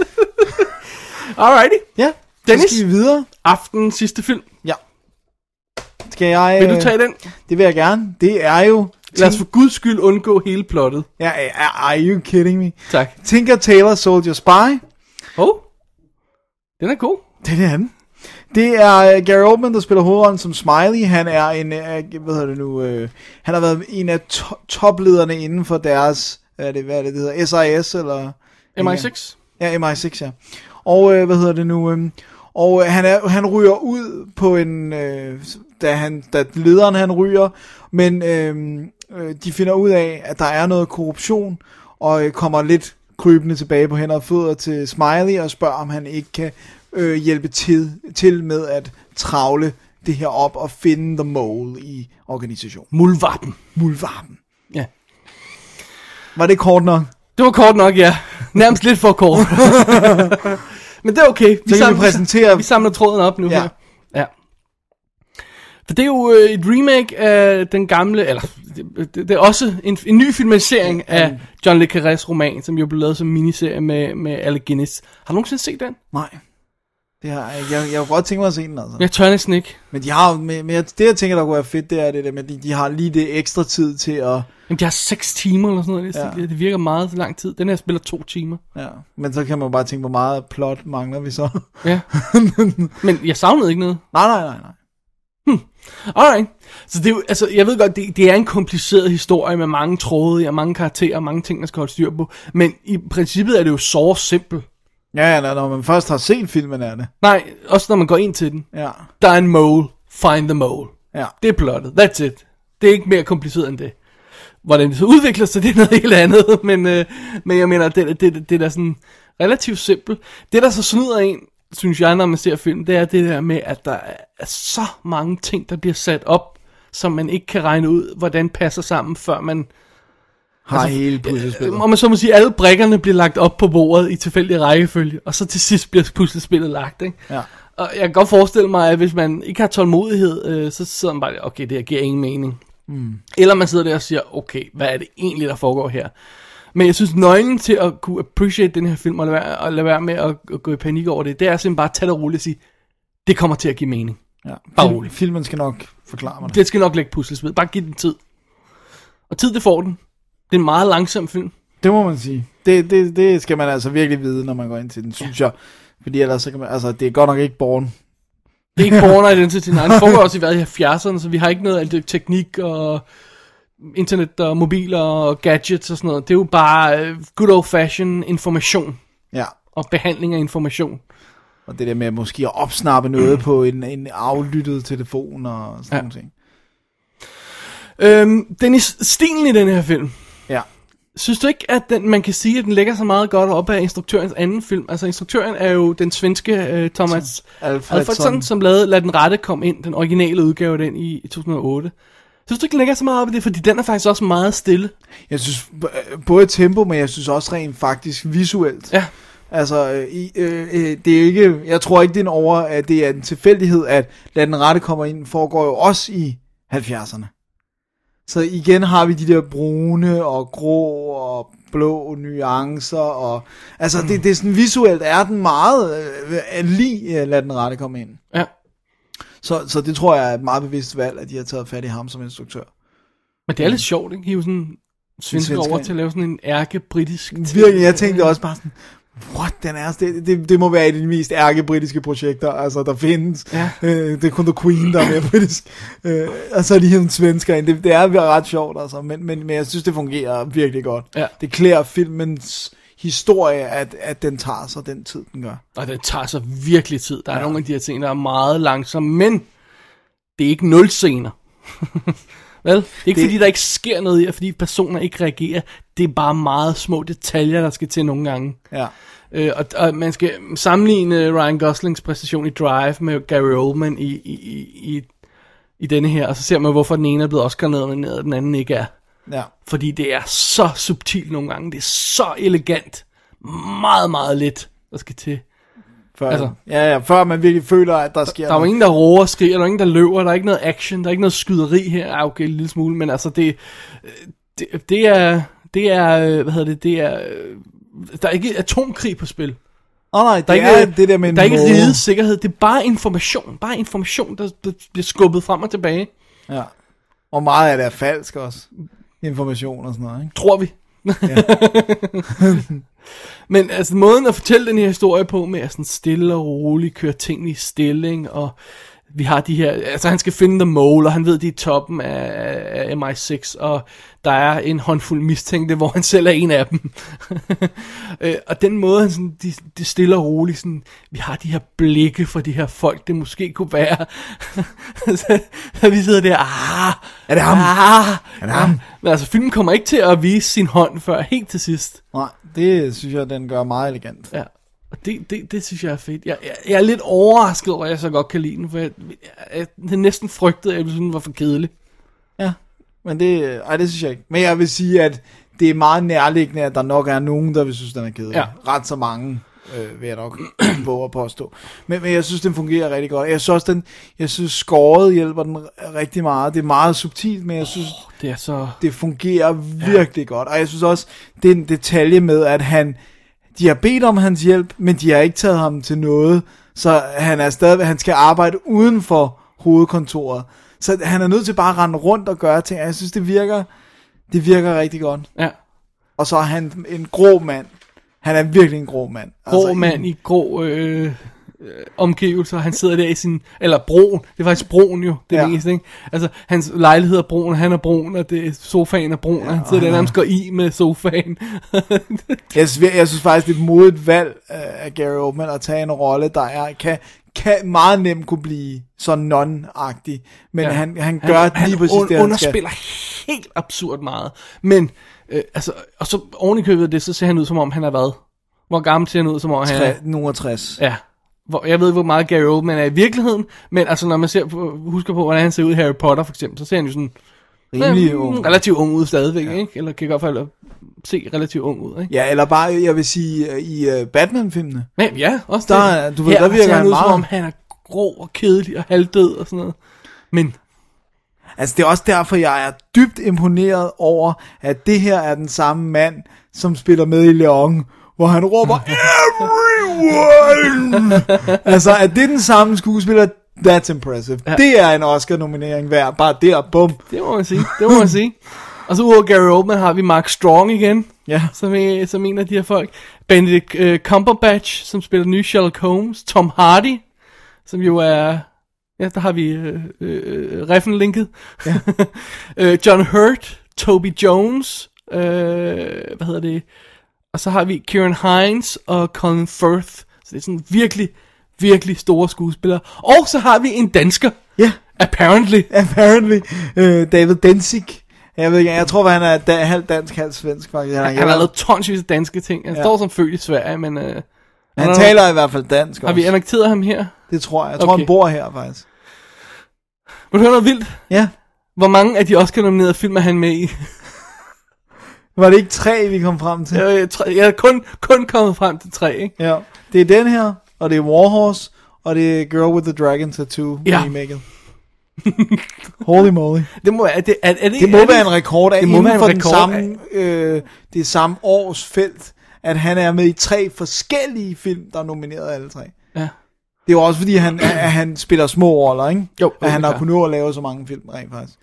Alrighty. Ja. Dennis? Så skal vi videre. Aftenens sidste film. Ja. Skal jeg... Vil du øh, tage den? Det vil jeg gerne. Det er jo... Lad os for guds skyld undgå hele plottet. Ja, are you kidding me? Tak. Tinker Tailor Soldier Spy. Oh, den er god. Det er den. Det er uh, Gary Oldman, der spiller hovedrollen som Smiley. Han er en, uh, hvad hedder det nu, uh, han har været en af to- toplederne inden for deres, hvad er det, hvad er det, det hedder, S I S, eller? M I seks? Ja, M I seks, ja. Og, uh, hvad hedder det nu, um, og uh, han, er, han ryger ud på en, uh, da, han, da lederen han ryger, men uh, uh, de finder ud af, at der er noget korruption, og uh, kommer lidt krybende tilbage på hænder og fødder til Smiley, og spørger, om han ikke kan øh, hjælpe til, til med at travle det her op og finde the mole i organisationen. Muldvarpen. Muldvarpen. Ja. Var det kort nok? Det var kort nok, ja. Nærmest lidt for kort. Men det er okay. Vi, Så kan samler, vi præsentere... vi samler tråden op nu Ja. her. Ja. For det er jo øh, et remake af den gamle, eller det, det, det er også en, en ny filmatisering af John le Carrés roman, som jo blev lavet som miniserie med, med Alec Guinness. Har du nogensinde set den? Nej. Det har, jeg, jeg, jeg kunne godt tænke mig at se den, altså. Jeg tør næsten ikke. Men de har, men, men det jeg tænker, der kunne være fedt, det er det der med, de, de har lige det ekstra tid til at... Jamen, de har seks timer eller sådan noget. Det, Ja. ja. det virker meget lang tid. Den her spiller to timer. Ja, men så kan man jo bare tænke, hvor meget plot mangler vi så. Ja. Men jeg savnede ikke noget. nej, nej, nej, nej. Alright. Så det er jo, altså, jeg ved godt, det, det er en kompliceret historie med mange tråde og mange karakterer og mange ting, der skal holde styr på. Men i princippet er det jo så simpelt. Ja, ja, når man først har set filmen, er det. Nej, også når man går ind til den. Ja, Der er en mole. Find the mole. ja. Det er plottet. That's it. Det er ikke mere kompliceret end det. Hvordan det så udvikler sig, det er noget helt andet. Men, øh, men jeg mener, det, det, det er da sådan relativt simpelt. Det, der så snyder en, synes jeg, når man ser film, det er det der med, at der er så mange ting, der bliver sat op, som man ikke kan regne ud, hvordan passer sammen, før man... Har altså, hele puslespillet. Om man så må sige, alle brikkerne bliver lagt op på bordet i tilfældig rækkefølge, og så til sidst bliver puslespillet lagt, ikke? Ja. Og jeg kan godt forestille mig, at hvis man ikke har tålmodighed, øh, så sidder man bare, okay, det her giver ingen mening. Mm. Eller man sidder der og siger, okay, hvad er det egentlig, der foregår her? Men jeg synes, nøglen til at kunne appreciate den her film, og lade være, og lade være med at, at gå i panik over det, det er simpelthen bare at tage det roligt og sige, det kommer til at give mening. Ja. Bare Film, roligt. filmen skal nok forklare mig det. Det skal nok lægge puslespil. Bare giv den tid. Og tid, det får den. Det er en meget langsom film. Det må man sige. Det, det, det skal man altså virkelig vide, når man går ind til den, synes jeg. Fordi ellers så kan man, altså det er godt nok ikke Born. Det er ikke Born Identity. Nej, den foregår også i, hvad, i halvfjerdserne, så vi har ikke noget af det teknik og internet og mobiler og gadgets og sådan noget. Det er jo bare good old fashion information Ja. og behandling af information. Og det der med måske at opsnappe noget på en, en aflyttet telefon og sådan Ja. nogle ting. Øhm, den i stilen i den her film. Ja. Synes du ikke, at den, man kan sige, at den lægger så meget godt op af instruktørens anden film? Altså, instruktøren er jo den svenske uh, Thomas Alfredsson. Alfredsson, som lavede Lad den rette komme ind, den originale udgave af den i, i to tusind og otte. Synes du ikke, den lægger så meget op i det? Fordi den er faktisk også meget stille. Jeg synes, b- både tempo, men jeg synes også rent faktisk visuelt. Ja. Altså, øh, i, øh, øh, det er ikke, jeg tror ikke, det er en over, at det er en tilfældighed, at Lad den rette kommer ind, foregår jo også i halvfjerdserne. Så igen har vi de der brune og grå og blå nuancer, og altså det, det er sådan visuelt er den meget øh, lige Lad den rette komme ind. Ja. Så, så det tror jeg er et meget bevidst valg, at de har taget fat i ham som instruktør. Men det er lidt sjovt, ikke? Hive sådan svensker svensker over ind. til at lave sådan en ærke-britisk ting. Virkelig, jeg tænkte også bare sådan, what, den er, det, det, det må være et af de mest ærke-britiske projekter, altså der findes. Ja. Øh, det er kun The Queen, der er mere britisk. Øh, og så er de her svensker ind. Det, det er ret sjovt, altså, men, men, men jeg synes, det fungerer virkelig godt. Ja. Det klæder filmens historie, at, at den tager sig den tid, den gør. Og det tager så virkelig tid. Der er ja. nogle af de her ting, der er meget langsomme, men det er ikke nul scener. Vel? Det er ikke Det- fordi, der ikke sker noget i, og fordi personer ikke reagerer. Det er bare meget små detaljer, der skal til nogle gange. Ja. Øh, og, og man skal sammenligne Ryan Goslings præstation i Drive med Gary Oldman i, i, i, i, i denne her, og så ser man, hvorfor den ene er blevet Oscar-nomineret, og den anden ikke er. Ja. Fordi det er så subtilt nogle gange. Det er så elegant. Meget, meget lidt, der skal til. Før, Altså- ja, ja, før man virkelig føler, at der sker Der er jo ingen, der råber og skriger, der er ingen, der løber, der er ikke noget action, der er ikke noget skyderi her. Ah, okay, en lille smule, men altså det, det, det er, det er, hvad hedder det, det er, der er ikke atomkrig på spil. Åh oh, nej, det Der er er ikke, det der med en der er ikke måge. rigets sikkerhed, det er bare information, bare information, der, der bliver skubbet frem og tilbage, Ja. Og meget af det er falsk også. Information og sådan noget, ikke? tror vi. Men altså måden at fortælle den her historie på, med at sådan stille og roligt køre tingene i stilling, og vi har de her, altså han skal finde The Mole, og han ved, de er toppen af, af M I seks, og der er en håndfuld mistænkte, hvor han selv er en af dem. Øh, og den måde, han sådan, de, de stille og roligt, sådan, vi har de her blikke for de her folk, det måske kunne være. så, så vi sidder der, ah, Er det ham? Ah, Er det ham? Men altså, filmen kommer ikke til at vise sin hånd før helt til sidst. Nej, det synes jeg, den gør meget elegant. Ja. Og det, det, det synes jeg er fedt. Jeg, jeg, jeg er lidt overrasket over, at jeg så godt kan lide den, for jeg, jeg, jeg næsten frygtede, at jeg synes, den var for kedelig. Ja, men det, ej, det synes jeg ikke. Men jeg vil sige, at det er meget nærliggende, at der nok er nogen, der vil synes, den er kedelig. Ja. Ret så mange, øh, vil jeg nok våge at påstå. Men, men jeg synes, den fungerer rigtig godt. Jeg synes også, den, jeg synes, skåret hjælper den rigtig meget. Det er meget subtilt, men jeg synes, oh, det, er så... det fungerer virkelig ja. godt. Og jeg synes også, det er en detalje med, at han, de har bedt om hans hjælp, men de har ikke taget ham til noget, så han er stadig, han skal arbejde uden for hovedkontoret. Så han er nødt til bare at rende rundt og gøre ting. Jeg synes, det virker, det virker rigtig godt. Ja. Og så er han en grå mand. Han er virkelig en grå mand. Grå altså, mand en... i grå øh, øh, omgivelser. Han sidder der i sin... Eller broen. Det er faktisk broen jo. Det er ja. mest, ikke? Altså, hans lejlighed er broen, han er broen, og det, sofaen er broen, ja, og han sidder der nærmest går i med sofaen. jeg, synes, jeg synes faktisk, det er et modigt valg af Gary Oldman at tage en rolle, der er... Kan, kan meget nemt kunne blive så non-agtig, men ja. han, han gør han, lige præcis un- det, han underspiller skal. Helt absurd meget. Men, øh, altså, og så oven i købet af det, så ser han ud, som om han har været. Hvor gammel ser han ud, som om han er? Nogen tres. Ja. Hvor, jeg ved, hvor meget Gary Oldman er i virkeligheden, men altså, når man ser på, husker på, hvordan han ser ud i Harry Potter, for eksempel, så ser han jo sådan... Rimelig øh, ung. Relativt ung ud stadigvæk, ja. Ikke? Eller kan i hvert fald se relativt ung ud, ikke? Ja, eller bare, jeg vil sige, i uh, Batman-filmene. Men ja, også der, det. Du ved, her der virker han ud, meget... som om han er grå og kedelig og halvdød og sådan noget. Men... Altså, det er også derfor, jeg er dybt imponeret over, at det her er den samme mand, som spiller med i Leon, hvor han råber, everyone! Altså, at det er den samme skuespiller, that's impressive. Ja. Det er en Oscar-nominering værd, bare der, bum. Det må man sige, det må man sige. Og så udover Gary Oldman har vi Mark Strong igen, ja. som, er, som en af de her folk. Benedict uh, Cumberbatch, som spiller den nye Sherlock Holmes. Tom Hardy, som jo er... Ja, der har vi øh, øh, reffen-linket. Ja. øh, John Hurt, Toby Jones, øh, hvad hedder det? Og så har vi Kieran Hines og Colin Firth. Så det er sådan virkelig, virkelig store skuespillere. Og så har vi en dansker. Ja. Yeah. Apparently. Apparently. Øh, David Densig. Jeg ved ikke, jeg tror, han er da, halvt dansk, halvt svensk, faktisk. Han, han har lavet tonsvis af danske ting. Han ja. står som født i Sverige, men... Øh, han, han taler noget... i hvert fald dansk har også. Har vi annekteret ham her? Det tror jeg. Jeg tror, okay. han bor her, faktisk. Vil du høre noget vildt? Ja. Hvor mange af de Oscar-nominerede film er han med i? Var det ikke tre, vi kom frem til? Jeg, jeg, jeg er kun, kun kommet frem til tre, ikke? Ja. Det er den her, og det er Warhorse, og det er Girl with the Dragon Tattoo, ja. remaket. Holy moly. Det må, er det, er, er det, det må er være det, en rekord af det må inden være for en den rekord samme, øh, det samme års felt, at han er med i tre forskellige film, der er nomineret alle tre. Ja. Det er jo også fordi, han, at han spiller små roller, ikke? Jo. At han har kunnet nå at lave så mange film, rent faktisk.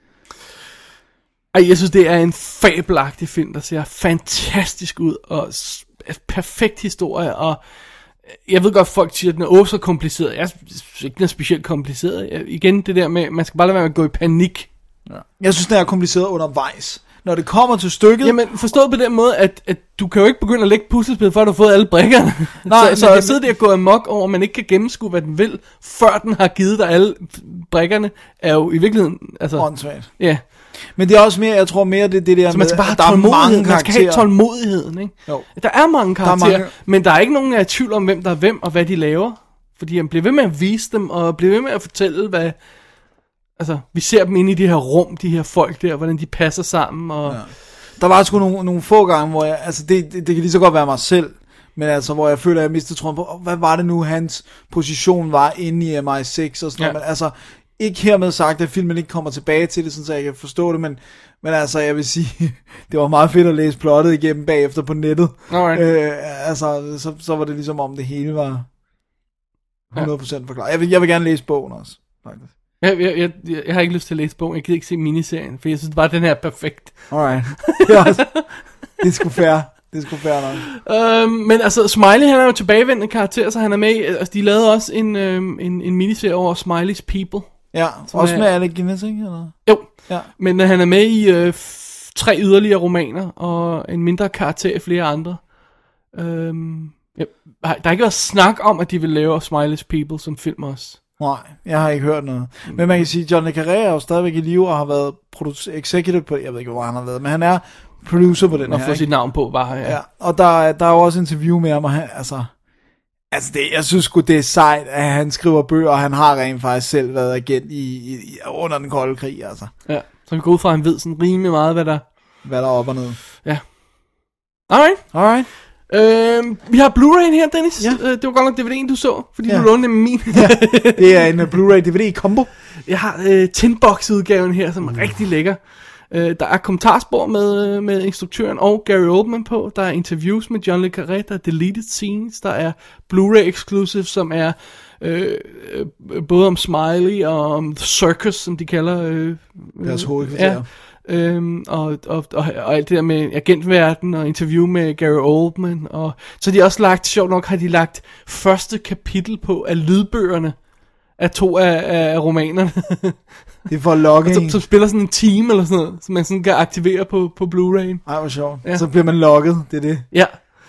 Ej, jeg synes, det er en fabelagtig film, der ser fantastisk ud, og perfekt historie, og jeg ved godt, folk siger, at den er også så kompliceret. Jeg synes ikke, den er specielt kompliceret. Jeg, igen, det der med, man skal bare lade være med at gå i panik. Ja. Jeg synes, den er kompliceret undervejs. Når det kommer til stykket... Jamen, forstået på den måde, at, at du kan jo ikke begynde at lægge puslespil, før du har fået alle brikkerne. Nej, så så det... at sidde der og gå amok over, at man ikke kan gennemskue, hvad den vil, før den har givet dig alle brikkerne, er jo i virkeligheden... Altså, åndssvagt. Ja. Men det er også mere, jeg tror mere, det, det der så man skal med, bare have tålmodighed. Man skal have tålmodigheden, ikke? Jo. Der er mange karakterer, der er mange... men der er ikke nogen, der er i tvivl om, hvem der er hvem, og hvad de laver. Fordi han bliver ved med at vise dem, og bliver ved med at fortælle, hvad... Altså, vi ser dem inde i de her rum, de her folk der, hvordan de passer sammen, og... Ja. Der var sgu nogle, nogle få gange, hvor jeg... Altså, det, det, det kan lige så godt være mig selv, men altså, hvor jeg føler, at jeg mistede troen på, hvad var det nu, hans position var inde i M I seks og sådan ja. noget, men altså... Ikke hermed sagt, at filmen ikke kommer tilbage til det, sådan så jeg kan forstå det, men, men altså, jeg vil sige, det var meget fedt at læse plottet igennem bagefter på nettet. Øh, altså, så, så var det ligesom om det hele var hundrede procent forklaret. Jeg vil, jeg vil gerne læse bogen også, faktisk. Jeg, jeg, jeg, jeg har ikke lyst til at læse bogen, jeg gider ikke se miniserien, for jeg synes bare, den her er perfekt. Alright. Det er, også, det er sgu fair. Det er sgu fair nok. Øhm, men altså, Smiley, han er jo tilbagevendende karakter, så han er med i, altså, de lavede også en, øhm, en, en miniserie over Smiley's People. Ja, også er, med Alec Guinness, ikke? Eller? Jo, ja. Men uh, han er med i øh, f- tre yderligere romaner, og en mindre karakter i flere andre. Øhm, ja, der har ikke været snak om, at de vil lave Smiley's People som film også. Nej, jeg har ikke hørt noget. Men man kan sige, at John le Carré er jo stadigvæk i live, og har været producer- executive på, jeg ved ikke, hvor han har været, men han er producer på den og her. Og får sit navn på bare, ja. ja og der, der er jo også interview med ham, og han, altså... Altså, det, jeg synes sgu, det er sejt, at han skriver bøger, og han har rent faktisk selv været agent i, i, under den kolde krig, altså. Ja, så vi går ud fra, at han ved sådan rimelig meget, hvad der... Hvad der er op og ned. Ja. Alright. Alright. Øhm, vi har Blu-ray her, Dennis. Ja. Øh, det var godt nok D V D'en, du så, fordi Ja. du lånte min. Ja, det er en uh, Blu-ray D V D-kombo. Jeg har øh, tinbox-udgaven her, som er mm. rigtig lækker. Øh, der er kommentarspor med, med instruktøren og Gary Oldman på. Der er interviews med John le Carré, der er deleted scenes. Der er Blu-ray exclusive, som er øh, øh, både om Smiley og om The Circus, som de kalder øh, Deres hovedkvarter. Ja. Øhm, og, og, og, og alt det der med agentverden og interview med Gary Oldman. Og, så de har også lagt, sjovt nok har de lagt første kapitel på af lydbøgerne af to af, af romanerne. Det er for at logge som, en. som spiller sådan en team eller sådan noget, som man sådan kan aktivere på, på Blu-ray'en. Ej, hvor sjovt. Ja. Så bliver man logget, det er det. Ja.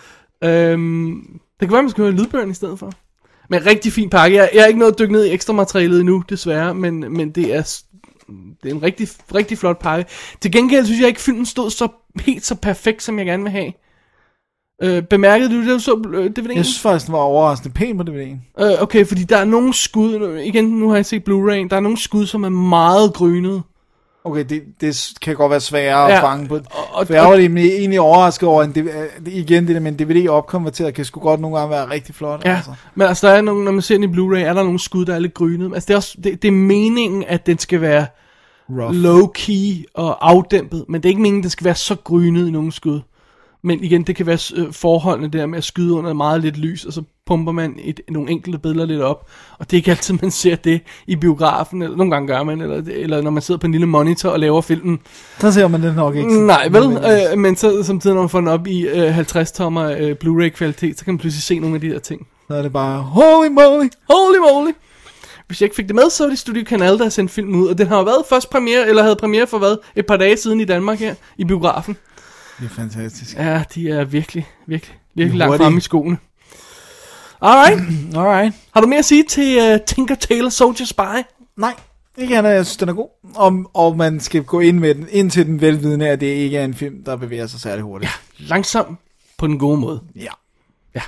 Øhm, det kan være, man skal høre lydbøgerne i stedet for. Men rigtig fin pakke. Jeg, jeg er ikke nået at dykke ned i ekstra materialet endnu, desværre, men, men det er... Det er en rigtig, rigtig flot pakke. Til gengæld synes jeg ikke, filmen stod så helt så perfekt, som jeg gerne vil have. Øh, bemærkede du det, du så øh, D V D'en? Jeg synes faktisk, den var overraskende pæn på D V D'en. Øh, okay, fordi der er nogle skud, igen, nu har jeg set Blu-ray, der er nogle skud, som er meget grynede. Okay, det, det kan godt være sværere ja. Ja. at fange på. Og- og- For jeg var egentlig overrasket over, at igen, det der med en D V D opkonverteret, kan sgu godt nogle gange være rigtig flot. Ja, Altså. men altså, der er nogle, når man ser den i Blu-ray, er der nogle skud, der er lidt grynede. Altså, det er, også, det, det er meningen, at den skal være Rough. low-key og afdæmpet, men det er ikke meningen, at den skal være så grynet i nogle skud. Men igen, det kan være øh, forholdene der med at skyde under meget lidt lys, og så pumper man et, nogle enkelte billeder lidt op. Og det er ikke altid, man ser det i biografen, eller nogle gange gør man, eller, eller når man sidder på en lille monitor og laver filmen. Så ser man det nok ikke. Nej, vel? Øh, men så samtidig, når man får den op i øh, halvtreds tommer øh, Blu-ray-kvalitet, så kan man pludselig se nogle af de der ting. Så er det bare, holy moly. Holy moly! Hvis jeg ikke fik det med, så var det Studio Canal, der har sendt filmen ud. Og den har jo været først premiere, eller havde premiere for hvad? Et par dage siden i Danmark her, i biografen. Det er fantastisk. Ja, de er virkelig, virkelig, virkelig langt hurtige. fremme i skoene. Alright. Alright. Har du mere at sige til uh, Tinker Tailor Soldier Spy? Nej, ikke andet. Jeg synes, den er god. Og, og man skal gå ind med den, indtil den velvidende, at det ikke er en film, der bevæger sig særlig hurtigt. Ja, langsom på den gode måde. Ja. Ja.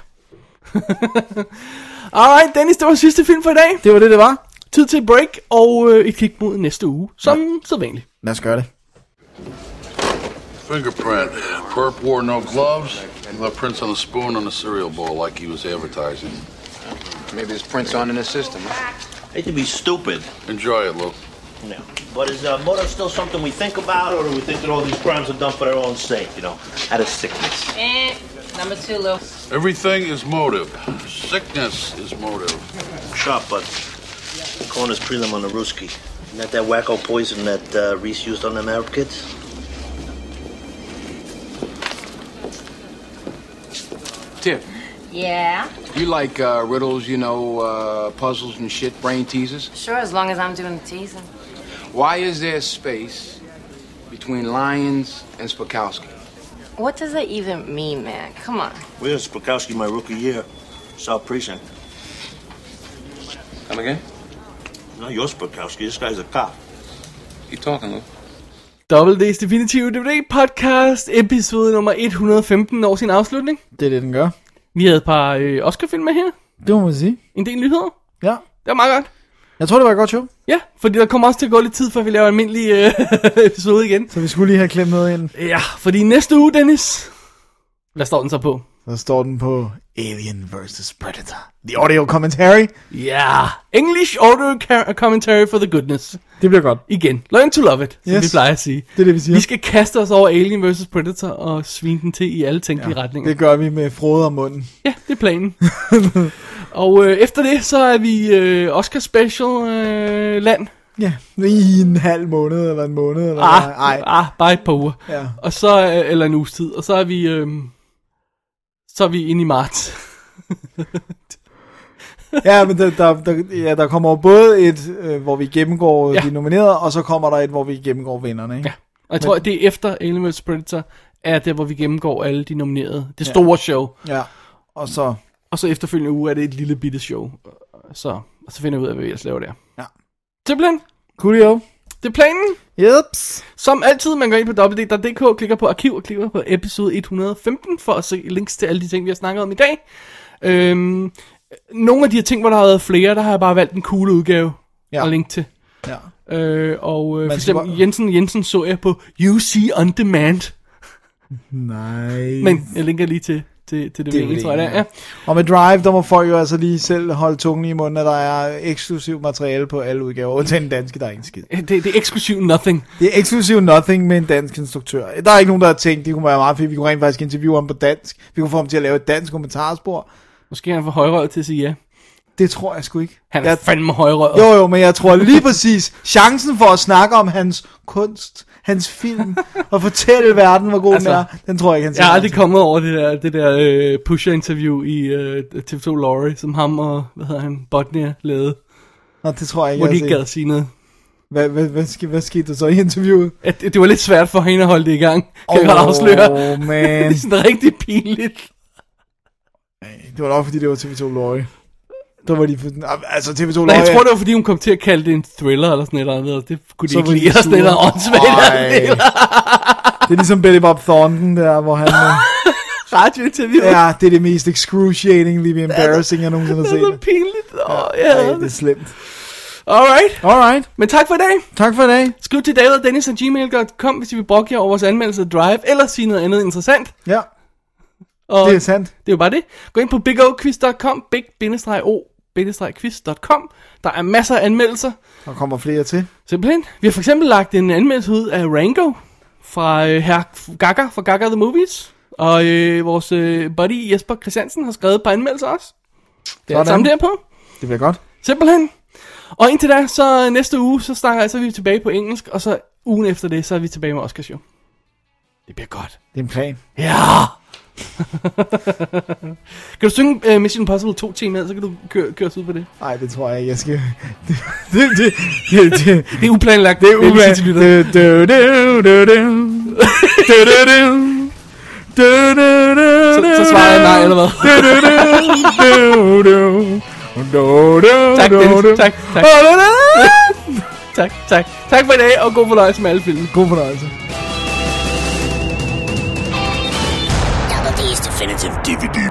Alright, Dennis, det var sidste film for i dag. Det var det, det var. Tid til et break og øh, et kig mod næste uge, som ja. sædvanligt. Lad os gøre det. Fingerprint. Perp wore no gloves. He left prints on the spoon on the cereal bowl like he was advertising. Maybe there's prints on in the system. Huh? Hate to be stupid. Enjoy it, Lou. No. But is uh, motive still something we think about, or do we think that all these crimes are done for their own sake, you know, out of sickness? Eh, number two, Lou. Everything is motive. Sickness is motive. Sharp, but corner's prelim on the Ruski. Isn't that that wacko poison that uh, Reese used on them Arab kids? Tip, Yeah? you like uh, riddles, you know, uh, puzzles and shit, brain teasers? Sure, as long as I'm doing the teasing. Why is there space between Lions and Spakowski? What does that even mean, man? Come on. Where's Spakowski my rookie year? South Precinct. Come again? No, you're Spakowski. This guy's a cop. You talking, Lou? Double D's Definitive D V D Podcast, episode nummer et hundrede og femten, når sin afslutning. Det er det, den gør. Vi havde et par øh, Oscar-film med her. Det må man sige. En del nyheder. Ja. Det var meget godt. Jeg tror, det var et godt show. Ja, fordi der kommer også til at gå lidt tid, før vi laver en almindelig øh, episode igen. Så vi skulle lige have klemt noget ind. Ja, fordi næste uge, Dennis, hvad står den så på? Så står den på Alien versus. Predator. The audio commentary. Ja, yeah. English audio ca- commentary for the goodness. Det bliver godt. Igen, learn to love it, som Yes. vi plejer at sige. Det er det, vi siger. Vi skal kaste os over Alien versus. Predator og svine den til i alle tænkelige ja, retninger. Det gør vi med frode om munden. Ja, det er planen. Og øh, efter det, så er vi øh, Oscar special øh, land. Ja, i en halv måned eller en måned. Eller Ah, ej. ah, bare et par uger. Ja. Og så, øh, eller en uges tid. Og så er vi, øh, så er vi inde i marts. Ja, men der, der, der, ja, der kommer både et, øh, hvor vi gennemgår Ja. de nominerede, og så kommer der et, hvor vi gennemgår vinderne, ikke? Ja. Og jeg tror, at det er efter Alien versus. Predator, er det, hvor vi gennemgår alle de nominerede. Det store ja. show. Ja, og så... Og så efterfølgende uge er det et lille bitte show. Så, og så finder jeg ud af, hvad vi ellers laver der. Ja. Simpelthen. Coolio. Det er planen. Jeps. Som altid, man går ind på w w w punktum d k, klikker på arkiv og klikker på episode et hundrede og femten for at se links til alle de ting, vi har snakket om i dag. Øhm, nogle af de her ting, hvor der har været flere, der har jeg bare valgt en cool udgave Ja. at linke til. Ja. Øh, og øh, for skal eksempel bare- Jensen Jensen så jeg på U C On Demand. Nej. Men jeg linker lige til, til, til det, Det er det jo tror jeg, det, det er. Ja. Og med Drive, der må folk jo altså lige selv holde tungen i munden, at der er eksklusiv materiale på alle udgaver, undtagen den danske, der er ingen skid. Det, det er eksklusiv nothing. Det er eksklusiv nothing med en dansk instruktør. Der er ikke nogen, der har tænkt, det kunne være meget fedt. Vi kunne rent faktisk interviewe ham på dansk. Vi kunne få ham til at lave et dansk kommentarspor. Måske er han for højrøget til at sige ja. Det tror jeg sgu ikke. Han er jeg... fandme højrøget. Jo jo, men jeg tror lige præcis, chancen for at snakke om hans kunst, hans film, og fortælle verden, hvor god altså, den er, den tror jeg ikke, han siger. Jeg er aldrig kommet over det der, det der øh, Pusher-interview i øh, T V to Lorry, som ham og, hvad hedder han, Botnia lavede. Nå, det tror jeg ikke, hvor de jeg ikke gad sige noget. Hvad, hvad, hvad, skete, hvad skete der så i interviewet? At, det var lidt svært for hende at holde det i gang, kan oh, jeg godt afsløre. Åh, man. Det er sådan rigtig pinligt. Det var nok, fordi det var T V to Lorry. Der var de, altså T V to Lorry. Nej, jeg tror det var fordi hun kom til at kalde det en thriller eller sådan et eller andet, og det kunne de så ikke lide, og sådan noget åndssvagt. Det er ligesom Billy Bob Thornton der, hvor han... radiointerview. Ja, det er det mest excruciatingly embarrassing, jeg nogensinde har set. Det er så pinligt. Åh, ja, ja. Ej, det er slemt. Alright. Alright. Men tak for i dag. Tak for i dag. Skriv til david dennis at gmail punktum com, hvis I vil brokke jer over vores anmeldelse af Drive, eller sige noget andet interessant. Ja, og det er sandt. Det er jo bare det. Gå ind på big o quiz punktum com, big o quiz punktum com. Der er masser af anmeldelser. Der kommer flere til. Simpelthen. Vi har for eksempel lagt en anmeldelse ud af Rango fra øh, herr Gaga fra Gaga The Movies. Og øh, vores øh, buddy Jesper Christiansen har skrevet på anmeldelser også. Det er alt sammen derpå. Det bliver godt. Simpelthen. Og indtil da, så næste uge, så, snakker, så er vi tilbage på engelsk. Og så ugen efter det, så er vi tilbage med Oscar Show. Det bliver godt. Det er en plan. Ja. Kan du synge uh, Mission Impossible to temaet, så kan du køre, køre os ud på det. Nej, det tror jeg ikke, jeg skal. Det, det, det, det, det, det er uplanlagt. Det er uplanlagt. Så, så svarer jeg nej, eller hvad? Tak, Dennis. Tak, tak. tak, tak. Tak for i dag, og god fornøjelse med alle filmen. God fornøjelse. Double D's Definitive D V D